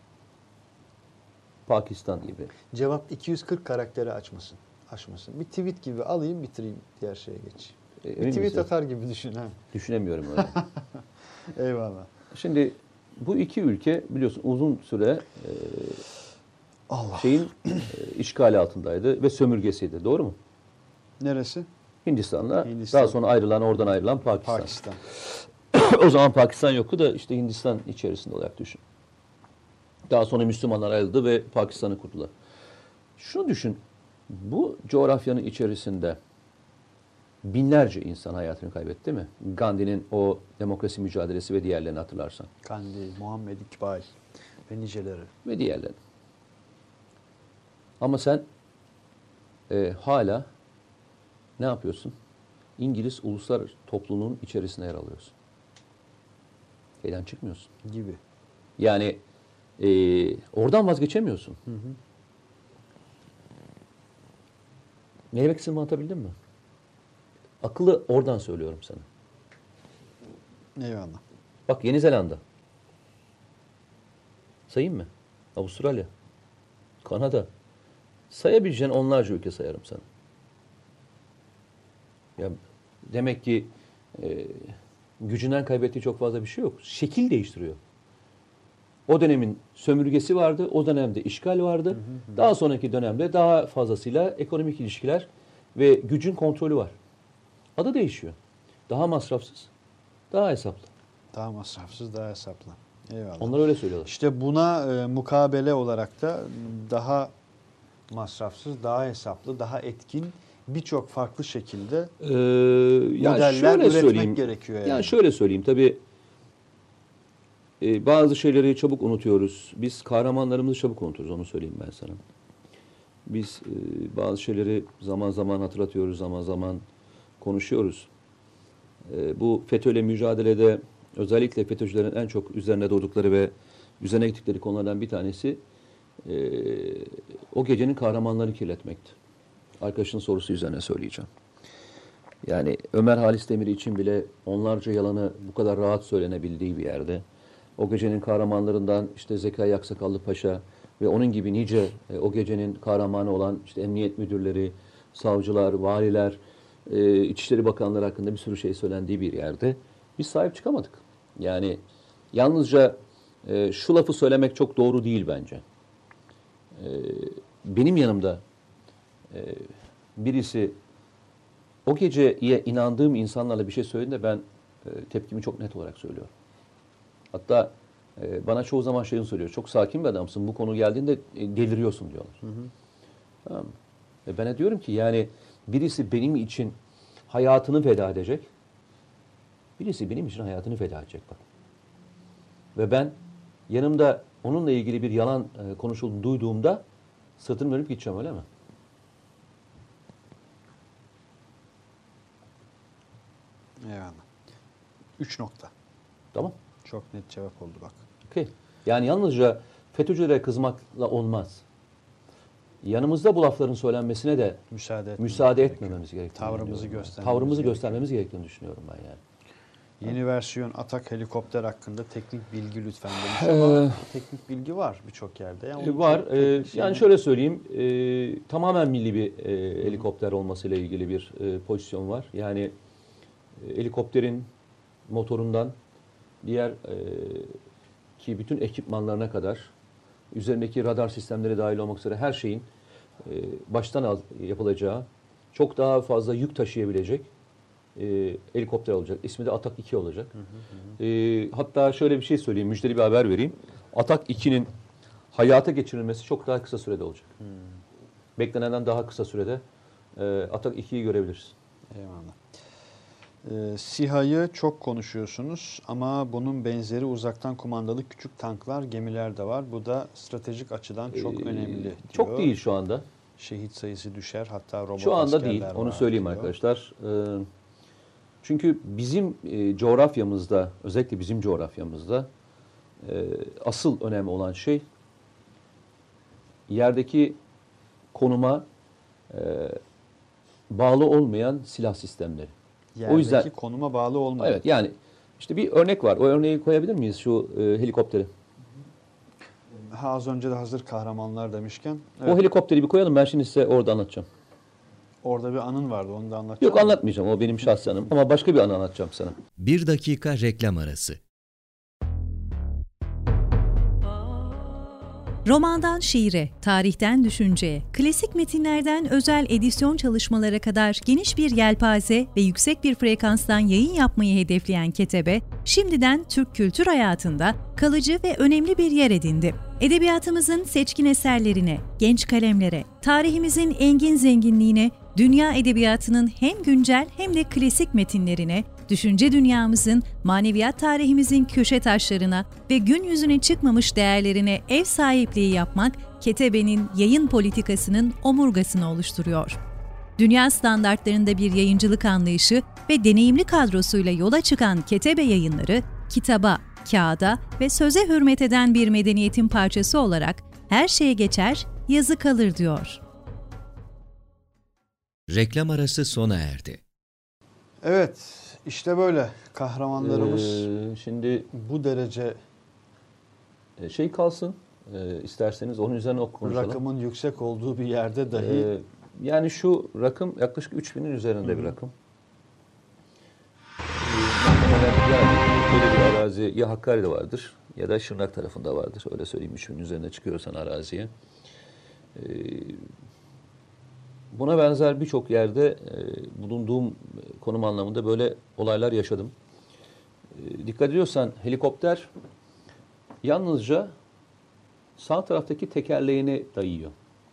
Pakistan gibi. Cevap iki yüz kırk karakteri açmasın. Aşmasın. Bir tweet gibi alayım bitireyim diğer şeye geç. E, Bir emin tweet misin? atar gibi düşün ha. Düşünemiyorum öyle. Eyvallah. Şimdi bu iki ülke biliyorsun uzun süre e, Allah. şeyin e, işgali altındaydı ve sömürgesiydi. Doğru mu? Neresi? Hindistan'la Hindistan. daha sonra ayrılan oradan ayrılan Pakistan. Pakistan. O zaman Pakistan yoktu da işte Hindistan içerisinde olarak düşün. Daha sonra Müslümanlar ayrıldı ve Pakistan'ı kurdular. Şunu düşün, bu coğrafyanın içerisinde binlerce insan hayatını kaybetti mi? Gandhi'nin o demokrasi mücadelesi ve diğerlerini hatırlarsan. Gandhi, Muhammed İkbal ve niceleri. Ve diğerleri. Ama sen e, hala ne yapıyorsun? İngiliz uluslar topluluğunun içerisine yer alıyorsun. Şeyden çıkmıyorsun. Gibi. Yani e, oradan vazgeçemiyorsun. Hı hı. Ne demek istediğimi anlatabildim mi? Akıllı oradan söylüyorum sana. Eyvallah. Bak Yeni Zelanda. Sayayım mı? Avustralya. Kanada. Sayabileceğin onlarca ülke sayarım sana. Ya demek ki e, gücünden kaybettiği çok fazla bir şey yok. Şekil değiştiriyor. O dönemin sömürgesi vardı, o dönemde işgal vardı. Hı hı hı. Daha sonraki dönemde daha fazlasıyla ekonomik ilişkiler ve gücün kontrolü var. Adı değişiyor. Daha masrafsız, daha hesaplı. Daha masrafsız, daha hesaplı. Eyvallah. Onlar öyle söylüyorlar. İşte buna e, mukabele olarak da daha masrafsız, daha hesaplı, daha etkin birçok farklı şekilde ee, yani modeller şöyle üretmek söyleyeyim, gerekiyor. Yani. yani şöyle söyleyeyim tabii e, bazı şeyleri çabuk unutuyoruz. Biz kahramanlarımızı çabuk unuturuz, onu söyleyeyim ben sana. Biz e, bazı şeyleri zaman zaman hatırlatıyoruz, zaman zaman konuşuyoruz. E, bu FETÖ'yle mücadelede özellikle FETÖ'cülerin en çok üzerine durdukları ve üzerine gittikleri konulardan bir tanesi e, o gecenin kahramanlarını kirletmekti. Arkadaşın sorusu üzerine söyleyeceğim. Yani Ömer Halis Demir için bile onlarca yalanı bu kadar rahat söylenebildiği bir yerde, o gecenin kahramanlarından işte Zekai Aksakallı Paşa ve onun gibi nice e, o gecenin kahramanı olan işte emniyet müdürleri, savcılar, valiler, e, İçişleri Bakanları hakkında bir sürü şey söylendiği bir yerde biz sahip çıkamadık. Yani yalnızca e, şu lafı söylemek çok doğru değil bence. E, benim yanımda e, birisi o geceye inandığım insanlarla bir şey söylediğinde ben e, tepkimi çok net olarak söylüyorum. Hatta e, bana çoğu zaman şeyini söylüyor. Çok sakin bir adamsın. Bu konu geldiğinde e, deliriyorsun diyorlar. Hı hı. Tamam. Ve ben de diyorum ki yani birisi benim için hayatını feda edecek. Birisi benim için hayatını feda edecek bak. Ve ben yanımda onunla ilgili bir yalan e, konuşulduğunu duyduğumda sırtımı dönüp gideceğim, öyle mi? Eyvallah. Üç nokta. Tamam. Çok net cevap oldu bak. Okay. Yani yalnızca FETÖ'cülere kızmakla olmaz. Yanımızda bu lafların söylenmesine de müsaade, etmemiz müsaade gerekiyor. etmememiz gerektiğini Tavrımızı yani. göstermemiz Tavrımızı gerekiyor. göstermemiz gerektiğini düşünüyorum ben yani. Yeni ha. versiyon Atak helikopter hakkında teknik bilgi lütfen demiş ama ee, teknik bilgi var birçok yerde. Yani var. E, yani şöyle söyleyeyim, e, tamamen milli bir e, helikopter olmasıyla ilgili bir e, pozisyon var. Yani e, helikopterin motorundan diğer e, ki bütün ekipmanlarına kadar üzerindeki radar sistemleri dahil olmak üzere her şeyin e, baştan al, yapılacağı çok daha fazla yük taşıyabilecek e, helikopter olacak. İsmi de Atak iki olacak. Hı hı hı. E, hatta şöyle bir şey söyleyeyim, müjdeli bir haber vereyim. Atak ikinin hayata geçirilmesi çok daha kısa sürede olacak. Hı. Beklenenden daha kısa sürede e, Atak ikiyi görebiliriz. Eyvallah. Ee, SİHA'yı çok konuşuyorsunuz ama bunun benzeri uzaktan kumandalı küçük tanklar, gemiler de var. Bu da stratejik açıdan çok ee, önemli diyor. Çok değil şu anda. Şehit sayısı düşer, hatta robot şu anda askerler değil, onu söyleyeyim diyor. Arkadaşlar. Ee, çünkü bizim e, coğrafyamızda, özellikle bizim coğrafyamızda e, asıl önemli olan şey yerdeki konuma e, bağlı olmayan silah sistemleri. Yerdeki o yüzden konuma bağlı olmayan. Evet, yani işte bir örnek var. O örneği koyabilir miyiz, şu e, helikopteri? Ha, az önce de hazır kahramanlar demişken. Evet. O helikopteri bir koyalım, ben şimdi size orada anlatacağım. Orada bir anın vardı, onu da anlatacağım. Yok, anlatmayacağım, o benim şahsi anım ama başka bir anı anlatacağım sana. Bir dakika reklam arası. Romandan şiire, tarihten düşünceye, klasik metinlerden özel edisyon çalışmalara kadar geniş bir yelpaze ve yüksek bir frekanstan yayın yapmayı hedefleyen Ketebe, şimdiden Türk kültür hayatında kalıcı ve önemli bir yer edindi. Edebiyatımızın seçkin eserlerine, genç kalemlere, tarihimizin engin zenginliğine, dünya edebiyatının hem güncel hem de klasik metinlerine, düşünce dünyamızın, maneviyat tarihimizin köşe taşlarına ve gün yüzüne çıkmamış değerlerine ev sahipliği yapmak, Ketebe'nin yayın politikasının omurgasını oluşturuyor. Dünya standartlarında bir yayıncılık anlayışı ve deneyimli kadrosuyla yola çıkan Ketebe Yayınları, kitaba, kağıda ve söze hürmet eden bir medeniyetin parçası olarak her şeye geçer, yazı kalır diyor. Reklam arası sona erdi. Evet, işte böyle kahramanlarımız Ee, şimdi bu derece şey kalsın, e, isterseniz onun üzerine ok konuşalım. rakımın yüksek olduğu bir yerde dahi Ee, yani şu rakım yaklaşık üç binin üzerinde Hı-hı. bir rakım. Yani böyle bir arazi ya Hakkari'de vardır ya da Şırnak tarafında vardır. Öyle söyleyeyim, üç binin üzerine çıkıyorsan araziye. Ee, buna benzer birçok yerde e, bulunduğum konum anlamında böyle olaylar yaşadım. E, dikkat ediyorsan helikopter yalnızca sağ taraftaki tekerleğini dayıyor.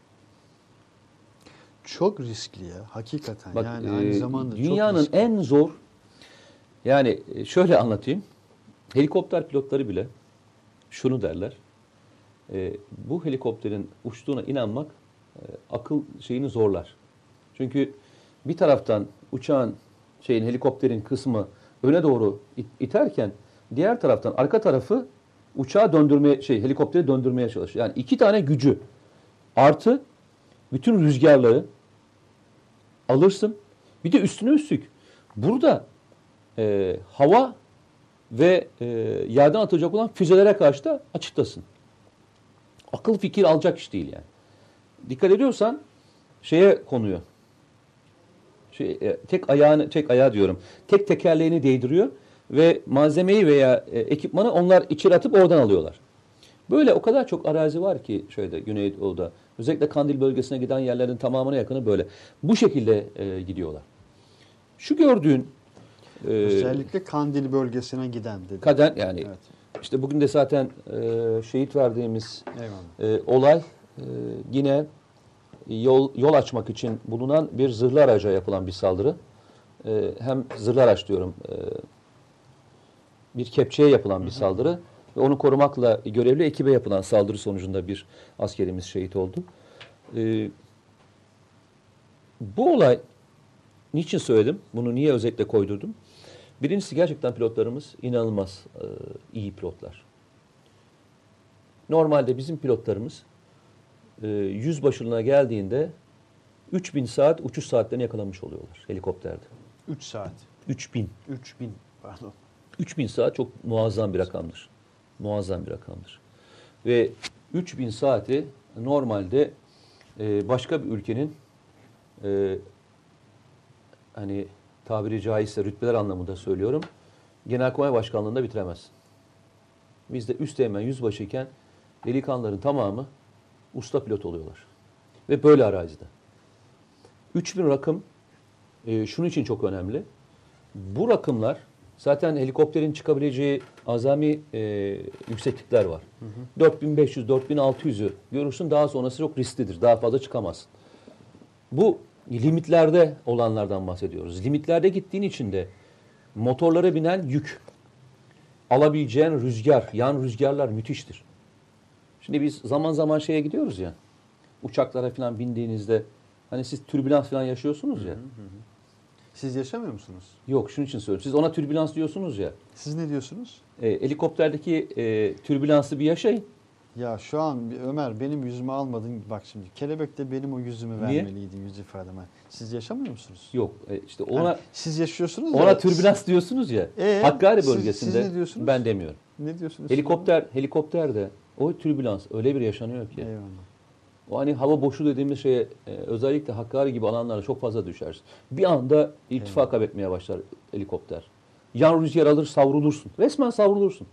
çok riskli ya hakikaten. Bak, yani e, aynı zamanda dünyanın çok riskli. en zor, yani e, şöyle anlatayım. Helikopter pilotları bile şunu derler. E, bu helikopterin uçtuğuna inanmak e, akıl şeyini zorlar. Çünkü bir taraftan uçağın şeyin helikopterin kısmı öne doğru it- iterken diğer taraftan arka tarafı uçağı döndürmeye şey helikopteri döndürmeye çalışıyor. Yani iki tane gücü artı bütün rüzgarları alırsın. Bir de üstüne üstlük burada e, hava ve e, yerden atılacak olan füzelere karşı da açıktasın. Akıl fikir alacak iş değil yani. Dikkat ediyorsan şeye konuyor. Şey, e, tek ayağını, tek ayağı diyorum. Tek tekerleğini değdiriyor ve malzemeyi veya e, ekipmanı onlar içeri atıp oradan alıyorlar. Böyle o kadar çok arazi var ki şöyle Güneydoğu'da. Özellikle Kandil bölgesine giden yerlerin tamamına yakını böyle. Bu şekilde e, gidiyorlar. Şu gördüğün e, özellikle Kandil bölgesine giden dedi. kaden yani Evet. işte bugün de zaten e, şehit verdiğimiz Eyvallah. e, olay e, yine yol yol açmak için bulunan bir zırhlı araca yapılan bir saldırı. E, hem zırhlı araç diyorum e, bir kepçeye yapılan bir saldırı ve onu korumakla görevli ekibe yapılan saldırı sonucunda bir askerimiz şehit oldu. E, bu olay niçin söyledim? Bunu niye özellikle koydurdum? Birincisi gerçekten pilotlarımız inanılmaz e, iyi pilotlar. Normalde bizim pilotlarımız e, yüzbaşılığına geldiğinde üç bin saat uçuş saatlerini yakalamış oluyorlar helikopterde. üç saat. üç bin. üç bin pardon. üç bin saat çok muazzam bir rakamdır. Muazzam bir rakamdır. Ve üç bin saati normalde e, başka bir ülkenin e, hani tabiri caizse rütbeler anlamında söylüyorum, Genelkurmay Başkanlığı'nda bitiremezsin. Bizde üsteğmen yüzbaşıyken delikanlıların tamamı usta pilot oluyorlar. Ve böyle arazide. üç bin rakım e, şunun için çok önemli. Bu rakımlar zaten helikopterin çıkabileceği azami e, yükseklikler var. Hı hı. dört bin beş yüz dört bin altı yüzü görürsün, daha sonrası çok risklidir. Daha fazla çıkamazsın. Bu limitlerde olanlardan bahsediyoruz. Limitlerde gittiğin için de motorlara binen yük, alabileceğin rüzgar, yan rüzgarlar müthiştir. Şimdi biz zaman zaman şeye gidiyoruz ya, uçaklara falan bindiğinizde hani siz türbülans falan yaşıyorsunuz ya. Hı hı. Siz yaşamıyor musunuz? Yok, şunun için söylüyorum. Siz ona türbülans diyorsunuz ya. Siz ne diyorsunuz? E, helikopterdeki e, türbülansı bir yaşayın. Ya şu an bir- Ömer benim yüzümü almadın. Bak şimdi kelebekte benim o yüzümü Niye? vermeliydin, yüz ifademe. Siz yaşamıyor musunuz? Yok, e, işte ona Yani siz yaşıyorsunuz ona ya. türbülans diyorsunuz ya. Ee, Hakkari siz- bölgesinde siz ne diyorsunuz? ben demiyorum. Ne diyorsunuz? Helikopter helikopterde o türbülans öyle bir yaşanıyor ki. Eyvallah. O hani hava boşluğu dediğimiz şeye e, özellikle Hakkari gibi alanlarda çok fazla düşersin. Bir anda irtifa Eyvallah. kaybetmeye başlar helikopter. Yan rüzgar alır, savrulursun. Resmen savrulursun.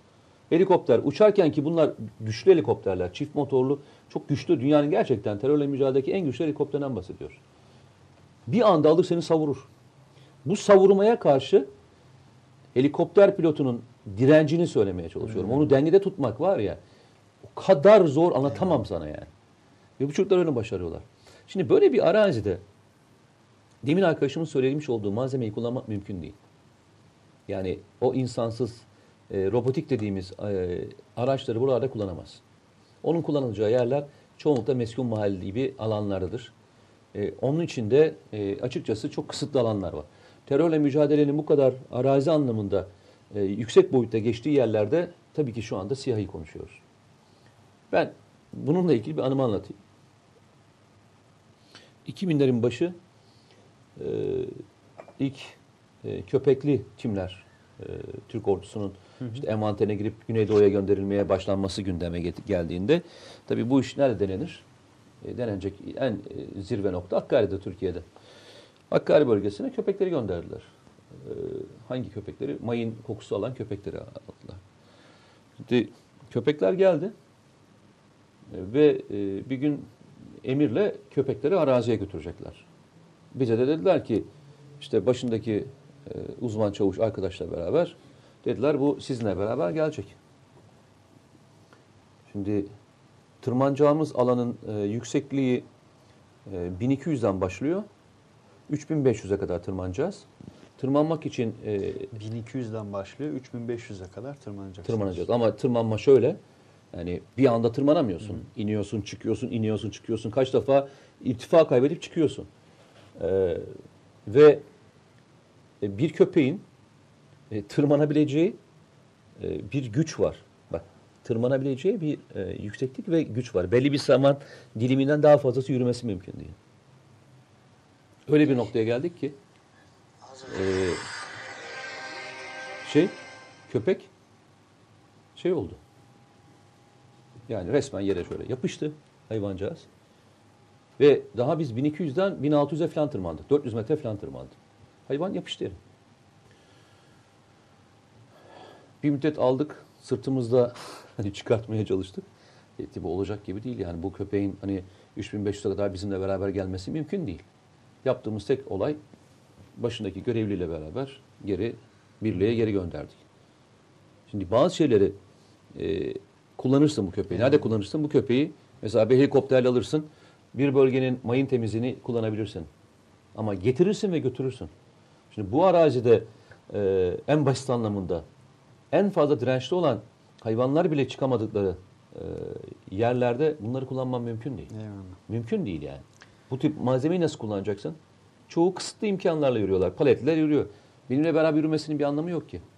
Helikopter uçarken ki bunlar güçlü helikopterler, çift motorlu, çok güçlü. Dünyanın gerçekten terörle mücadeledeki en güçlü helikopterinden bahsediyoruz. Bir anda alır seni savurur. Bu savurmaya karşı helikopter pilotunun direncini söylemeye çalışıyorum. Hmm. Onu dengede tutmak var ya, o kadar zor anlatamam evet. sana yani. Ve bu çocuklar öyle başarıyorlar. Şimdi böyle bir arazide demin arkadaşımın söylemiş olduğu malzemeyi kullanmak mümkün değil. Yani o insansız, e, robotik dediğimiz e, araçları buralarda kullanamaz. Onun kullanılacağı yerler çoğunlukla meskun mahalli gibi alanlardadır. E, onun için de e, açıkçası çok kısıtlı alanlar var. Terörle mücadelenin bu kadar arazi anlamında e, yüksek boyutta geçtiği yerlerde tabii ki şu anda siyahi konuşuyoruz. Ben bununla ilgili bir anımı anlatayım. iki binlerin başı e, ilk e, köpekli timler e, Türk ordusunun hı hı. işte envanterine girip Güneydoğu'ya gönderilmeye başlanması gündeme geldiğinde tabii bu iş nerede denenir? E, denenecek en e, zirve nokta Hakkari'de, Türkiye'de. Hakkari bölgesine köpekleri gönderdiler. E, hangi köpekleri? Mayın kokusu alan köpekleri aldılar. Şimdi köpekler geldi e, ve e, bir gün emirle köpekleri araziye götürecekler. Bize de dediler ki işte başındaki e, uzman çavuş arkadaşla beraber dediler bu sizinle beraber gelecek. Şimdi tırmanacağımız alanın e, yüksekliği e, bin iki yüzden başlıyor. üç bin beş yüze kadar tırmanacağız. Tırmanmak için e, bin iki yüzden başlıyor, üç bin beş yüze kadar tırmanacağız. Tırmanacağız ama tırmanma şöyle. Yani bir anda tırmanamıyorsun. Hı. İniyorsun, çıkıyorsun, iniyorsun, çıkıyorsun. Kaç defa irtifa kaybedip çıkıyorsun. Ee, ve bir köpeğin e, tırmanabileceği e, bir güç var. Bak, tırmanabileceği bir e, yükseklik ve güç var. Belli bir zaman diliminden daha fazlası yürümesi mümkün değil. Öyle bir noktaya geldik ki e, şey köpek şey oldu. Yani resmen yere şöyle yapıştı hayvancağız. Ve daha biz bin iki yüzden bin altı yüze falan tırmandık. dört yüz metre falan tırmandık. Hayvan yapıştı yere. Bir müddet aldık. Sırtımızda hani çıkartmaya çalıştık. E, tabii olacak gibi değil yani. Bu köpeğin hani üç bin beş yüze kadar bizimle beraber gelmesi mümkün değil. Yaptığımız tek olay başındaki görevliyle beraber geri birliğe geri gönderdik. Şimdi bazı şeyleri e, kullanırsın bu köpeği. Nerede kullanırsın? Bu köpeği mesela bir helikopterle alırsın. Bir bölgenin mayın temizliğini kullanabilirsin. Ama getirirsin ve götürürsün. Şimdi bu arazide e, en basit anlamında en fazla dirençli olan hayvanlar bile çıkamadıkları e, yerlerde bunları kullanman mümkün değil. Eyvallah. Mümkün değil yani. Bu tip malzemeyi nasıl kullanacaksın? Çoğu kısıtlı imkanlarla yürüyorlar. Paletler yürüyor. Benimle beraber yürümesinin bir anlamı yok ki.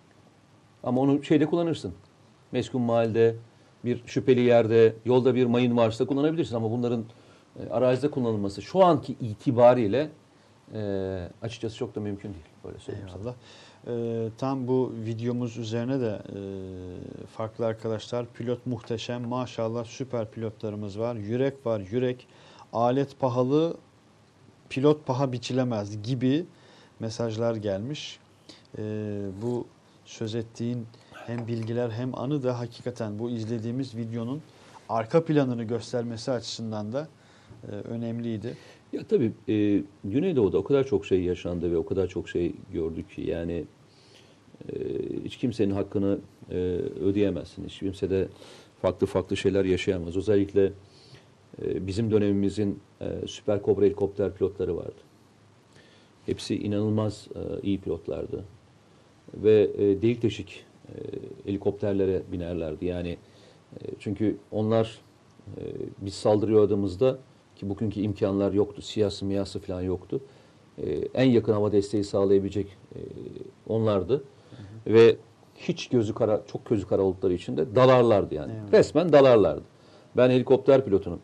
Ama onu şeyde kullanırsın. Meskun mahallede, bir şüpheli yerde, yolda bir mayın varsa kullanabilirsin. Ama bunların e, arazide kullanılması şu anki itibariyle e, açıkçası çok da mümkün değil. Böyle söyleyeyim sana. Ee, tam bu videomuz üzerine de e, farklı arkadaşlar, pilot muhteşem, maşallah süper pilotlarımız var. Yürek var, yürek. Alet pahalı, pilot paha biçilemez gibi mesajlar gelmiş. Ee, bu söz ettiğin hem bilgiler hem anı da hakikaten bu izlediğimiz videonun arka planını göstermesi açısından da e, önemliydi. Ya tabii e, Güneydoğu'da o kadar çok şey yaşandı ve o kadar çok şey gördük ki yani e, hiç kimsenin hakkını e, ödeyemezsin. Hiç kimse de farklı farklı şeyler yaşayamaz. Özellikle e, bizim dönemimizin e, Süper Kobra helikopter pilotları vardı. Hepsi inanılmaz e, iyi pilotlardı. Ve e, delik deşik e, helikopterlere binerlerdi. Yani e, çünkü onlar e, biz saldırıyordığımızda ki bugünkü imkanlar yoktu. Siyasi miyası falan yoktu. Ee, en yakın hava desteği sağlayabilecek e, onlardı. Hı hı. Ve hiç gözü kara, çok gözü kara oldukları için de dalarlardı yani. Evet. Resmen dalarlardı. Ben helikopter pilotunun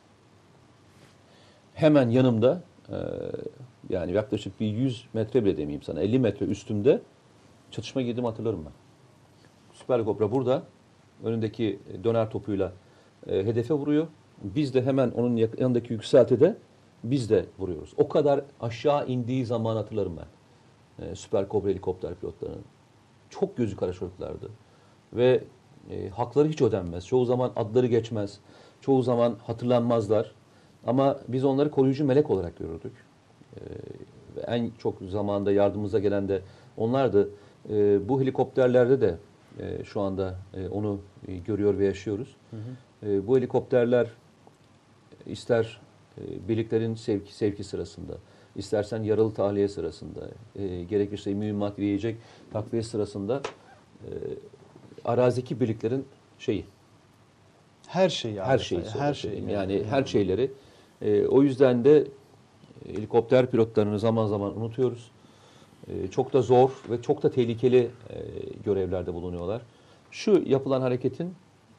hemen yanımda e, yani yaklaşık bir yüz metre bile demeyeyim sana, elli metre üstümde çatışma girdiğimi hatırlarım ben. Süper Kobra burada önündeki döner topuyla e, hedefe vuruyor. Biz de hemen onun yanındaki yükseltide biz de vuruyoruz. O kadar aşağı indiği zaman hatırlarım ben. Ee, Süper Kobra helikopter pilotlarının. Çok gözü kara çocuklardı. ve e, hakları hiç ödenmez. Çoğu zaman adları geçmez. Çoğu zaman hatırlanmazlar. Ama biz onları koruyucu melek olarak görürdük. E, ve en çok zamanda yardımımıza gelen de onlardı. E, bu helikopterlerde de e, şu anda e, onu e, görüyor ve yaşıyoruz. Hı hı. E, bu helikopterler ister e, birliklerin sevki, sevki sırasında, istersen yaralı tahliye sırasında, e, gerekirse mühimmat ve yiyecek takviye sırasında e, arazideki birliklerin şeyi. Her şeyi. Her şeyi. Her şeyi. Yani, yani her şeyleri. E, o yüzden de helikopter pilotlarını zaman zaman unutuyoruz. E, çok da zor ve çok da tehlikeli e, görevlerde bulunuyorlar. Şu yapılan hareketin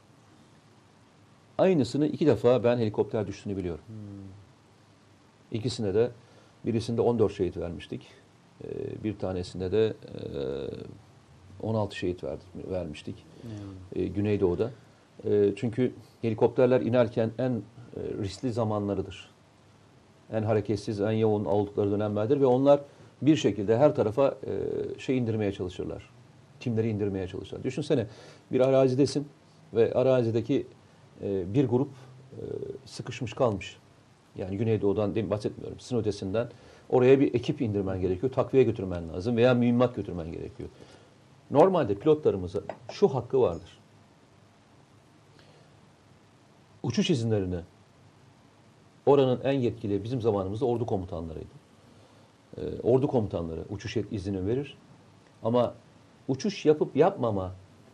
aynısını iki defa ben helikopter düştüğünü biliyorum. Hmm. İkisine de birisinde on dört şehit vermiştik. Ee, bir tanesinde de e, on altı şehit verdik, vermiştik. Hmm. Ee, Güneydoğu'da. Ee, çünkü helikopterler inerken en e, riskli zamanlarıdır. En hareketsiz, en yoğun oldukları dönemlerdir ve onlar bir şekilde her tarafa e, şey indirmeye çalışırlar. Timleri indirmeye çalışırlar. Düşünsene bir arazidesin ve arazideki e, bir grup e, sıkışmış kalmış. Yani Güneydoğu'dan değil, bahsetmiyorum. Sınır ötesinden oraya bir ekip indirmen gerekiyor. Takviye götürmen lazım veya mühimmat götürmen gerekiyor. Normalde pilotlarımıza şu hakkı vardır. Uçuş izinlerini oranın en yetkili bizim zamanımızda ordu komutanlarıydı. Ee, ordu komutanları uçuş izni verir. Ama uçuş yapıp yapmama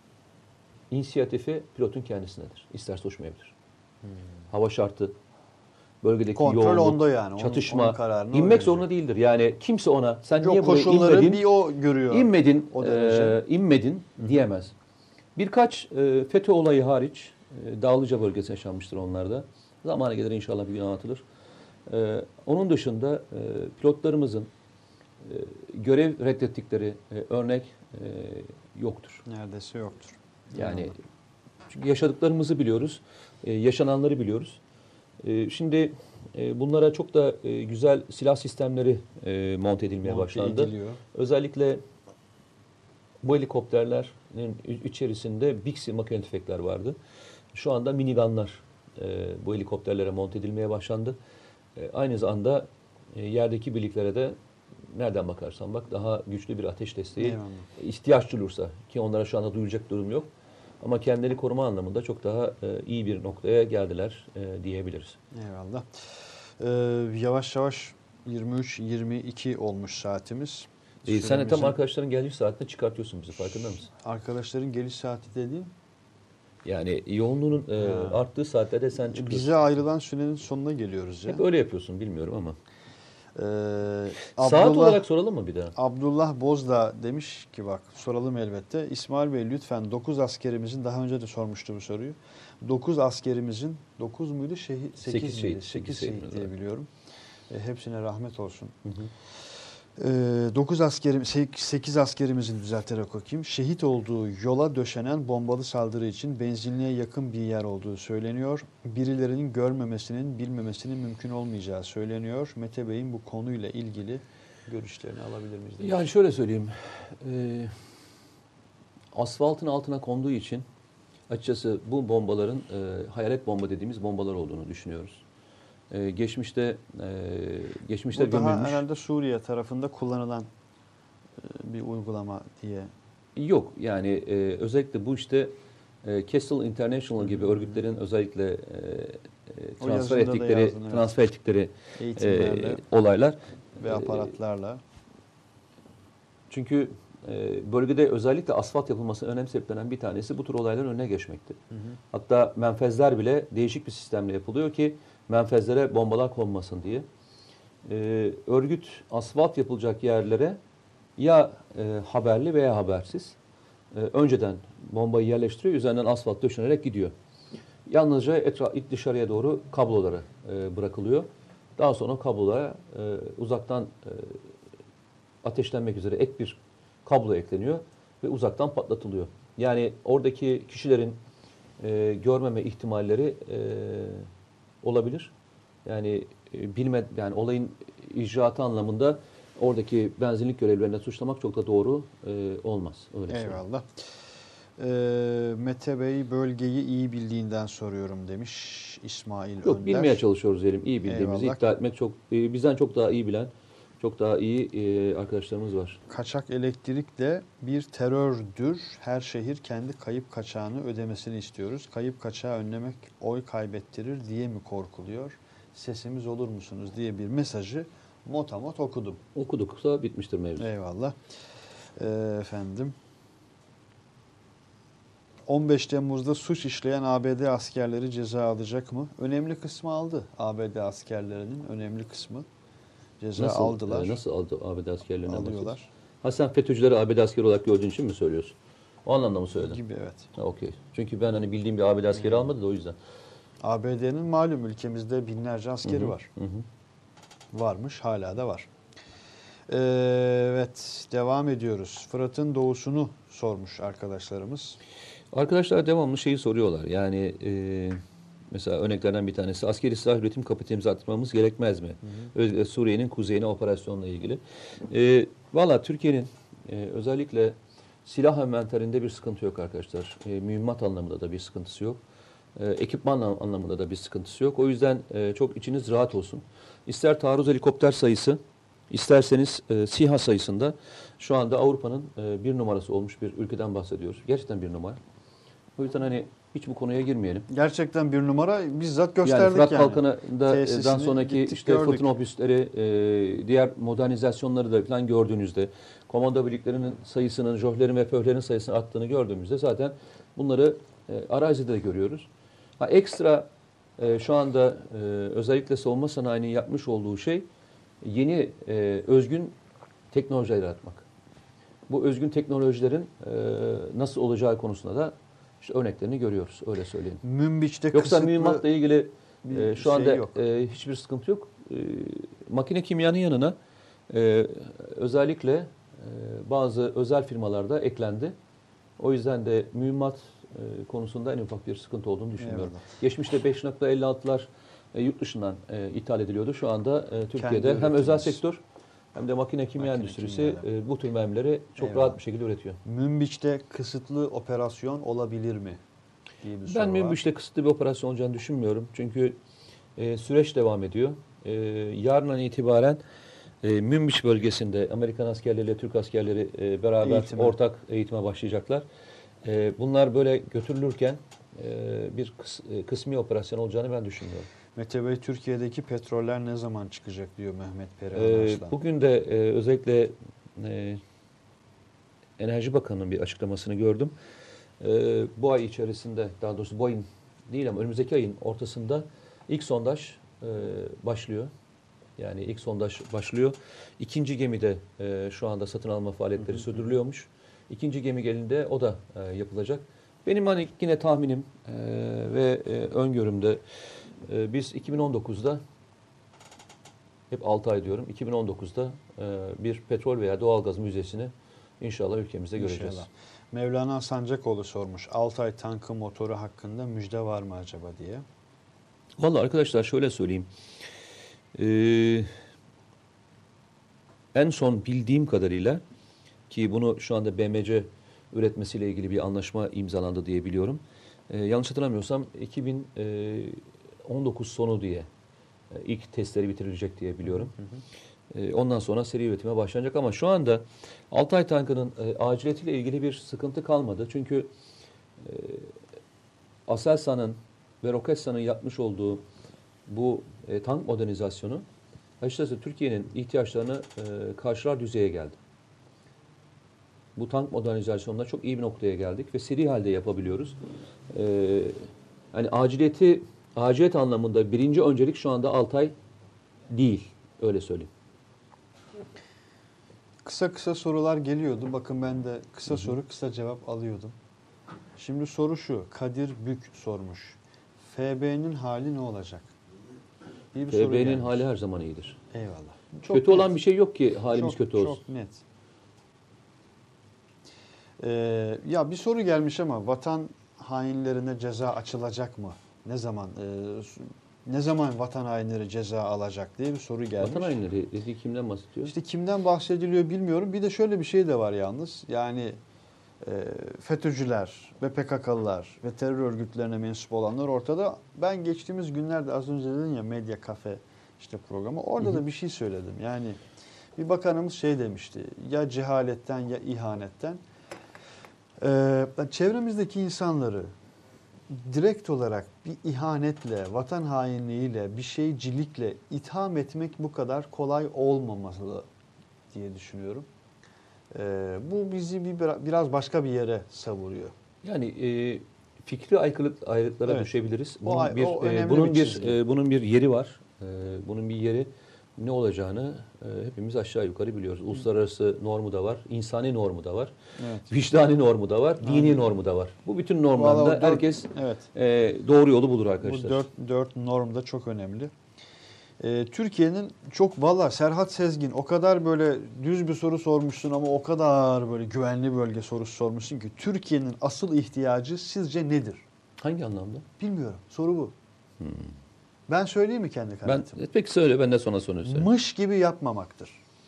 inisiyatifi pilotun kendisindedir. İsterse uçmayabilir. Hmm. Hava şartı, bölgedeki kontrol yoğunluk, onda yani. çatışma, onun, onun inmek zorunda değildir. Yani kimse ona sen Yok, niye buraya inmedin, bir o görüyor. İnmedin, o e, inmedin diyemez. Birkaç e, FETÖ olayı hariç e, Dağlıca bölgesi yaşanmıştır onlarda. Zamanı gelir inşallah bir gün anlatılır. E, onun dışında e, pilotlarımızın e, görev reddettikleri e, örnek e, yoktur. Neredeyse yoktur. Yani çünkü yaşadıklarımızı biliyoruz, e, yaşananları biliyoruz. E, şimdi e, bunlara çok da e, güzel silah sistemleri e, monte edilmeye monte başlandı. Ediliyor. Özellikle bu helikopterlerin içerisinde Bixi makine tüfekler vardı. Şu anda minigunlar e, bu helikopterlere monte edilmeye başlandı. E, aynı zamanda e, yerdeki birliklere de nereden bakarsan bak daha güçlü bir ateş desteği Eyvallah. ihtiyaç duyulursa ki onlara şu anda duyulacak durum yok. Ama kendileri koruma anlamında çok daha e, iyi bir noktaya geldiler e, diyebiliriz. Eyvallah. Ee, yavaş yavaş yirmi üç yirmi iki olmuş saatimiz. E, sen de tam arkadaşların geliş saatinde çıkartıyorsun bizi, farkında mısın? Arkadaşların geliş saati dediğin? Yani yoğunluğunun e, arttığı saatlerde sen çıkıyorsun. Bize ayrılan sürenin sonuna geliyoruz ya. Hep öyle yapıyorsun, bilmiyorum ama. Ee, Saat Abdullah, olarak soralım mı bir daha? Abdullah Bozdağ demiş ki bak soralım elbette. İsmail Bey lütfen dokuz askerimizin, daha önce de sormuştu bu soruyu. dokuz askerimizin, dokuz muydu? Şehit, sekiz miydi? sekiz şehit diye biliyorum. E, hepsine rahmet olsun. Hı hı. dokuz askerim, sekiz askerimizin düzelterek okuyayım. Şehit olduğu yola döşenen bombalı saldırı için benzinliğe yakın bir yer olduğu söyleniyor. Birilerinin görmemesinin, bilmemesinin mümkün olmayacağı söyleniyor. Mete Bey'in bu konuyla ilgili görüşlerini alabilir miyiz? Demiş. Yani şöyle söyleyeyim. E, asfaltın altına konduğu için açıkçası bu bombaların e, hayalet bomba dediğimiz bombalar olduğunu düşünüyoruz. Ee, geçmişte e, geçmişte bu daha gömülmüş. herhalde Suriye tarafında kullanılan e, bir uygulama diye. Yok yani e, özellikle bu işte e, Castle International gibi hmm. örgütlerin özellikle e, e, transfer ettikleri yazdın, evet. transfer ettikleri e, olaylar ve aparatlarla. Çünkü e, bölgede özellikle asfalt yapılması önemli sebeplerinden bir tanesi bu tür olayların önüne geçmekti. Hı hı. Hatta menfezler bile değişik bir sistemle yapılıyor ki menfezlere bombalar konmasın diye. Ee, örgüt asfalt yapılacak yerlere ya e, haberli veya habersiz e, önceden bombayı yerleştiriyor, üzerinden asfalt döşenerek gidiyor. Yalnızca etraf, dışarıya doğru kabloları e, bırakılıyor. Daha sonra kablolara e, uzaktan e, ateşlenmek üzere ek bir kablo ekleniyor ve uzaktan patlatılıyor. Yani oradaki kişilerin e, görmeme ihtimalleri e, olabilir. Yani e, bilme yani olayın icraatı anlamında oradaki benzinlik görevlilerine suçlamak çok da doğru e, olmaz. Öyle Eyvallah. Ee, Mete Bey bölgeyi iyi bildiğinden soruyorum demiş İsmail Yok, Önder. bilmeye çalışıyoruz diyelim. İyi bildiğimizi Eyvallah. iddia etmek çok e, bizden çok daha iyi bilen, çok daha iyi e, arkadaşlarımız var. Kaçak elektrik de bir terördür. Her şehir kendi kayıp kaçağını ödemesini istiyoruz. Kayıp kaçağı önlemek oy kaybettirir diye mi korkuluyor? Sesimiz olur musunuz diye bir mesajı motamot okudum. Okuduksa bitmiştir mevzu. Eyvallah. Ee, efendim. on beş Temmuz'da suç işleyen A B D askerleri ceza alacak mı? Önemli kısmı aldı. A B D askerlerinin önemli kısmı ceza Nasıl, aldılar. e, nasıl aldı A B D askerlerine? Alıyorlar. Ha, sen FETÖ'cüleri A B D askeri olarak gördüğün için mi söylüyorsun? O anlamda mı söyledin? Gibi evet. Ha, okey. Çünkü ben hani bildiğim bir A B D askeri almadı da o yüzden. A B D'nin malum ülkemizde binlerce askeri Hı hı, var. Hı hı. Varmış, hala da var. Ee, evet, devam ediyoruz. Fırat'ın doğusunu sormuş arkadaşlarımız. Arkadaşlar devamlı şeyi soruyorlar. Yani e, mesela örneklerden bir tanesi askeri silah üretim kapasitemizi arttırmamız gerekmez mi? Öz- Suriye'nin kuzeyine operasyonla ilgili. E, Valla Türkiye'nin e, özellikle silah envanterinde bir sıkıntı yok arkadaşlar. E, mühimmat anlamında da bir sıkıntısı yok. E, ekipman an- anlamında da bir sıkıntısı yok. O yüzden e, çok içiniz rahat olsun. İster taarruz helikopter sayısı, isterseniz e, SİHA sayısında şu anda Avrupa'nın e, bir numarası olmuş bir ülkeden bahsediyoruz. Gerçekten bir numara. O yüzden hani hiç bu konuya girmeyelim. Gerçekten bir numara bizzat Yani gösterdik Fırat yani. Kalkanı'ndan Tesisini sonraki gittik, işte gördük. fırtına obüsleri, e, diğer modernizasyonları da falan gördüğünüzde, komando birliklerinin sayısının, JOH'lerin ve FÖH'lerin sayısının arttığını gördüğümüzde zaten bunları e, arazide de görüyoruz. Ha, ekstra e, şu anda e, özellikle savunma sanayinin yapmış olduğu şey yeni e, özgün teknoloji yaratmak. Bu özgün teknolojilerin e, nasıl olacağı konusunda da işte örneklerini görüyoruz. Öyle söyleyeyim. Münbiç'te Yoksa kısıtlı mühimmatla ilgili bir e, şu şey anda yok. e, hiçbir sıkıntı yok. E, makine kimyanın yanına e, özellikle e, bazı özel firmalarda eklendi. O yüzden de mühimmat e, konusunda en ufak bir sıkıntı olduğunu düşünmüyorum. Eyvallah. Geçmişte beş nokta elli altılar e, yurt dışından e, ithal ediliyordu. Şu anda e, Türkiye'de hem üretimimiz. özel sektör hem de makine kimya Makine endüstrisi kimyada. e, bu tür mermileri çok Eyvallah. rahat bir şekilde üretiyor. Münbiç'te kısıtlı operasyon olabilir mi? Diye bir soru Ben var. Münbiç'te kısıtlı bir operasyon olacağını düşünmüyorum. Çünkü e, süreç devam ediyor. E, yarından itibaren e, Münbiç bölgesinde Amerikan askerleriyle Türk askerleri e, beraber Eğitime. ortak eğitime başlayacaklar. E, bunlar böyle götürülürken e, bir kıs, e, kısmi operasyon olacağını ben düşünmüyorum. Mete Bey, Türkiye'deki petroller ne zaman çıkacak diyor Mehmet E, Perihan. bugün de e, özellikle e, Enerji Bakanı'nın bir açıklamasını gördüm. E, bu ay içerisinde, daha doğrusu bu ayın değil ama önümüzdeki ayın ortasında ilk sondaj e, başlıyor. Yani ilk sondaj başlıyor. İkinci gemide e, şu anda satın alma faaliyetleri sürdürülüyormuş. İkinci gemi gelinde o da e, yapılacak. Benim hani yine tahminim e, ve e, öngörümde e, biz iki bin on dokuzda hep altı ay diyorum. iki bin on dokuzda e, bir petrol veya doğalgaz müzesini inşallah ülkemizde göreceğiz. İnşallah. Mevlana Sancakoğlu sormuş. Altay tankı motoru hakkında müjde var mı acaba diye. Vallahi arkadaşlar şöyle söyleyeyim. Ee, en son bildiğim kadarıyla ki bunu şu anda B M C üretmesiyle ilgili bir anlaşma imzalandı diye biliyorum. Ee, yanlış hatırlamıyorsam iki bin on dokuz sonu diye e, ilk testleri bitirilecek diye biliyorum. Hı hı. Ee, ondan sonra seri üretime başlanacak ama şu anda Altay tankının e, aciliyetiyle ilgili bir sıkıntı kalmadı. Çünkü e, Aselsan'ın ve Roketsan'ın yapmış olduğu bu e, tank modernizasyonu açıkçası Türkiye'nin ihtiyaçlarını e, karşılar düzeye geldi. Bu tank modernizasyonunda çok iyi bir noktaya geldik ve seri halde yapabiliyoruz. E, hani aciliyeti, aciliyet anlamında birinci öncelik şu anda Altay değil, öyle söyleyeyim. Kısa kısa sorular geliyordu. Bakın ben de kısa soru kısa cevap alıyordum. Şimdi soru şu. Kadir Bük sormuş. F B'nin hali ne olacak? İyi bir soru F B'nin gelmiş. hali her zaman iyidir. Eyvallah. Kötü net. olan bir şey yok ki halimiz Çok- kötü olsun. Çok net. Ee, ya bir soru gelmiş ama vatan hainlerine ceza açılacak mı? Ne zaman e, ne zaman vatan hainleri ceza alacak diye bir soru gelmiş. Vatan hainleri dediği kimden bahsediyor? İşte kimden bahsediliyor bilmiyorum. Bir de şöyle bir şey de var yalnız. Yani e, FETÖ'cüler ve P K K'lılar ve terör örgütlerine mensup olanlar ortada. Ben geçtiğimiz günlerde az önce dedin ya medya kafe işte programı. Orada hı hı. da bir şey söyledim. Yani bir bakanımız şey demişti. Ya cehaletten ya ihanetten. Ee, çevremizdeki insanları direkt olarak bir ihanetle, vatan hainliğiyle, bir şeycilikle itham etmek bu kadar kolay olmamalı diye düşünüyorum. Ee, bu bizi bir, biraz başka bir yere savuruyor. Yani e, fikri aykırılık ayrılıklara evet. düşebiliriz. Bunun o, bir o e, bunun bir, bir e, bunun bir yeri var. E, bunun bir yeri ne olacağını e, hepimiz aşağı yukarı biliyoruz. Uluslararası normu da var, insani normu da var, evet. vicdani normu da var, dini Aynen. normu da var. Bu bütün normlarda dört, herkes evet. e, doğru yolu bulur arkadaşlar. Bu dört, dört norm da çok önemli. E, Türkiye'nin çok valla Serhat Sezgin o kadar böyle düz bir soru sormuşsun ama o kadar böyle güvenli bölge sorusu sormuşsun ki Türkiye'nin asıl ihtiyacı sizce nedir? Hangi anlamda? Bilmiyorum. Soru bu. Hmm. Ben söyleyeyim mi kendi kanaatim? Ben, peki söyle, ben de sonra sonra söyleyeyim. Mış gibi yapmamaktır.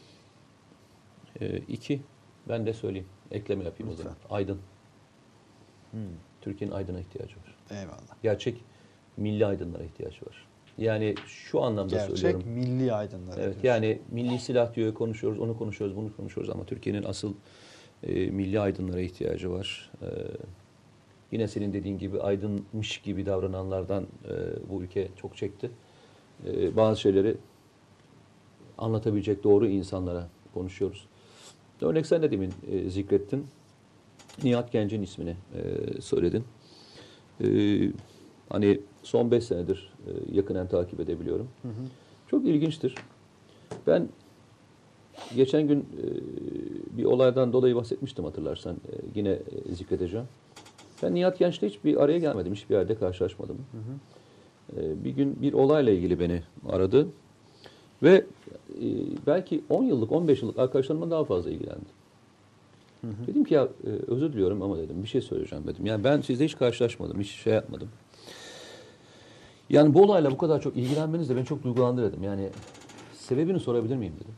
Ee, iki, ben de söyleyeyim. Ekleme yapayım Lütfen. o zaman. Aydın. Hmm. Türkiye'nin aydına ihtiyacı var. Eyvallah. Gerçek milli aydınlara ihtiyacı var. Yani şu anlamda Gerçek söylüyorum. Gerçek milli aydınlara. Evet, yani milli silah diyor, konuşuyoruz, onu konuşuyoruz, bunu konuşuyoruz ama Türkiye'nin asıl e, milli aydınlara ihtiyacı var. E, Yine senin dediğin gibi aydınmış gibi davrananlardan e, bu ülke çok çekti. E, bazı şeyleri anlatabilecek doğru insanlara konuşuyoruz. Örnek sen de demin e, zikrettin. Nihat Genç'in ismini e, söyledin. E, hani son beş senedir e, yakından takip edebiliyorum. Hı hı. Çok ilginçtir. Ben geçen gün e, bir olaydan dolayı bahsetmiştim hatırlarsan. E, yine e, zikredeceğim. Ben Nihat Genç'le hiç bir araya gelmedim, hiçbir yerde karşılaşmadım. Hı hı. Ee, bir gün bir olayla ilgili beni aradı ve e, belki on yıllık, on beş yıllık arkadaşlarımla daha fazla ilgilendi. Hı hı. Dedim ki ya e, özür diliyorum ama dedim bir şey söyleyeceğim dedim. Yani ben sizle hiç karşılaşmadım, hiç şey yapmadım. Yani bu olayla bu kadar çok ilgilenmeniz de beni çok duygulandırdı dedim. Yani sebebini sorabilir miyim dedim.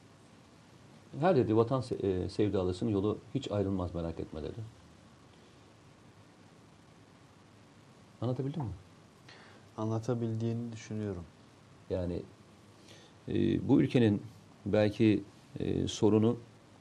Her dedi vatan se- sevdalısının yolu hiç ayrılmaz merak etme dedi. Anlatabildim mi? Anlatabildiğini düşünüyorum. Yani e, bu ülkenin belki e, sorunu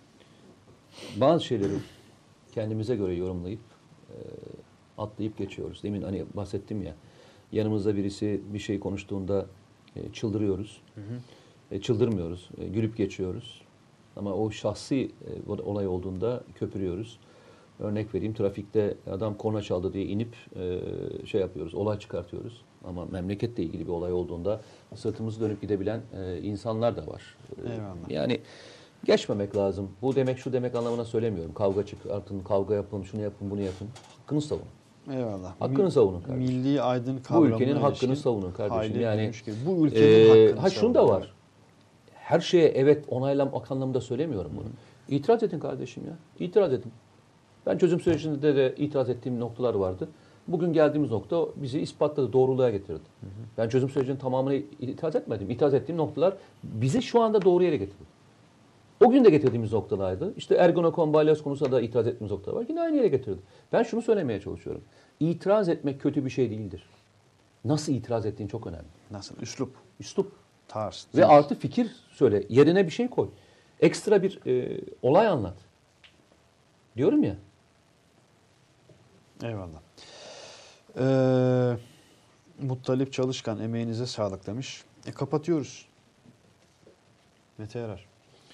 bazı şeyleri kendimize göre yorumlayıp e, atlayıp geçiyoruz. Demin hani bahsettim ya, yanımızda birisi bir şey konuştuğunda e, çıldırıyoruz. Hı hı. E, çıldırmıyoruz, e, gülüp geçiyoruz. Ama o şahsi e, olay olduğunda köpürüyoruz. Örnek vereyim, trafikte adam korna çaldı diye inip e, şey yapıyoruz, olay çıkartıyoruz. Ama memleketle ilgili bir olay olduğunda sırtımızı dönüp gidebilen e, insanlar da var. Eyvallah. Yani geçmemek lazım. Bu demek şu demek anlamına söylemiyorum. Kavga çıkartın, kavga yapın, şunu yapın, bunu yapın. Hakkını savunun. Eyvallah. Hakkını Mi, savunun kardeşim. Milli aydın kavramına Bu ülkenin hakkını savunun kardeşim. Yani bu ülkenin e, hakkını ha şunu da var. Her şeye evet onaylamak anlamında söylemiyorum bunu. Hı. İtiraz edin kardeşim ya. İtiraz edin. Ben çözüm sürecinde de itiraz ettiğim noktalar vardı. Bugün geldiğimiz nokta bizi ispatladı, doğruluğa getirdi. Hı hı. Ben çözüm sürecinin tamamını itiraz etmedim. İtiraz ettiğim noktalar bizi şu anda doğru yere getirdi. O gün de getirdiğimiz noktalardı. İşte Ergonokon, balyoz konusunda da itiraz ettiğimiz noktalar var. Yine aynı yere getirdi. Ben şunu söylemeye çalışıyorum. İtiraz etmek kötü bir şey değildir. Nasıl itiraz ettiğin çok önemli. Nasıl? Üslup. Üslup. Tarz. Ve artı fikir söyle. Yerine bir şey koy. Ekstra bir e, olay anlat. Diyorum ya. Eyvallah. Ee, Muttalip Çalışkan emeğinize sağlık demiş. E, kapatıyoruz. Mete Yarar.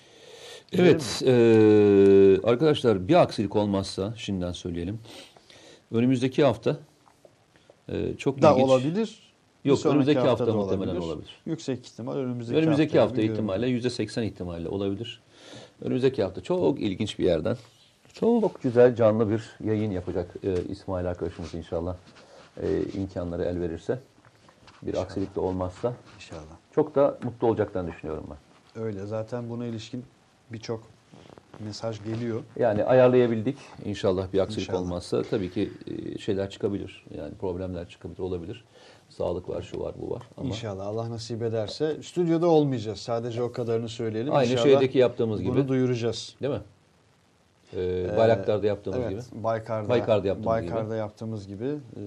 Evet. E, arkadaşlar bir aksilik olmazsa şimdiden söyleyelim. Önümüzdeki hafta e, çok da ilginç. olabilir. Yok önümüzdeki hafta, hafta muhtemelen olabilir. olabilir. Yüksek ihtimal önümüzdeki, önümüzdeki hafta, hafta ihtimalle yüzde seksen ihtimalle olabilir. Önümüzdeki hafta çok ilginç bir yerden. Çok güzel canlı bir yayın yapacak e, İsmail arkadaşımız inşallah e, imkanları el verirse. Bir İnşallah. Aksilik de olmazsa. İnşallah. Çok da mutlu olacaklarını düşünüyorum ben. Öyle zaten buna ilişkin birçok mesaj geliyor. Yani ayarlayabildik inşallah bir aksilik İnşallah. olmazsa. Tabii ki e, şeyler çıkabilir. Yani problemler çıkabilir, olabilir. Sağlık var, şu var, bu var. Ama İnşallah Allah nasip ederse stüdyoda olmayacağız. Sadece o kadarını söyleyelim. Aynı İnşallah şeydeki yaptığımız gibi. Bunu duyuracağız. Değil mi? Ee, Bayraktar'da yaptığımız evet, gibi. Baykar'da, Baykar'da yaptığımız Baykar'da gibi. yaptığımız gibi e,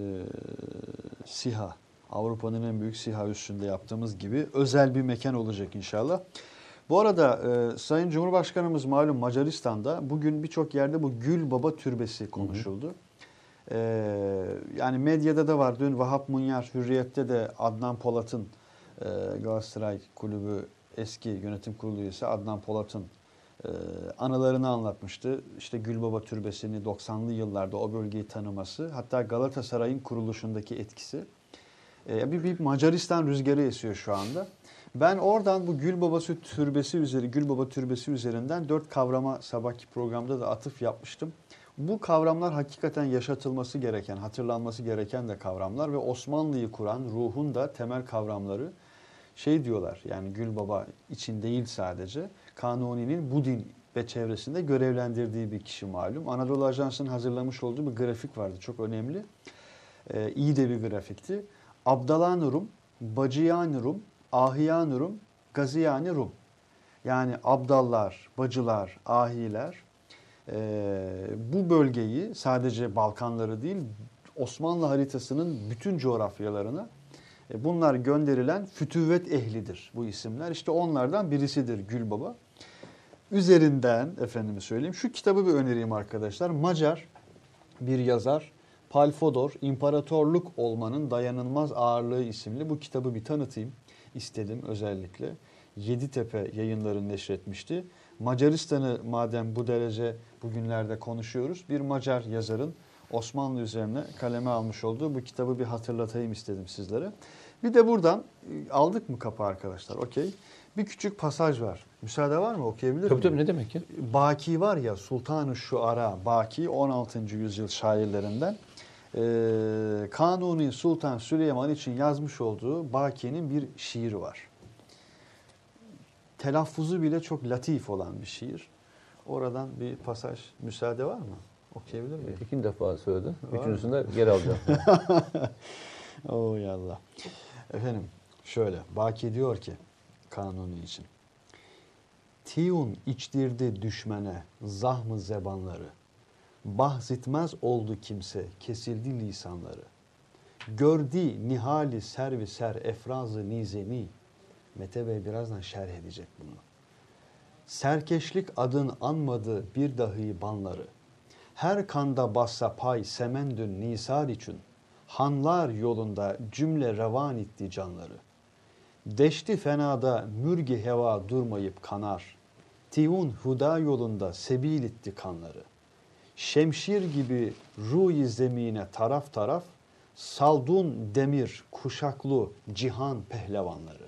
SİHA, Avrupa'nın en büyük SİHA üssünde yaptığımız gibi özel bir mekan olacak inşallah. Bu arada e, Sayın Cumhurbaşkanımız malum Macaristan'da bugün birçok yerde bu Gülbaba Türbesi konuşuldu. Hı hı. E, yani medyada da var. Dün Vahap Munyar Hürriyet'te de Adnan Polat'ın e, Galatasaray Kulübü eski yönetim kurulu üyesi Adnan Polat'ın e, anılarını anlatmıştı. İşte Gülbaba Türbesi'ni doksanlı yıllarda o bölgeyi tanıması, hatta Galatasaray'ın kuruluşundaki etkisi. E, bir, bir Macaristan rüzgarı esiyor şu anda. Ben oradan bu Gülbaba Türbesi üzeri, Gülbaba Türbesi üzerinden dört kavrama sabahki programda da atıf yapmıştım. Bu kavramlar hakikaten yaşatılması gereken, hatırlanması gereken de kavramlar ve Osmanlı'yı kuran ruhun da temel kavramları. Şey diyorlar, yani Gülbaba için değil sadece, Kanuni'nin bu din ve çevresinde görevlendirdiği bir kişi malum. Anadolu Ajansı'nın hazırlamış olduğu bir grafik vardı, çok önemli. Ee, iyi de bir grafikti. Abdalan Rum, Bacıyan Rum, Ahiyan Rum, Gaziyan Rum. Yani Abdallar, Bacılar, Ahiler e, bu bölgeyi, sadece Balkanları değil, Osmanlı haritasının bütün coğrafyalarına e, bunlar gönderilen fütüvvet ehlidir bu isimler. İşte onlardan birisidir Gülbaba. Üzerinden efendime söyleyeyim, şu kitabı bir önereyim arkadaşlar. Macar bir yazar Pál Fodor, İmparatorluk Olmanın Dayanılmaz Ağırlığı isimli bu kitabı bir tanıtayım istedim özellikle. Yeditepe Yayınları neşretmişti. Macaristan'ı madem bu derece bugünlerde konuşuyoruz, bir Macar yazarın Osmanlı üzerine kaleme almış olduğu bu kitabı bir hatırlatayım istedim sizlere. Bir de buradan aldık mı kapı arkadaşlar? Okey. Bir küçük pasaj var. Müsaade var mı? Okuyabilir miyim? Tabii tabii, ne demek ya? Baki var ya, Sultan-ı Şuara, Baki on altıncı yüzyıl şairlerinden. Ee, Kanuni Sultan Süleyman için yazmış olduğu Baki'nin bir şiiri var. Telaffuzu bile çok latif olan bir şiir. Oradan bir pasaj, müsaade var mı? Okuyabilir miyim? İkinci defa söyledin. Üçüncüsünde geri alacağım. Oh yallah. Efendim şöyle, Baki diyor ki Kanuni için. Tiyun içtirdi düşmene zahmı zebanları. Bahsetmez oldu kimse, kesildi lisanları. Gördü nihali servi ser efrazı nizeni. Mete Bey birazdan şerh edecek bunu. Serkeşlik adın anmadı bir dahi banları. Her kanda bassa pay semendün nisar için. Hanlar yolunda cümle revan itti canları. Deşti fenada mürgi heva durmayıp kanar. Tiyun huda yolunda sebil itti kanları. Şemşir gibi ruh-i zemine taraf taraf, saldun demir kuşaklu cihan pehlevanları.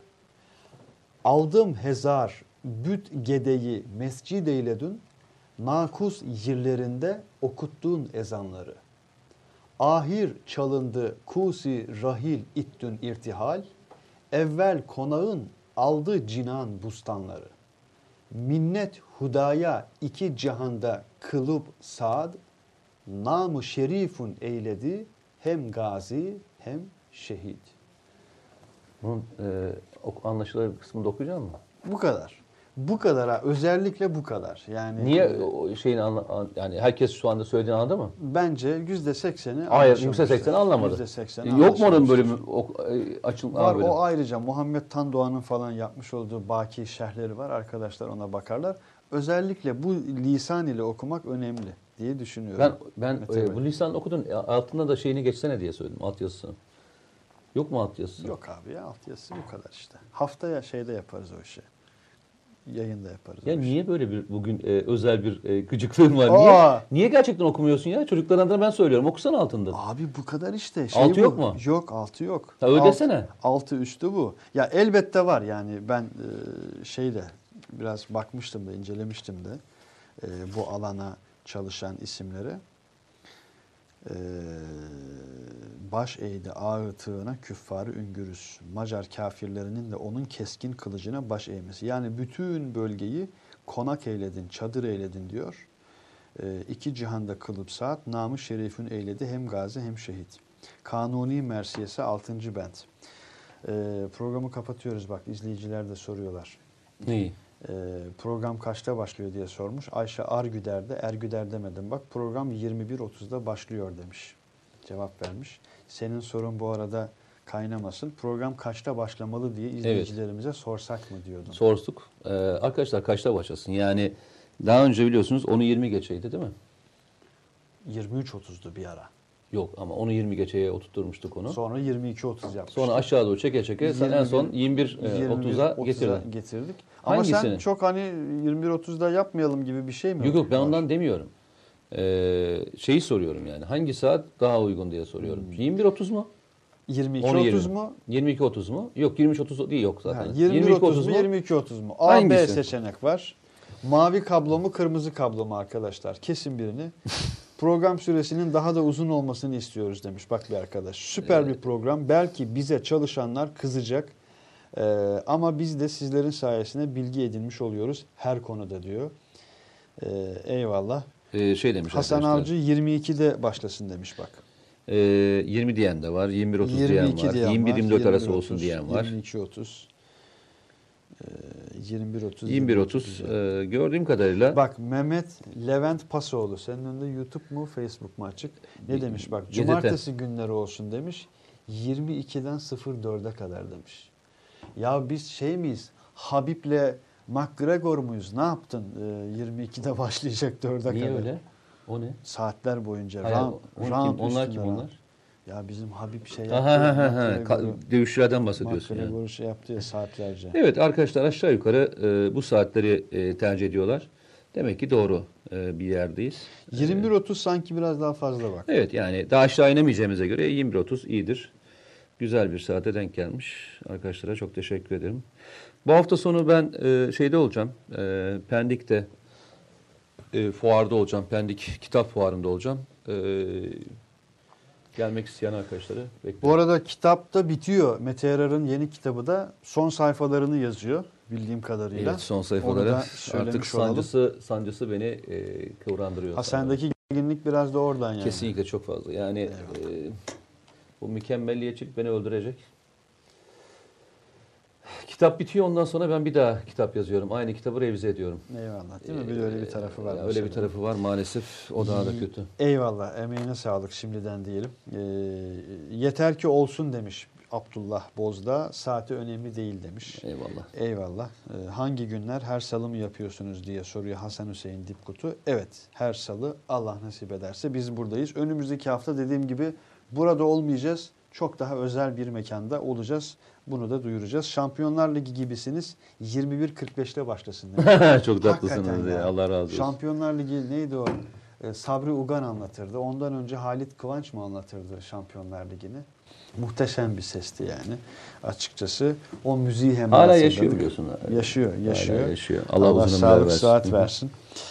Aldım hezar büt gedeyi mescid eyledün, nakus yerlerinde okuttun ezanları. Ahir çalındı kusi rahil ittün irtihal, evvel konağın aldı cinan bustanları. Minnet hudaya iki cihanda kılıp saad, namı şerifun eyledi hem gazi hem şehit. Bunun e, anlaşılır kısmını da okuyacak mısın? Bu kadar. Bu kadar ha. Özellikle bu kadar. Yani niye e, o şeyin anla, yani herkes şu anda söylediğini anladı mı? Bence yüzde sekseni Hayır, yüzde sekseni anlamadı. yüzde sekseni Yok mu onun bölümü açıl var? bölüm. O ayrıca Muhammed Tandoğan'ın falan yapmış olduğu Baki şerhleri var. Arkadaşlar ona bakarlar. Özellikle bu lisan ile okumak önemli diye düşünüyorum. Ben ben e, bu lisanı okudun, altında da şeyini geçsene diye söyledim, altyazısını. Yok mu altyazısı? Yok abi ya, altyazısı bu kadar işte. Haftaya şeyde yaparız o işi. Yayında yaparız. Ya niye işi. böyle bir bugün e, özel bir e, gıcıklığın var? Niye, Aa! niye gerçekten okumuyorsun ya? Çocukların adına ben söylüyorum. Okusana altında. Abi bu kadar işte. Şey altı bu. yok mu? Yok, altı yok. Ha, öyle Alt, desene. Altı üstü bu. Ya elbette var yani, ben e, şeyde biraz bakmıştım da, incelemiştim de e, bu alana çalışan isimlere. E, baş eğdi ağı tığına küffarı üngürüz. Macar kafirlerinin de onun keskin kılıcına baş eğmesi. Yani bütün bölgeyi konak eyledin, çadır eyledin diyor. E, iki cihanda kılıp saat, namı şerifün eyledi hem gazi hem şehit. Kanuni Mersiyesi altıncı bent. E, programı kapatıyoruz, bak izleyiciler de soruyorlar. Neyi? Ee, program kaçta başlıyor diye sormuş. Ayşe Arguder'de, Ergüder demedim bak, program yirmi bir otuzda başlıyor demiş. Cevap vermiş. Senin sorun bu arada kaynamasın. Program kaçta başlamalı diye izleyicilerimize evet. sorsak mı diyordum. Sorduk. Ee, arkadaşlar kaçta başlasın? Yani daha önce biliyorsunuz onu yirmi geçeydi değil mi? yirmi üç otuzdu bir ara. Yok ama onu yirmi geçeye oturtturmuştuk onu. Sonra yirmi iki otuz yapmıştık. Sonra aşağı doğru çeke çeke sen en son yirmi bir otuza getirdin. getirdik. Ama hangisini? Sen çok hani yirmi bir otuzda yapmayalım gibi bir şey mi? Yok yok ben var? Ondan demiyorum. Ee, şeyi soruyorum yani. Hangi saat daha uygun diye soruyorum. Hmm. yirmi bir otuz mu? yirmi iki otuz mu? yirmi iki otuz mu? Yok yirmi üç otuz değil yok zaten. Ha, yirmi bir otuz mu? yirmi iki otuz mu? A, B seçenek var. Mavi kablo mu, kırmızı kablo mu arkadaşlar? Kesin birini. Program süresinin daha da uzun olmasını istiyoruz demiş bak bir arkadaş. Süper evet. bir program. Belki bize çalışanlar kızacak. Ee, ama biz de sizlerin sayesinde bilgi edinmiş oluyoruz her konuda diyor. Ee, eyvallah. Ee, şey demiş Hasan arkadaşlar. Avcı yirmi ikide başlasın demiş bak. Ee, yirmi diyen de var. yirmi bir otuz diyen var. yirmi bir yirmi dört arası olsun diyen var. yirmi iki otuz. yirmi bir otuz. yirmi bir otuz e, gördüğüm kadarıyla. Bak Mehmet Levent Pasoğlu senin önünde YouTube mu Facebook mu açık? Ne demiş bak cumartesi Gazete. günleri olsun demiş. yirmi ikiden dörde kadar demiş. Ya biz şey miyiz? Habib'le McGregor muyuz? Ne yaptın? Ee, yirmi ikide başlayacak dörde kadar. Niye öyle? O ne? Saatler boyunca. Hayır, round, on round kim? Onlar kim onlar? Ya bizim Habib şey yaptı. Ha, ha, ha, ha. Dövüşçülerden bahsediyorsun. McGregor yani. şey yaptı ya saatlerce. Evet arkadaşlar aşağı yukarı e, bu saatleri e, tercih ediyorlar. Demek ki doğru e, bir yerdeyiz. yirmi bir otuz sanki biraz daha fazla bak. Evet yani daha aşağı inemeyeceğimize göre yirmi bir otuz iyidir. Güzel bir saate denk gelmiş. Arkadaşlara çok teşekkür ederim. Bu hafta sonu ben e, şeyde olacağım. E, Pendik'te e, fuarda olacağım. Pendik kitap fuarında olacağım. E, gelmek isteyen arkadaşları bekliyorum. Bu arada kitap da bitiyor. Mete Yarar'ın yeni kitabı da son sayfalarını yazıyor bildiğim kadarıyla. Evet son sayfaları. Artık sancısı, sancısı beni e, kıvrandırıyor. Ha sendeki gerginlik biraz da oradan yani. Kesinlikle çok fazla. Yani e, bu mükemmelliyetçilik beni öldürecek. Kitap bitiyor ondan sonra ben bir daha kitap yazıyorum. Aynı kitabı revize ediyorum. Eyvallah değil mi? Bir de öyle bir tarafı var. Ee, öyle bir tarafı var maalesef. O daha da kötü. Eyvallah. Emeğine sağlık şimdiden diyelim. Ee, yeter ki olsun demiş Abdullah Bozda. Saati önemli değil demiş. Eyvallah. Eyvallah. Ee, hangi günler her salı mı yapıyorsunuz diye soruyor Hasan Hüseyin Dipkutu. Evet her salı Allah nasip ederse biz buradayız. Önümüzdeki hafta dediğim gibi burada olmayacağız. Çok daha özel bir mekanda olacağız. Bunu da duyuracağız. Şampiyonlar Ligi gibisiniz. yirmi bir kırk beşte başlasın. Çok tatlısınız ya. Allah razı olsun. Şampiyonlar Ligi neydi o? Ee, Sabri Ugan anlatırdı. Ondan önce Halit Kıvanç mı anlatırdı Şampiyonlar Ligi'ni? Muhteşem bir sesti yani. Açıkçası o müziği hem hala yaşıyor biliyorsun. Yaşıyor, yaşıyor. Hala yaşıyor. Allah, Allah uzun sağlık versin. saat versin.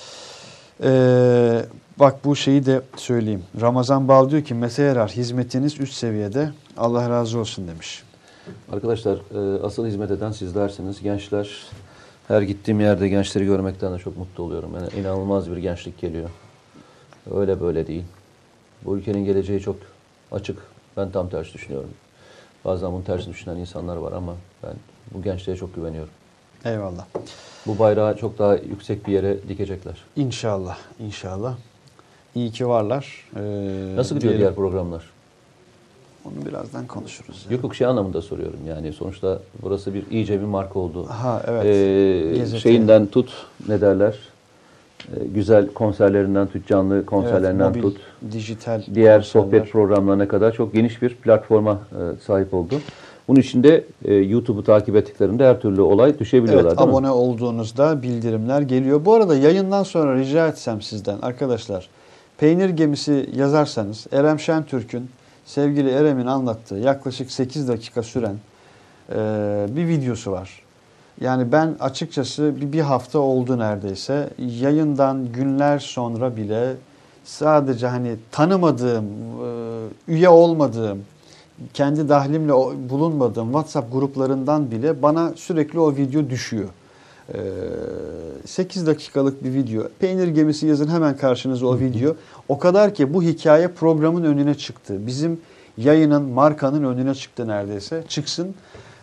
Ee, bak bu şeyi de söyleyeyim. Ramazan Bal diyor ki Mete Yarar hizmetiniz üst seviyede. Allah razı olsun demiş. Arkadaşlar asıl hizmet eden sizlersiniz. Gençler, her gittiğim yerde gençleri görmekten de çok mutlu oluyorum. Yani inanılmaz bir gençlik geliyor. Öyle böyle değil. Bu ülkenin geleceği çok açık. Ben tam tersi düşünüyorum. Bazen bunun tersi düşünen insanlar var ama ben bu gençliğe çok güveniyorum. Eyvallah. Bu bayrağı çok daha yüksek bir yere dikecekler. İnşallah, inşallah. İyi ki varlar. Ee, Nasıl gidiyor diyelim. Diğer programlar? Onu birazdan konuşuruz. Yani. Yok yok şey anlamında soruyorum yani sonuçta burası bir iyice bir marka oldu. Ha evet. Ee, şeyinden tut ne derler ee, güzel konserlerinden tut canlı konserlerinden evet, mobil, tut dijital diğer konserler. Sohbet programlarına kadar çok geniş bir platforma e, sahip oldu. Bunun için de e, YouTube'u takip ettiklerinde her türlü olay düşebiliyorlar evet, değil abone mi? olduğunuzda bildirimler geliyor. Bu arada yayından sonra rica etsem sizden arkadaşlar Peynir Gemisi yazarsanız Erem Şentürk'ün sevgili Erem'in anlattığı yaklaşık sekiz dakika süren e, bir videosu var. Yani ben açıkçası bir, bir hafta oldu neredeyse. Yayından günler sonra bile sadece hani tanımadığım, e, üye olmadığım, kendi dahlimle bulunmadığım WhatsApp gruplarından bile bana sürekli o video düşüyor. E, sekiz dakikalık bir video. Peynir Gemisi yazın hemen karşınıza o video. O kadar ki bu hikaye programın önüne çıktı. Bizim yayının, markanın önüne çıktı neredeyse. Çıksın.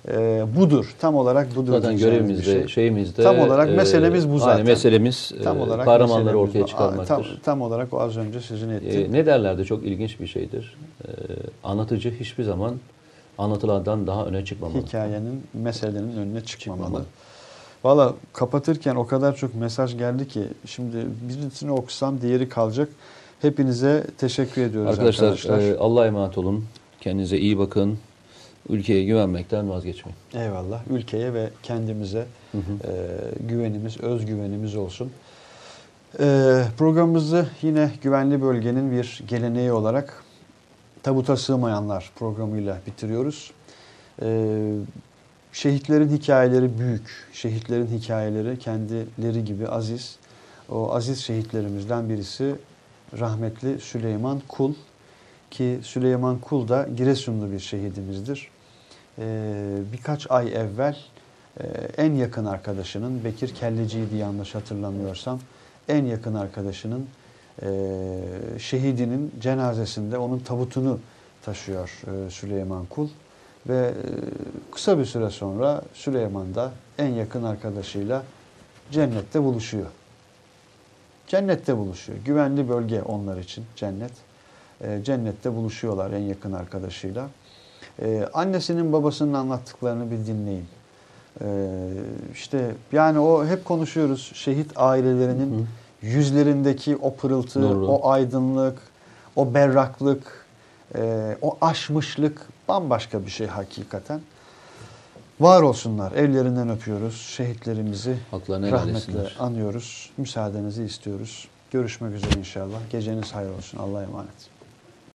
e, budur. Tam olarak budur. Zaten diyeceğimiz görevimizde, bir şey. şeyimizde Tam olarak meselemiz bu zaten. Yani meselemiz Tam olarak kahramanları meselemiz ortaya bu. çıkarmaktır. Tam, tam olarak o az önce sizin ettiğim. E, ne derlerdi, çok ilginç bir şeydir. E, anlatıcı hiçbir zaman anlatılandan daha öne çıkmamalı. Hikayenin, meselenin önüne çıkmamalı. Çıkmamalı. Valla kapatırken o kadar çok mesaj geldi ki şimdi birisini okusam diğeri kalacak. Hepinize teşekkür ediyoruz Arkadaşlar, arkadaşlar. e, Allah'a emanet olun. Kendinize iyi bakın. Ülkeye güvenmekten vazgeçmeyin. Eyvallah. Ülkeye ve kendimize Hı hı. e, güvenimiz, özgüvenimiz olsun. E, programımızı yine güvenli bölgenin bir geleneği olarak Tabuta Sığmayanlar programıyla bitiriyoruz. E, şehitlerin hikayeleri büyük. Şehitlerin hikayeleri kendileri gibi aziz. O aziz şehitlerimizden birisi rahmetli Süleyman Kul. Ki Süleyman Kul da Giresunlu bir şehidimizdir. Ee, birkaç ay evvel e, en yakın arkadaşının, Bekir Kelleci'ydi yanlış hatırlamıyorsam, en yakın arkadaşının e, şehidinin cenazesinde onun tabutunu taşıyor e, Süleyman Kul. Ve e, kısa bir süre sonra Süleyman da en yakın arkadaşıyla cennette buluşuyor. Cennette buluşuyor. Güvenli bölge onlar için cennet. E, cennette buluşuyorlar en yakın arkadaşıyla. Ee, annesinin babasının anlattıklarını bir dinleyin. Ee, işte yani o hep konuşuyoruz. Şehit ailelerinin hı hı. yüzlerindeki o pırıltı, Doğru. o aydınlık, o berraklık, e, o aşmışlık bambaşka bir şey hakikaten. Var olsunlar. Ellerinden öpüyoruz. Şehitlerimizi rahmetle anıyoruz. Müsaadenizi istiyoruz. Görüşmek üzere inşallah. Geceniz hayır olsun. Allah'a emanet.